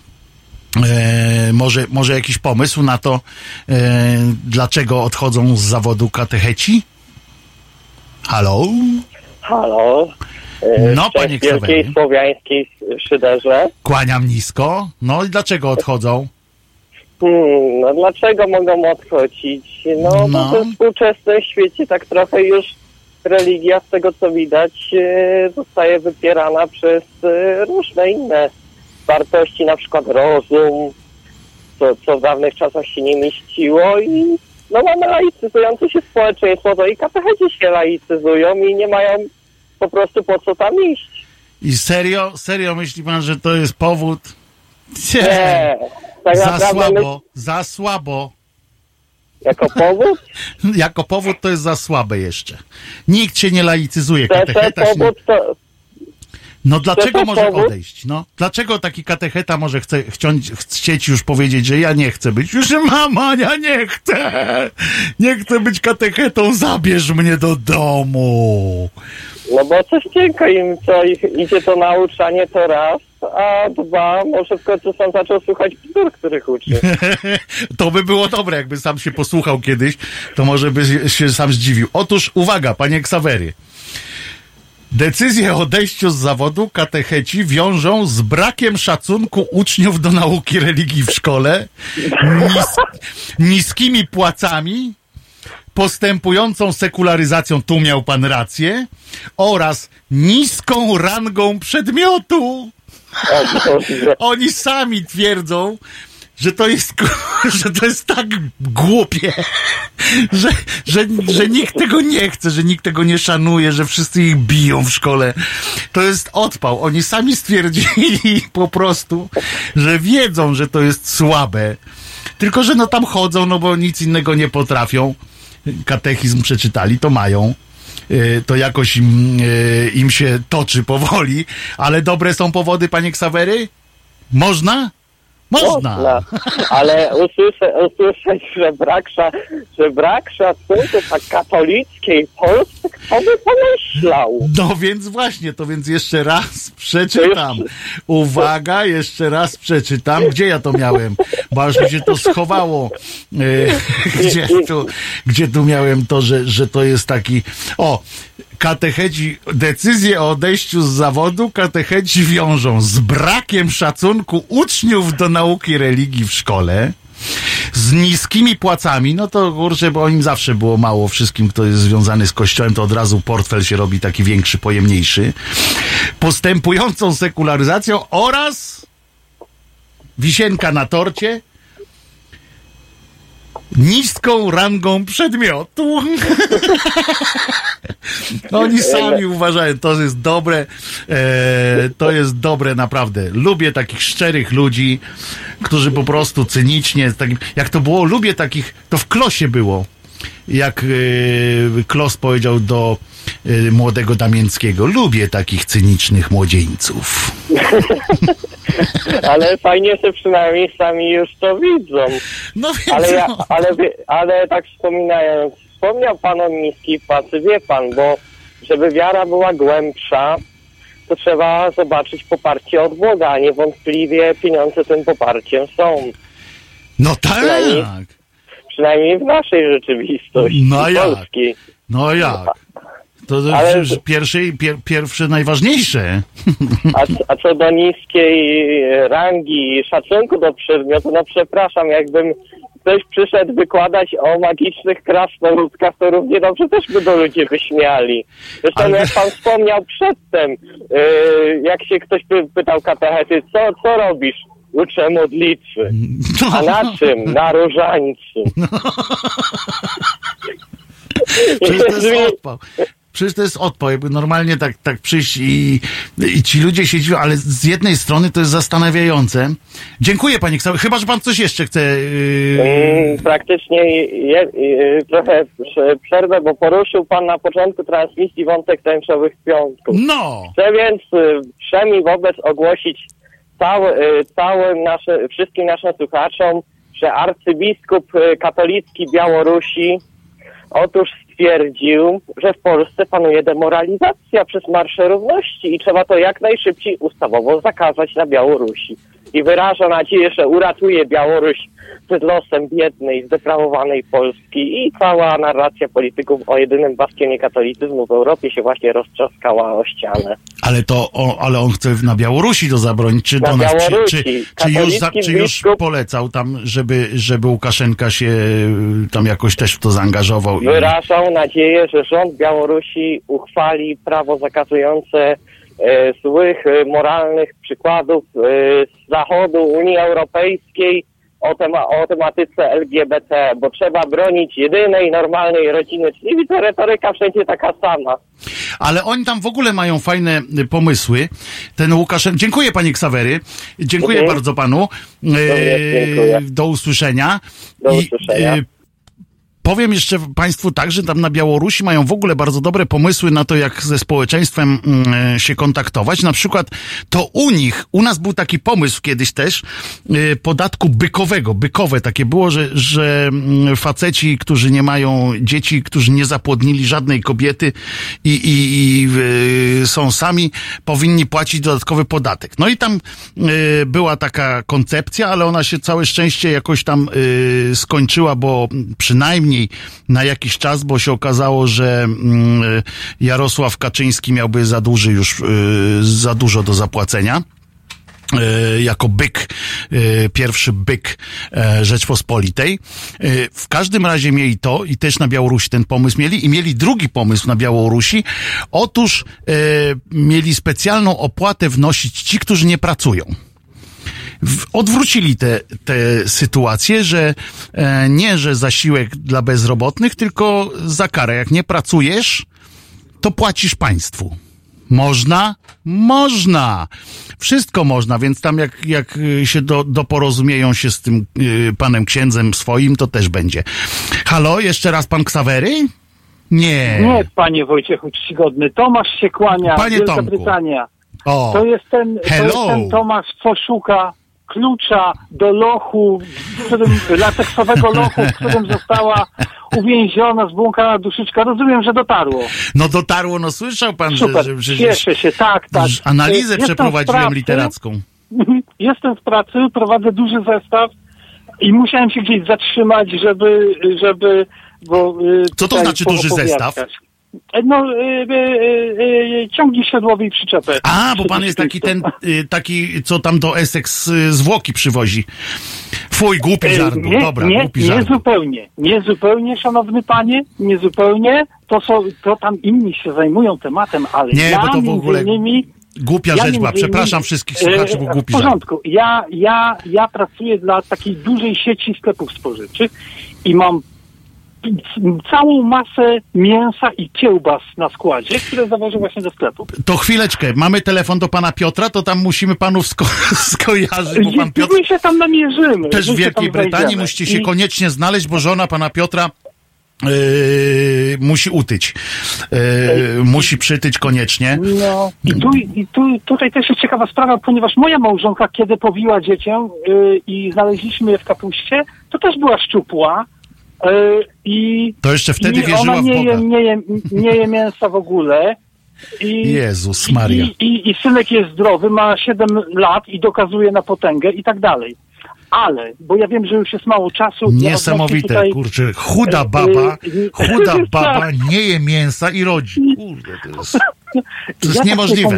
Może jakiś pomysł na to, dlaczego odchodzą z zawodu katecheci? Halo? Halo? No, panie Ksawery. Wielkiej Słowiańskiej Szyderze. Kłaniam nisko. No i dlaczego odchodzą? No dlaczego mogą odchodzić? No bo we współczesnym świecie tak trochę już religia, z tego co widać, zostaje wypierana przez różne inne wartości, na przykład rozum, co w dawnych czasach się nie mieściło i no mamy laicyzujące się społeczeństwo, to i katecheci się laicyzują i nie mają po prostu po co tam iść. I serio myśli pan, że to jest powód? Nie. Tak Za słabo. Jako powód? Jako powód to jest za słabe jeszcze. Nikt się nie laicyzuje. Katecheta się... No dlaczego może odejść? No, dlaczego taki katecheta może chcieć już powiedzieć, że ja nie chcę być? Już mama, ja nie chcę! Nie chcę być katechetą, zabierz mnie do domu! No bo coś cienko im, co idzie to nauczanie to raz, a dwa, może w końcu sam zaczął słuchać bzdur, których uczy. To by było dobre, jakby sam się posłuchał kiedyś, to może by się sam zdziwił. Otóż uwaga, panie Ksawery. Decyzję o odejściu z zawodu katecheci wiążą z brakiem szacunku uczniów do nauki religii w szkole, niskimi płacami, postępującą sekularyzacją, tu miał pan rację, oraz niską rangą przedmiotu. Oni sami twierdzą, że to jest tak głupie, że nikt tego nie chce, że nikt tego nie szanuje, że wszyscy ich biją w szkole. To jest odpał. Oni sami stwierdzili po prostu, że wiedzą, że to jest słabe. Tylko, że no tam chodzą, no bo nic innego nie potrafią. Katechizm przeczytali, to mają. To jakoś im się toczy powoli. Ale dobre są powody, panie Ksawery? Można? Można. Ale usłyszeć, że brak szacunku dla katolickiej Polski, kto by pomyślał? No więc właśnie, to więc jeszcze raz przeczytam. Uwaga, jeszcze raz przeczytam. Gdzie ja to miałem? Bo aż mi się to schowało. Gdzie tu miałem to, że to jest taki... O! Katecheci, decyzję o odejściu z zawodu katecheci wiążą z brakiem szacunku uczniów do nauki religii w szkole, z niskimi płacami, no to kurczę, bo im zawsze było mało wszystkim, kto jest związany z kościołem, to od razu portfel się robi taki większy, pojemniejszy, postępującą sekularyzacją oraz wisienka na torcie, niską rangą przedmiotu. Oni sami uważają, to jest dobre naprawdę. Lubię takich szczerych ludzi, którzy po prostu cynicznie, jak to było, lubię takich, to w Klosie było. Jak Klos powiedział do młodego Damięckiego, lubię takich cynicznych młodzieńców. Ale fajnie, że przynajmniej sami już to widzą. No więc ale tak wspominając, wspomniał pan o niskiej płacy, wie pan, bo żeby wiara była głębsza, to trzeba zobaczyć poparcie od Boga, a niewątpliwie pieniądze tym poparciem są. No tak. Przynajmniej w naszej rzeczywistości polskiej. No jak? To pierwsze najważniejsze. A co do niskiej rangi i szacunku do przedmiotu, no przepraszam, jakbym ktoś przyszedł wykładać o magicznych krasnoludkach, to równie dobrze też by go ludzie wyśmiali. Zresztą jak pan wspomniał przedtem, jak się ktoś pytał katechety, co robisz? Uczę modlitwy. A na czym? Na różańcu. Przecież to jest odpał, jakby normalnie tak przyjść i ci ludzie się dziwią, ale z jednej strony to jest zastanawiające. Dziękuję panie Ksawery. Chyba, że pan coś jeszcze chce... Praktycznie trochę przerwę, bo poruszył pan na początku transmisji wątek tęczowych piątków. No! Chcę więc przynajmniej wobec ogłosić wszystkim naszym słuchaczom, że arcybiskup katolicki Białorusi otóż stwierdził, że w Polsce panuje demoralizacja przez Marsze Równości i trzeba to jak najszybciej ustawowo zakazać na Białorusi. I wyraża nadzieję, że uratuje Białoruś przed losem biednej, zdeprawowanej Polski i cała narracja polityków o jedynym bastionie katolicyzmu w Europie się właśnie roztrzaskała o ścianę. Ale on chce na Białorusi to zabronić, czy do nas, czy już polecał tam, żeby Łukaszenka się tam jakoś też w to zaangażował? Wyrażał nadzieję, że rząd Białorusi uchwali prawo zakazujące złych, moralnych przykładów z Zachodu, Unii Europejskiej o tematyce LGBT, bo trzeba bronić jedynej, normalnej rodziny. Czyli widzę, retoryka wszędzie taka sama. Ale oni tam w ogóle mają fajne pomysły. Ten Łukaszenka... Dziękuję panie Ksawery. Dziękuję bardzo panu. Dziękuję. Do usłyszenia. Do usłyszenia. Powiem jeszcze państwu tak, że tam na Białorusi mają w ogóle bardzo dobre pomysły na to, jak ze społeczeństwem się kontaktować. Na przykład to u nas był taki pomysł kiedyś też podatku bykowego. Bykowe takie było, że faceci, którzy nie mają dzieci, którzy nie zapłodnili żadnej kobiety i są sami, powinni płacić dodatkowy podatek. No i tam była taka koncepcja, ale ona się całe szczęście jakoś tam skończyła, bo przynajmniej na jakiś czas, bo się okazało, że Jarosław Kaczyński miałby za dużo do zapłacenia. Jako byk, pierwszy byk Rzeczpospolitej. W każdym razie mieli to i też na Białorusi ten pomysł mieli i mieli drugi pomysł na Białorusi. Otóż mieli specjalną opłatę wnosić ci, którzy nie pracują. Odwrócili te sytuacje, że nie, że zasiłek dla bezrobotnych, tylko za karę. Jak nie pracujesz, to płacisz państwu. Można? Można. Wszystko można, więc tam jak się doporozumieją się z tym panem księdzem swoim, to też będzie. Halo, jeszcze raz pan Ksawery? Nie. Nie, panie Wojciechu czcigodny. Tomasz się kłania, panie Wielka Tomku. Brytania. O. To jest ten Tomasz, co szuka klucza do lochu, lateksowego lochu, w którym została uwięziona, zbłąkana duszyczka. Rozumiem, że dotarło. No dotarło, no słyszał pan, super, że cieszę się, tak. Analizę przeprowadziłem literacką. Jestem w pracy, prowadzę duży zestaw i musiałem się gdzieś zatrzymać, żeby bo co to znaczy duży zestaw? No, ciągnik siodłowy i przyczepę. A, bo pan jest taki, co tam do Essex zwłoki przywozi. Fuj, głupi żart był. Dobra, głupi żart. Nie zupełnie, szanowny panie, nie zupełnie. To tam inni się zajmują tematem, ale nie, ja bo to w ogóle głupia rzecz była. Przepraszam wszystkich słuchaczy, bo głupi żart. W porządku. Ja pracuję dla takiej dużej sieci sklepów spożywczych i mam całą masę mięsa i kiełbas na składzie, które zawożę właśnie do sklepu. To chwileczkę, mamy telefon do pana Piotra, to tam musimy panów skojarzyć, bo pan Piotr... My się tam namierzymy. Też w Wielkiej Brytanii musicie się koniecznie znaleźć, bo żona pana Piotra musi utyć. Musi przytyć koniecznie. No i tutaj też jest ciekawa sprawa, ponieważ moja małżonka, kiedy powiła dziecię i znaleźliśmy je w kapuście, to też była szczupła. I to jeszcze wtedy wierzyła ona w Boga. Nie je mięsa w ogóle. Jezus Maria. I synek jest zdrowy, ma 7 lat i dokazuje na potęgę i tak dalej. Ale, bo ja wiem, że już jest mało czasu. Niesamowite, tutaj, kurczę. Chuda baba nie je mięsa i rodzi. Kurde, to jest niemożliwe.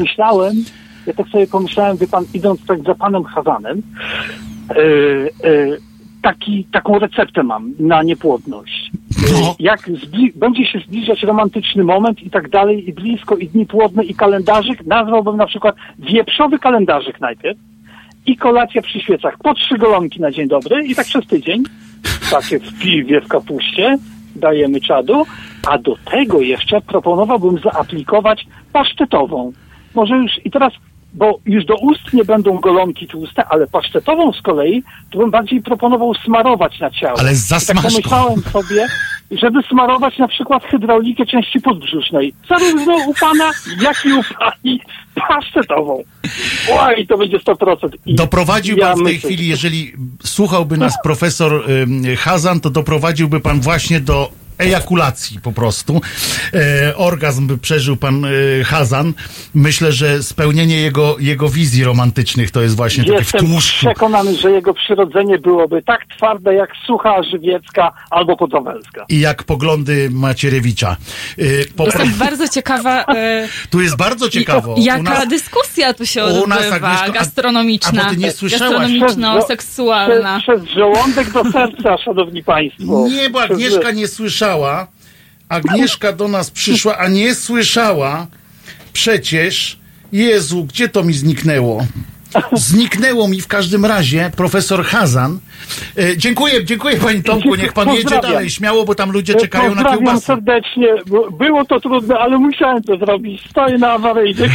Ja tak sobie pomyślałem, wie pan, idąc tak za panem Hazanem, taką receptę mam na niepłodność. Jak będzie się zbliżać romantyczny moment i tak dalej, i blisko, i dni płodne, i kalendarzyk, nazwałbym na przykład wieprzowy kalendarzyk najpierw i kolacja przy świecach. Po 3 golonki na dzień dobry i tak przez tydzień. Takie w piwie, w kapuście. Dajemy czadu. A do tego jeszcze proponowałbym zaaplikować pasztetową. Może już i teraz, bo już do ust nie będą golonki tłuste, ale pasztetową z kolei to bym bardziej proponował smarować na ciało. Ale z zasmażką. Tak pomyślałem sobie, żeby smarować na przykład hydraulikę części podbrzusznej. Zarówno u pana, jak i u pani pasztetową. Oj, to będzie 100%. Doprowadził pan w tej chwili, jeżeli słuchałby nas profesor Hazan, to doprowadziłby pan właśnie do ejakulacji po prostu. Orgazm by przeżył pan Hazan. Myślę, że spełnienie jego wizji romantycznych to jest właśnie takie w tłuszczu. Jestem przekonany, że jego przyrodzenie byłoby tak twarde jak sucha żywiecka albo podowelska. I jak poglądy Macierewicza. Jestem bardzo ciekawa. Tu jest bardzo ciekawo. Jaka dyskusja tu się odbywa, gastronomiczna, a ty nie słyszałaś? Gastronomiczno-seksualna. Przez żołądek do serca, szanowni państwo. Nie, bo Agnieszka nie słyszała. Agnieszka do nas przyszła, a nie słyszała przecież. Jezu, gdzie to mi zniknęło? Zniknęło mi w każdym razie profesor Hazan. Dziękuję pani Tomku, niech pan jedzie dalej śmiało, bo tam ludzie czekają na kiełbasę. Serdecznie, było to trudne, ale musiałem to zrobić. Stoję na awaryjnych.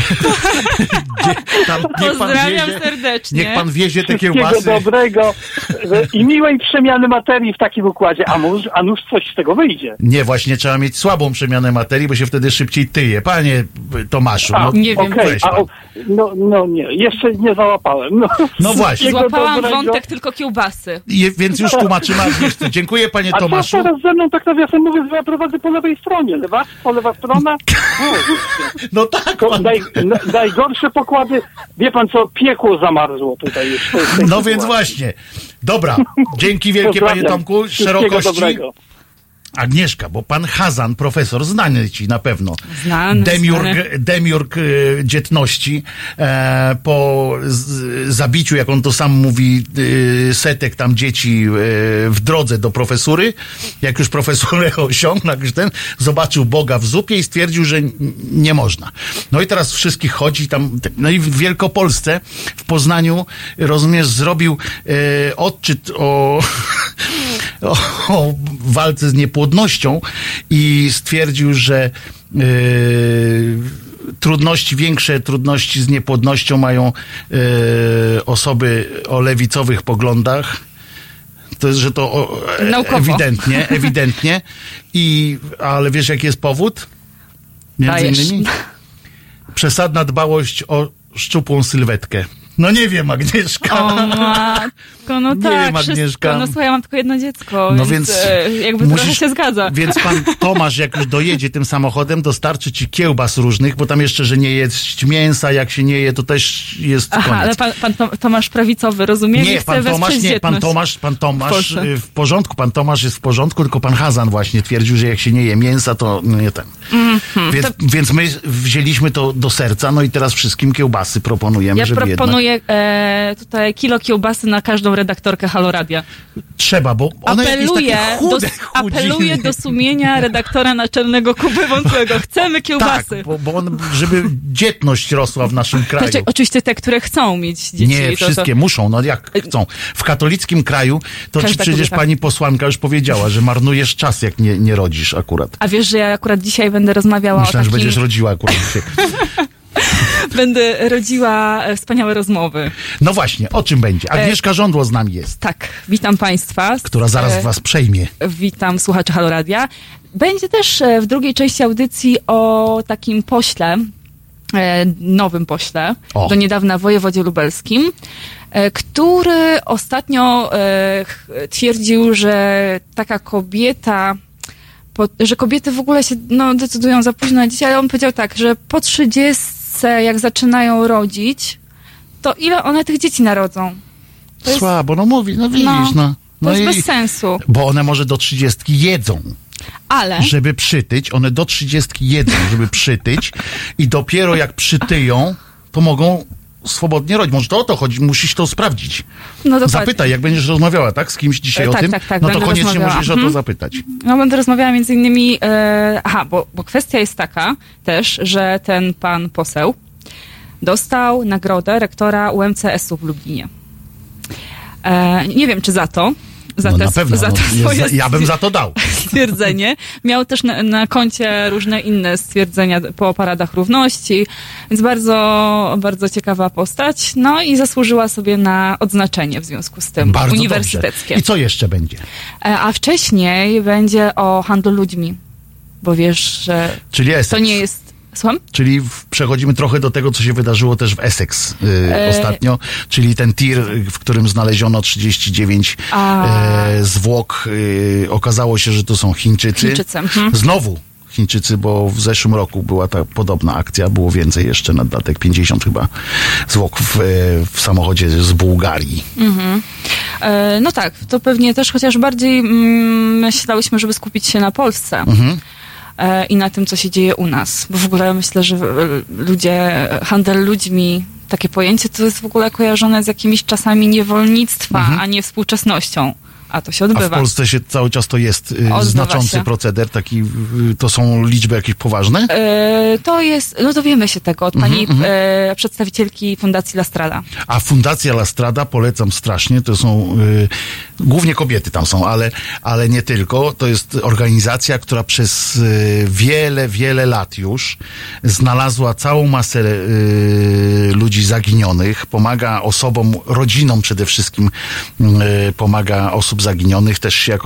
Pozdrawiam serdecznie. Niech pan wiezie te kiełbasy. Wszystkiego dobrego i miłej przemiany materii w takim układzie, a nuż coś z tego wyjdzie. Nie, właśnie trzeba mieć słabą przemianę materii, bo się wtedy szybciej tyje. Panie Tomaszu, nie wiem. Nie, jeszcze nie załapałem. No właśnie. Złapałam wątek tylko kiełbasy. Więc już tłumaczymy Agnieszce. Dziękuję, panie Tomaszu. A co teraz ze mną, tak nawiasem mówiąc, ja prowadzę po lewej stronie. Lewa strona? No tak. Najgorsze pokłady. Wie pan co, piekło zamarzło tutaj już. No więc właśnie. Dobra. Dzięki wielkie, panie Tomku. Szerokości. Agnieszka, bo pan Hazan, profesor, znany ci na pewno. Demiurg dzietności, po zabiciu, jak on to sam mówi, setek tam dzieci w drodze do profesury, jak już profesurę osiągnął, zobaczył Boga w zupie i stwierdził, że nie można. No i teraz wszystkich chodzi tam, no i w Wielkopolsce, w Poznaniu, rozumiesz, zrobił odczyt o walce z niepłodnością i stwierdził, że większe trudności z niepłodnością mają osoby o lewicowych poglądach. To jest, że to ewidentnie. Ale wiesz, jaki jest powód? Między innymi przesadna dbałość o szczupłą sylwetkę. No nie wiem, Agnieszka. O matko, no nie tak, wiem, Agnieszka. Wszystko. No słuchaj, ja mam tylko jedno dziecko, no więc jakby trochę się zgadza. Więc pan Tomasz, jak już dojedzie tym samochodem, dostarczy ci kiełbas różnych, bo tam jeszcze, że nie jeść mięsa, jak się nie je, to też jest koniec. Ale pan Tomasz prawicowy, rozumiem? Nie, pan Tomasz w porządku, pan Tomasz jest w porządku, tylko pan Hazan właśnie twierdził, że jak się nie je mięsa, to nie ten. Więc my wzięliśmy to do serca, no i teraz wszystkim kiełbasy proponujemy, żeby proponuję tutaj kilo kiełbasy na każdą redaktorkę Halo Radia. Trzeba, bo one apeluję do sumienia redaktora naczelnego Kuby Wątłego. Chcemy kiełbasy. Tak, bo żeby dzietność rosła w naszym kraju. Oczywiście te, które chcą mieć dzieci. Nie, wszystkie muszą, no jak chcą. W katolickim kraju to ci przecież pani posłanka już powiedziała, że marnujesz czas, jak nie rodzisz akurat. A wiesz, że ja akurat dzisiaj będę rozmawiała Myślałem, że będziesz rodziła akurat dzisiaj. Będę rodziła wspaniałe rozmowy. No właśnie, o czym będzie? Agnieszka Żądło z nami jest. Tak, witam państwa. Która zaraz was przejmie. Witam słuchaczy Halo Radia. Będzie też w drugiej części audycji o takim pośle, nowym pośle, do niedawna wojewodzie lubelskim, który ostatnio twierdził, że taka kobieta, że kobiety w ogóle się decydują za późno na dzieci, ale on powiedział tak, że po 30, jak zaczynają rodzić, to ile one tych dzieci narodzą? Słabo, widzisz, to jest bez sensu. Bo one może do 30 jedzą. Ale... Żeby przytyć, one do 30 jedzą, żeby przytyć i dopiero jak przytyją, to mogą swobodnie rodzić. Może to o to chodzi, musisz to sprawdzić. No dokładnie. Zapytaj, jak będziesz rozmawiała, tak? Z kimś dzisiaj o tym, tak, no to koniecznie musisz o to zapytać. No będę rozmawiała między innymi, bo kwestia jest taka też, że ten pan poseł dostał nagrodę rektora UMCS-u w Lublinie. Nie wiem, czy za to. Na pewno. Ja bym za to dał. Stwierdzenie. Miał też na koncie różne inne stwierdzenia po paradach równości, więc bardzo, bardzo ciekawa postać. No i zasłużyła sobie na odznaczenie w związku z tym bardzo uniwersyteckie. Dobrze. I co jeszcze będzie? A wcześniej będzie o handlu ludźmi, bo wiesz, że czyli to nie jest... Słucham? Czyli przechodzimy trochę do tego, co się wydarzyło też w Essex ostatnio, czyli ten tir, w którym znaleziono 39 zwłok. Okazało się, że to są Chińczycy. Znowu Chińczycy, bo w zeszłym roku była ta podobna akcja, było więcej jeszcze, na dodatek 50 chyba zwłok w samochodzie z Bułgarii. No tak, to pewnie też, chociaż bardziej myślałyśmy, żeby skupić się na Polsce. I na tym, co się dzieje u nas. Bo w ogóle myślę, że handel ludźmi, takie pojęcie, to jest w ogóle kojarzone z jakimiś czasami niewolnictwa, a nie współczesnością. A to się odbywa. A w Polsce się cały czas to jest znaczący proceder, taki, to są liczby jakieś poważne? To jest, no dowiemy się tego od pani przedstawicielki Fundacji La Strada. A Fundacja La Strada polecam strasznie, to są, głównie kobiety tam są, ale nie tylko. To jest organizacja, która przez wiele lat już znalazła całą masę ludzi zaginionych, pomaga osobom, rodzinom przede wszystkim, pomaga osób zaginionych, też się jakoś